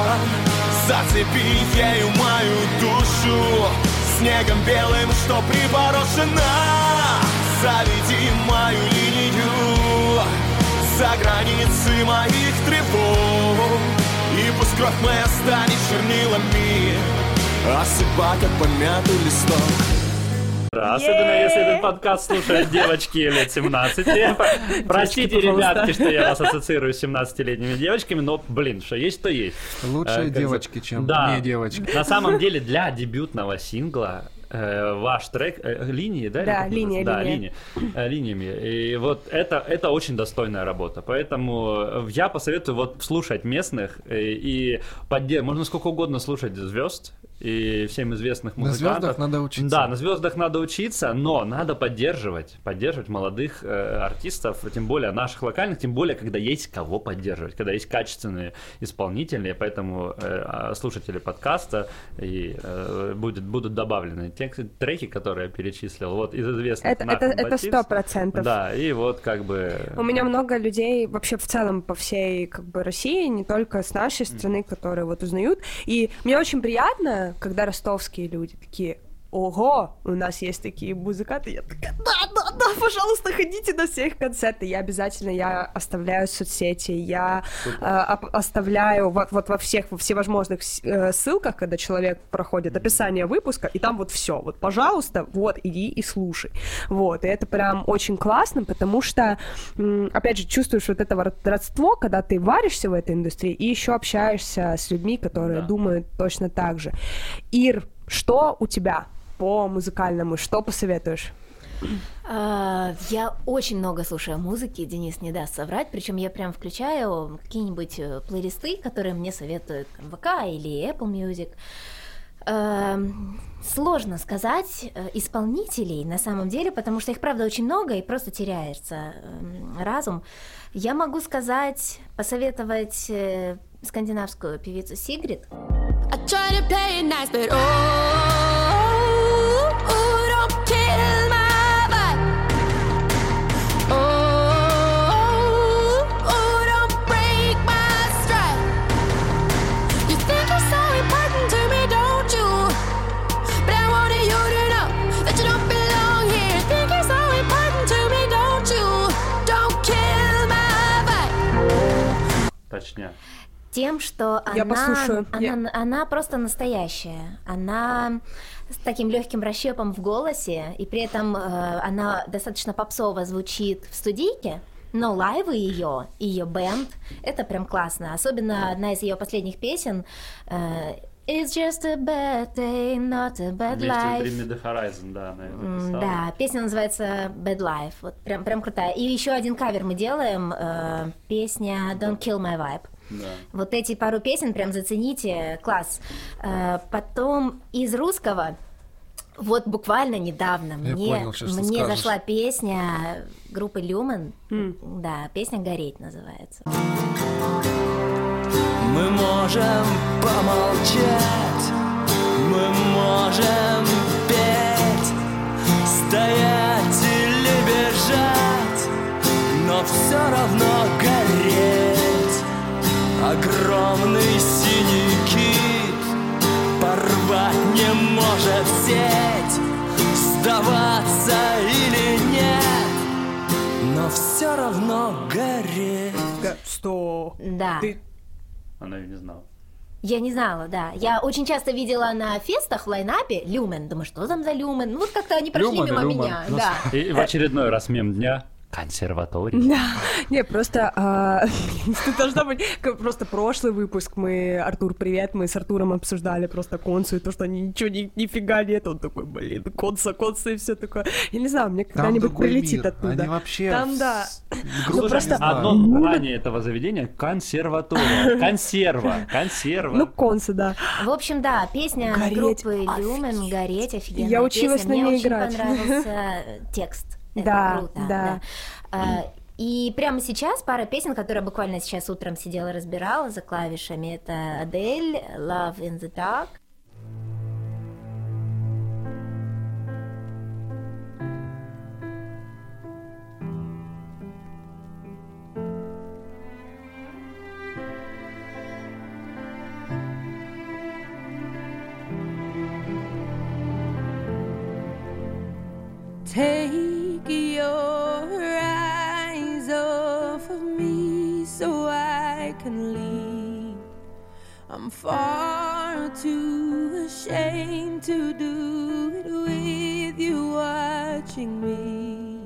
зацепи ею мою душу снегом белым, что припорошена. Заведи мою линию за границы моих тревог, и пусть кровь моя станет чернилами, осыпать как помятый листок. Особенно если этот подкаст слушают девочки лет семнадцати. Простите, ребятки, что я вас ассоциирую с семнадцатилетними девочками, но, блин, что есть, то есть. Лучшие Э, как девочки, за- чем Да. не девочки. На самом деле, для дебютного сингла э, ваш трек э, линии, да? или Да, как это линия, называется? Да, линия. линии. Э, линиями. И вот это, это очень достойная работа. Поэтому я посоветую вот слушать местных э, и подде- можно сколько угодно слушать звезд и всем известных На музыкантов. звездах надо учиться. Да, на звездах надо учиться, но надо поддерживать, поддерживать молодых э, артистов, тем более наших локальных, тем более, когда есть кого поддерживать, когда есть качественные исполнители, поэтому э, слушатели подкаста и э, будет, будут добавлены те треки, которые я перечислил, вот из известных Это, наших это, это батист. сто процентов. Да, и вот как бы... У меня много людей вообще в целом по всей как бы России, не только с нашей страны, которые вот узнают. И мне очень приятно, когда ростовские люди такие: ого, у нас есть такие музыканты. Я такая: да, да, да, пожалуйста, ходите на все их концерты. Я обязательно, я оставляю соцсети, я э, оп- оставляю вот, вот во всех, во всевозможных э, ссылках, когда человек проходит описание выпуска, и там вот все, вот, пожалуйста, вот, иди и слушай. Вот, и это прям очень классно, потому что, м, опять же, чувствуешь вот это вот родство, когда ты варишься в этой индустрии и еще общаешься с людьми, которые Да. думают точно так же. Ир, что у тебя по музыкальному, что посоветуешь? А, Я очень много слушаю музыки, Денис не даст соврать, причем я прям включаю какие-нибудь э, плейлисты, которые мне советуют там, вэ ка или Apple Music. Эм, Сложно сказать э, исполнителей на самом деле, потому что их, правда, очень много, и просто теряется эм, разум. Я могу сказать, посоветовать э, скандинавскую певицу Сигрид. I try to play it nice, but oh, oh, don't kill my vibe. Oh, oh, don't break my stride. You think you're so important to me, don't you? But I wanted you to know that you don't belong here. Think you're so important to me, don't you? Don't kill my vibe. Точнее. Тем, что Я она, послушаю. она, Я- она просто настоящая. Она с таким легким расщепом в голосе, и при этом э, она достаточно попсово звучит в студийке, но лайвы ее, ее бэнд, это прям классно. Особенно одна из ее последних песен э, It's just a bad day, not a bad Вместе с life. Bring Me The Horizon, да, она её М, написала. Да, песня называется Bad Life, вот прям, прям крутая. И еще один кавер мы делаем, э, песня Don't Kill My Vibe. Да. Вот эти пару песен прям зацените, класс. Э, Потом из русского, вот буквально недавно Я мне, понял, щас, что мне скажешь. зашла песня группы Люмен, да, песня «Гореть» называется. Мы можем помолчать, мы можем петь, стоять или бежать, но все равно гореть. Огромный синий кит порвать не может сеть, сдаваться или нет, но все равно гореть. Да, что? Да. Ты... Она ее не знала. Я не знала, да. Я очень часто видела на фестах в лайнапе Люмен. Думаю, что там за Люмен? Ну вот как-то они прошли Люмен и мимо Люмен. меня. Ну, Да. И в очередной раз мем дня консерватория. Да, не, просто а, ты должна быть, как просто прошлый выпуск мы, Артур, привет, мы с Артуром обсуждали просто концу, и то, что ничего, ни, нифига нет, он такой, блин, конца, конца и все такое. Я не знаю, мне Там когда-нибудь другой прилетит мир. оттуда. Они вообще... Там, да. Грубо просто- не знаю. Одно название этого заведения — консерватория. Консерва. Консерва. Ну, конца, да. В общем, да, песня Гореть. группы Люмен «Гореть» офигенная Я училась песня. на Мне ней очень играть. понравился текст. Это Да, круто. да. А, И прямо сейчас пара песен, которые буквально сейчас утром сидела, разбирала за клавишами, это Адель, Love in the Dark. Take your eyes off of me so I can leave. I'm far too ashamed to do it with you watching me.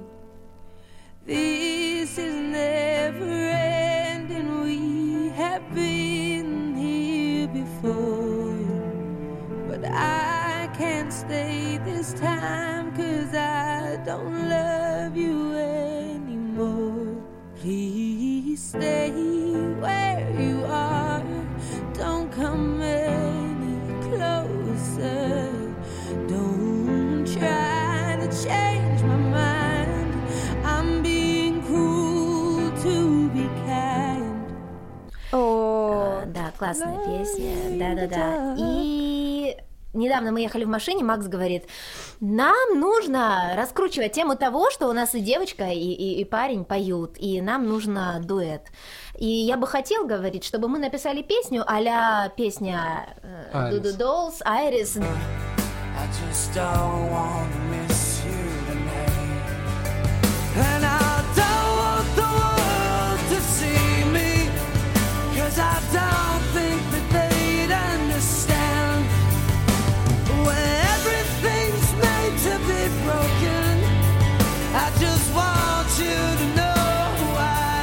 This is never ending. We have been here before, but I can't stay this time 'cause I don't love you anymore. Please stay where you are. Don't come any closer. Don't try to change my mind. I'm being cruel to be kind. О, А, да, классная песня. Да-да-да. И недавно мы ехали в машине, Макс говорит, нам нужно раскручивать тему того, что у нас и девочка, и, и, и парень поют, и нам нужно дуэт. И я бы хотел, говорить, чтобы мы написали песню а-ля песня э, Dudu Dolls, Iris. I just don't wanna miss you tonight. And I don't want the world to see me, 'cause I don't think that they'd understand. When everything's made to be broken, I just want you to know who I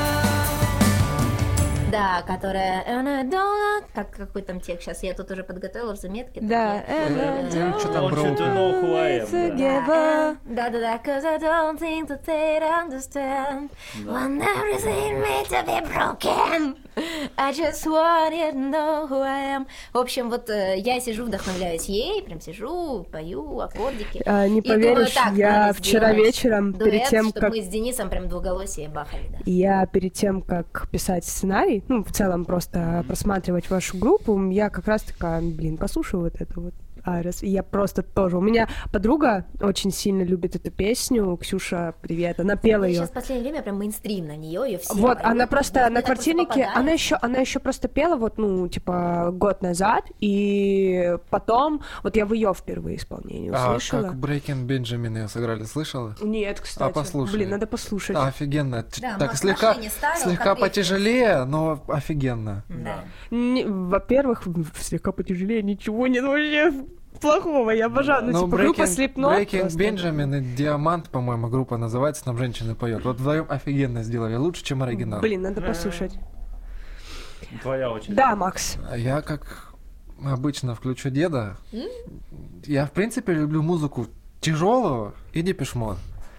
am. Да, которая... And I don't... Как, какой там текст? Сейчас я тут уже подготовила в заметке. да. Ну, что там I want you to broken? know who I am, да. Да-да-да, 'cause I don't think that they'd understand when everything made to be broken. I just want you to know who I am. В общем, вот э, я сижу, вдохновляюсь ей, прям сижу, пою аккордики. А, не И думаю, поверишь, так, я надо вчера сделать вечером, дуэт, перед тем, чтобы как... мы с Денисом прям двуголосие бахали, да. Я перед тем, как писать сценарий, ну, в целом просто просматривать вашу группу, я как раз такая, блин, послушаю вот это вот Айрис. И я просто тоже... У меня подруга очень сильно любит эту песню. Ксюша, привет. Она пела ее. Сейчас в последнее время прям мейнстрим на нее, ее все. Вот, она поют. просто Мне на так просто квартирнике, попадает. она еще, она еще просто пела вот, ну, типа, год назад, и потом, вот я в ее впервые исполнении А услышала. как Breaking Benjamin ее сыграли, слышала? Нет, кстати. А послушай. Блин, надо послушать. Да, офигенно. Да, так Макс слегка, машине ставил, слегка как потяжелее, но офигенно. Да. Не- Во-первых, слегка потяжелее, ничего нет вообще плохого, я обожаю. Ну, Ну, типа, группа Breaking, Slipknot Breaking просто- Benjamin и Диамант, по-моему, группа называется, там женщина поет. Вот вдвоем офигенно сделали, лучше, чем оригинал. Блин, надо послушать. Твоя очередь. Да, Макс. А я, как обычно, включу деда. Я, в принципе, люблю музыку тяжелую и Депеш Мод.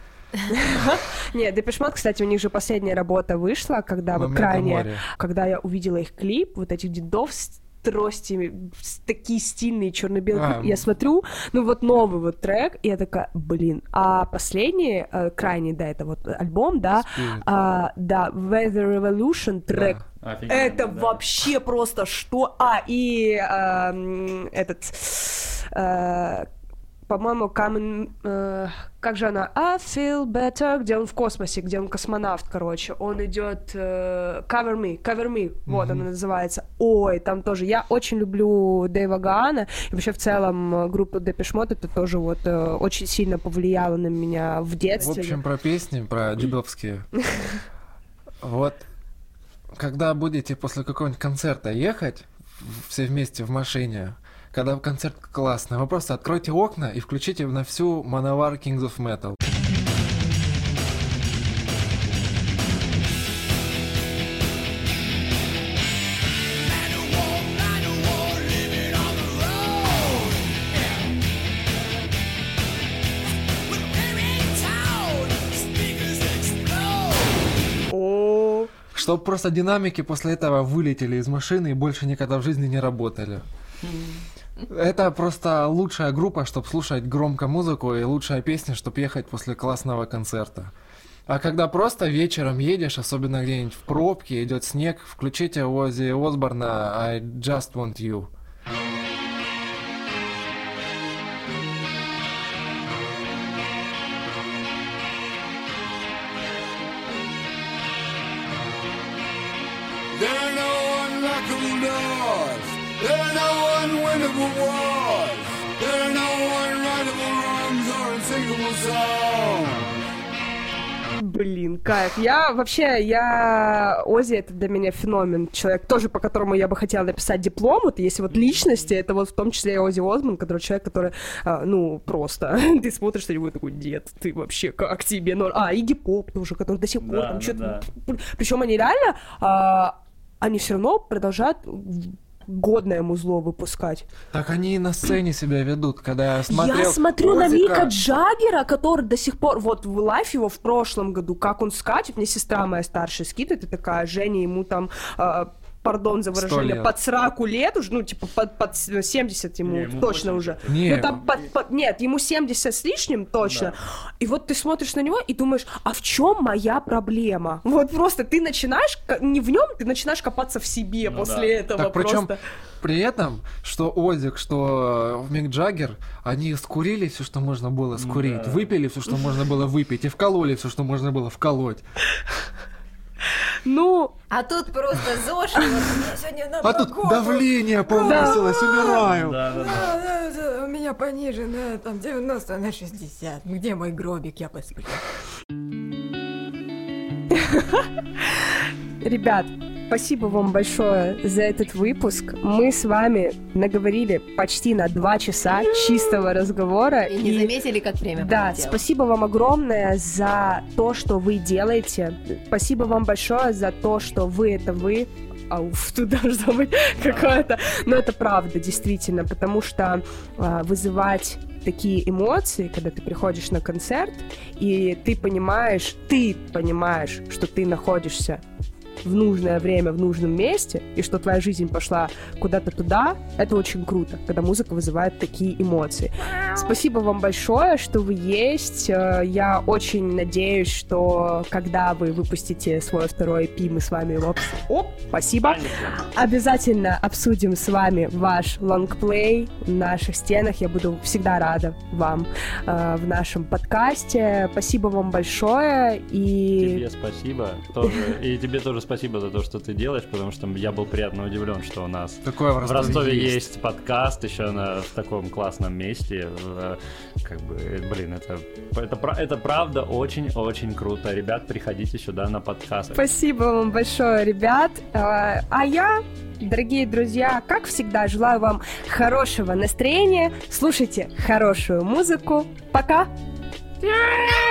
Нет, Депеш Мод, кстати, у них же последняя работа вышла, когда вот «Момент крайне, моря». когда я увидела их клип, вот этих дедов с тростями, с- такие стильные черно-белые А, клипы. Я смотрю, ну вот новый вот трек, и я такая, блин. А последний, э, крайний, да, это вот альбом, да, Spirit. а, да, Weather Revolution трек. Офигенно, Это да. вообще просто что? А, и а, м, этот, э, по-моему, Камен, э, как же она? I feel better, где он в космосе, где он космонавт, короче. Он идет э, Cover Me, Cover Me, вот она называется. Ой, там тоже. Я очень люблю Дэйва Гаана, и вообще в целом э, группа Депеш Мод это тоже вот э, очень сильно повлияло на меня в В детстве. общем, про песни, про дедовские. Вот, когда будете после какого-нибудь концерта ехать, в- все вместе в машине, когда концерт классный, вы просто откройте окна и включите на всю Manowar Kings of Metal. О, Чтобы просто динамики после этого вылетели из машины и больше никогда в жизни не работали. Это просто лучшая группа, чтобы слушать громко музыку, и лучшая песня, чтобы ехать после классного концерта. А когда просто вечером едешь, особенно где-нибудь в пробке, идет снег, включите Оззи Осборна «I Just Want You». There no unlockable doors. There no unwinnable wars. There no unrightable wrongs or unsinkable songs. Блин, кайф. Я вообще, я... Оззи — это для меня феномен. Человек тоже, по которому я бы хотела написать диплом. Вот если вот личности, это вот в том числе и Оззи Осборн, который человек, который, а, ну, просто... Ты смотришь на него и такой: дед, ты вообще как тебе? Ну, а, Игги Поп тоже, который до сих пор Да, там да, что-то... да. Причем они реально... А, они все равно продолжают годное музло выпускать. Так они и на сцене себя ведут, когда я смотрел... Я смотрю на Оззи Мика как- Джаггера, который до сих пор... Вот в лайф его в прошлом году, как он скачет, мне сестра моя старшая скидывает, и такая: Женя, ему там... а, пардон за выражение, лет. под сраку лет уже, ну, типа, под, под семьдесят ему, Не, ему точно восемьдесят. уже. Не. Ну, там под- под- нет, ему семьдесят с лишним точно. И вот ты смотришь на него и думаешь: а в чем моя проблема? Вот просто ты начинаешь, ко- не в нем, ты начинаешь копаться в себе Ну после да. этого. Так причем просто. при этом, что Озик, что Мик Джаггер, они скурили все, что можно было скурить, Да. выпили все, что можно было выпить, и вкололи все, что можно было вколоть. Ну, А тут просто ЗОЖ, и вот у меня сегодня на А тут погоду. давление повысилось, умираю. Да, да, да. А, да, У меня понижено там девяносто на шестьдесят. Где мой гробик, я посплю? ребят, спасибо вам большое за этот выпуск. Мы с вами наговорили почти на два часа чистого разговора. И не заметили, как время Да, пролетело. спасибо вам огромное за то, что вы делаете. Спасибо вам большое за то, что вы — это вы. А, уф, тут должно быть какое-то... Но это правда, действительно, потому что а, вызывать такие эмоции, когда ты приходишь на концерт, и ты понимаешь, ты понимаешь, что ты находишься в нужное время, в нужном месте, и что твоя жизнь пошла куда-то туда, это очень круто, когда музыка вызывает такие эмоции. Спасибо вам большое, что вы есть. Э, Я очень надеюсь, что когда вы выпустите свой второй и пи, мы с вами его... обс- Оп, спасибо. Обязательно обсудим с вами ваш лонгплей в наших стенах. Я буду всегда рада вам э, в нашем подкасте. Спасибо вам большое. И Тебе спасибо тоже. И тебе тоже спасибо за то, что ты делаешь, потому что я был приятно удивлен, что у нас Такое в в Ростове, Ростове есть. есть подкаст еще на, в таком классном месте. В, как бы, блин, это, это, пра- это правда очень-очень круто. Ребят, приходите сюда на подкаст. спасибо вам большое, ребят. Э, А я, дорогие друзья, как всегда, желаю вам хорошего настроения. Слушайте хорошую музыку. Пока! Yeah!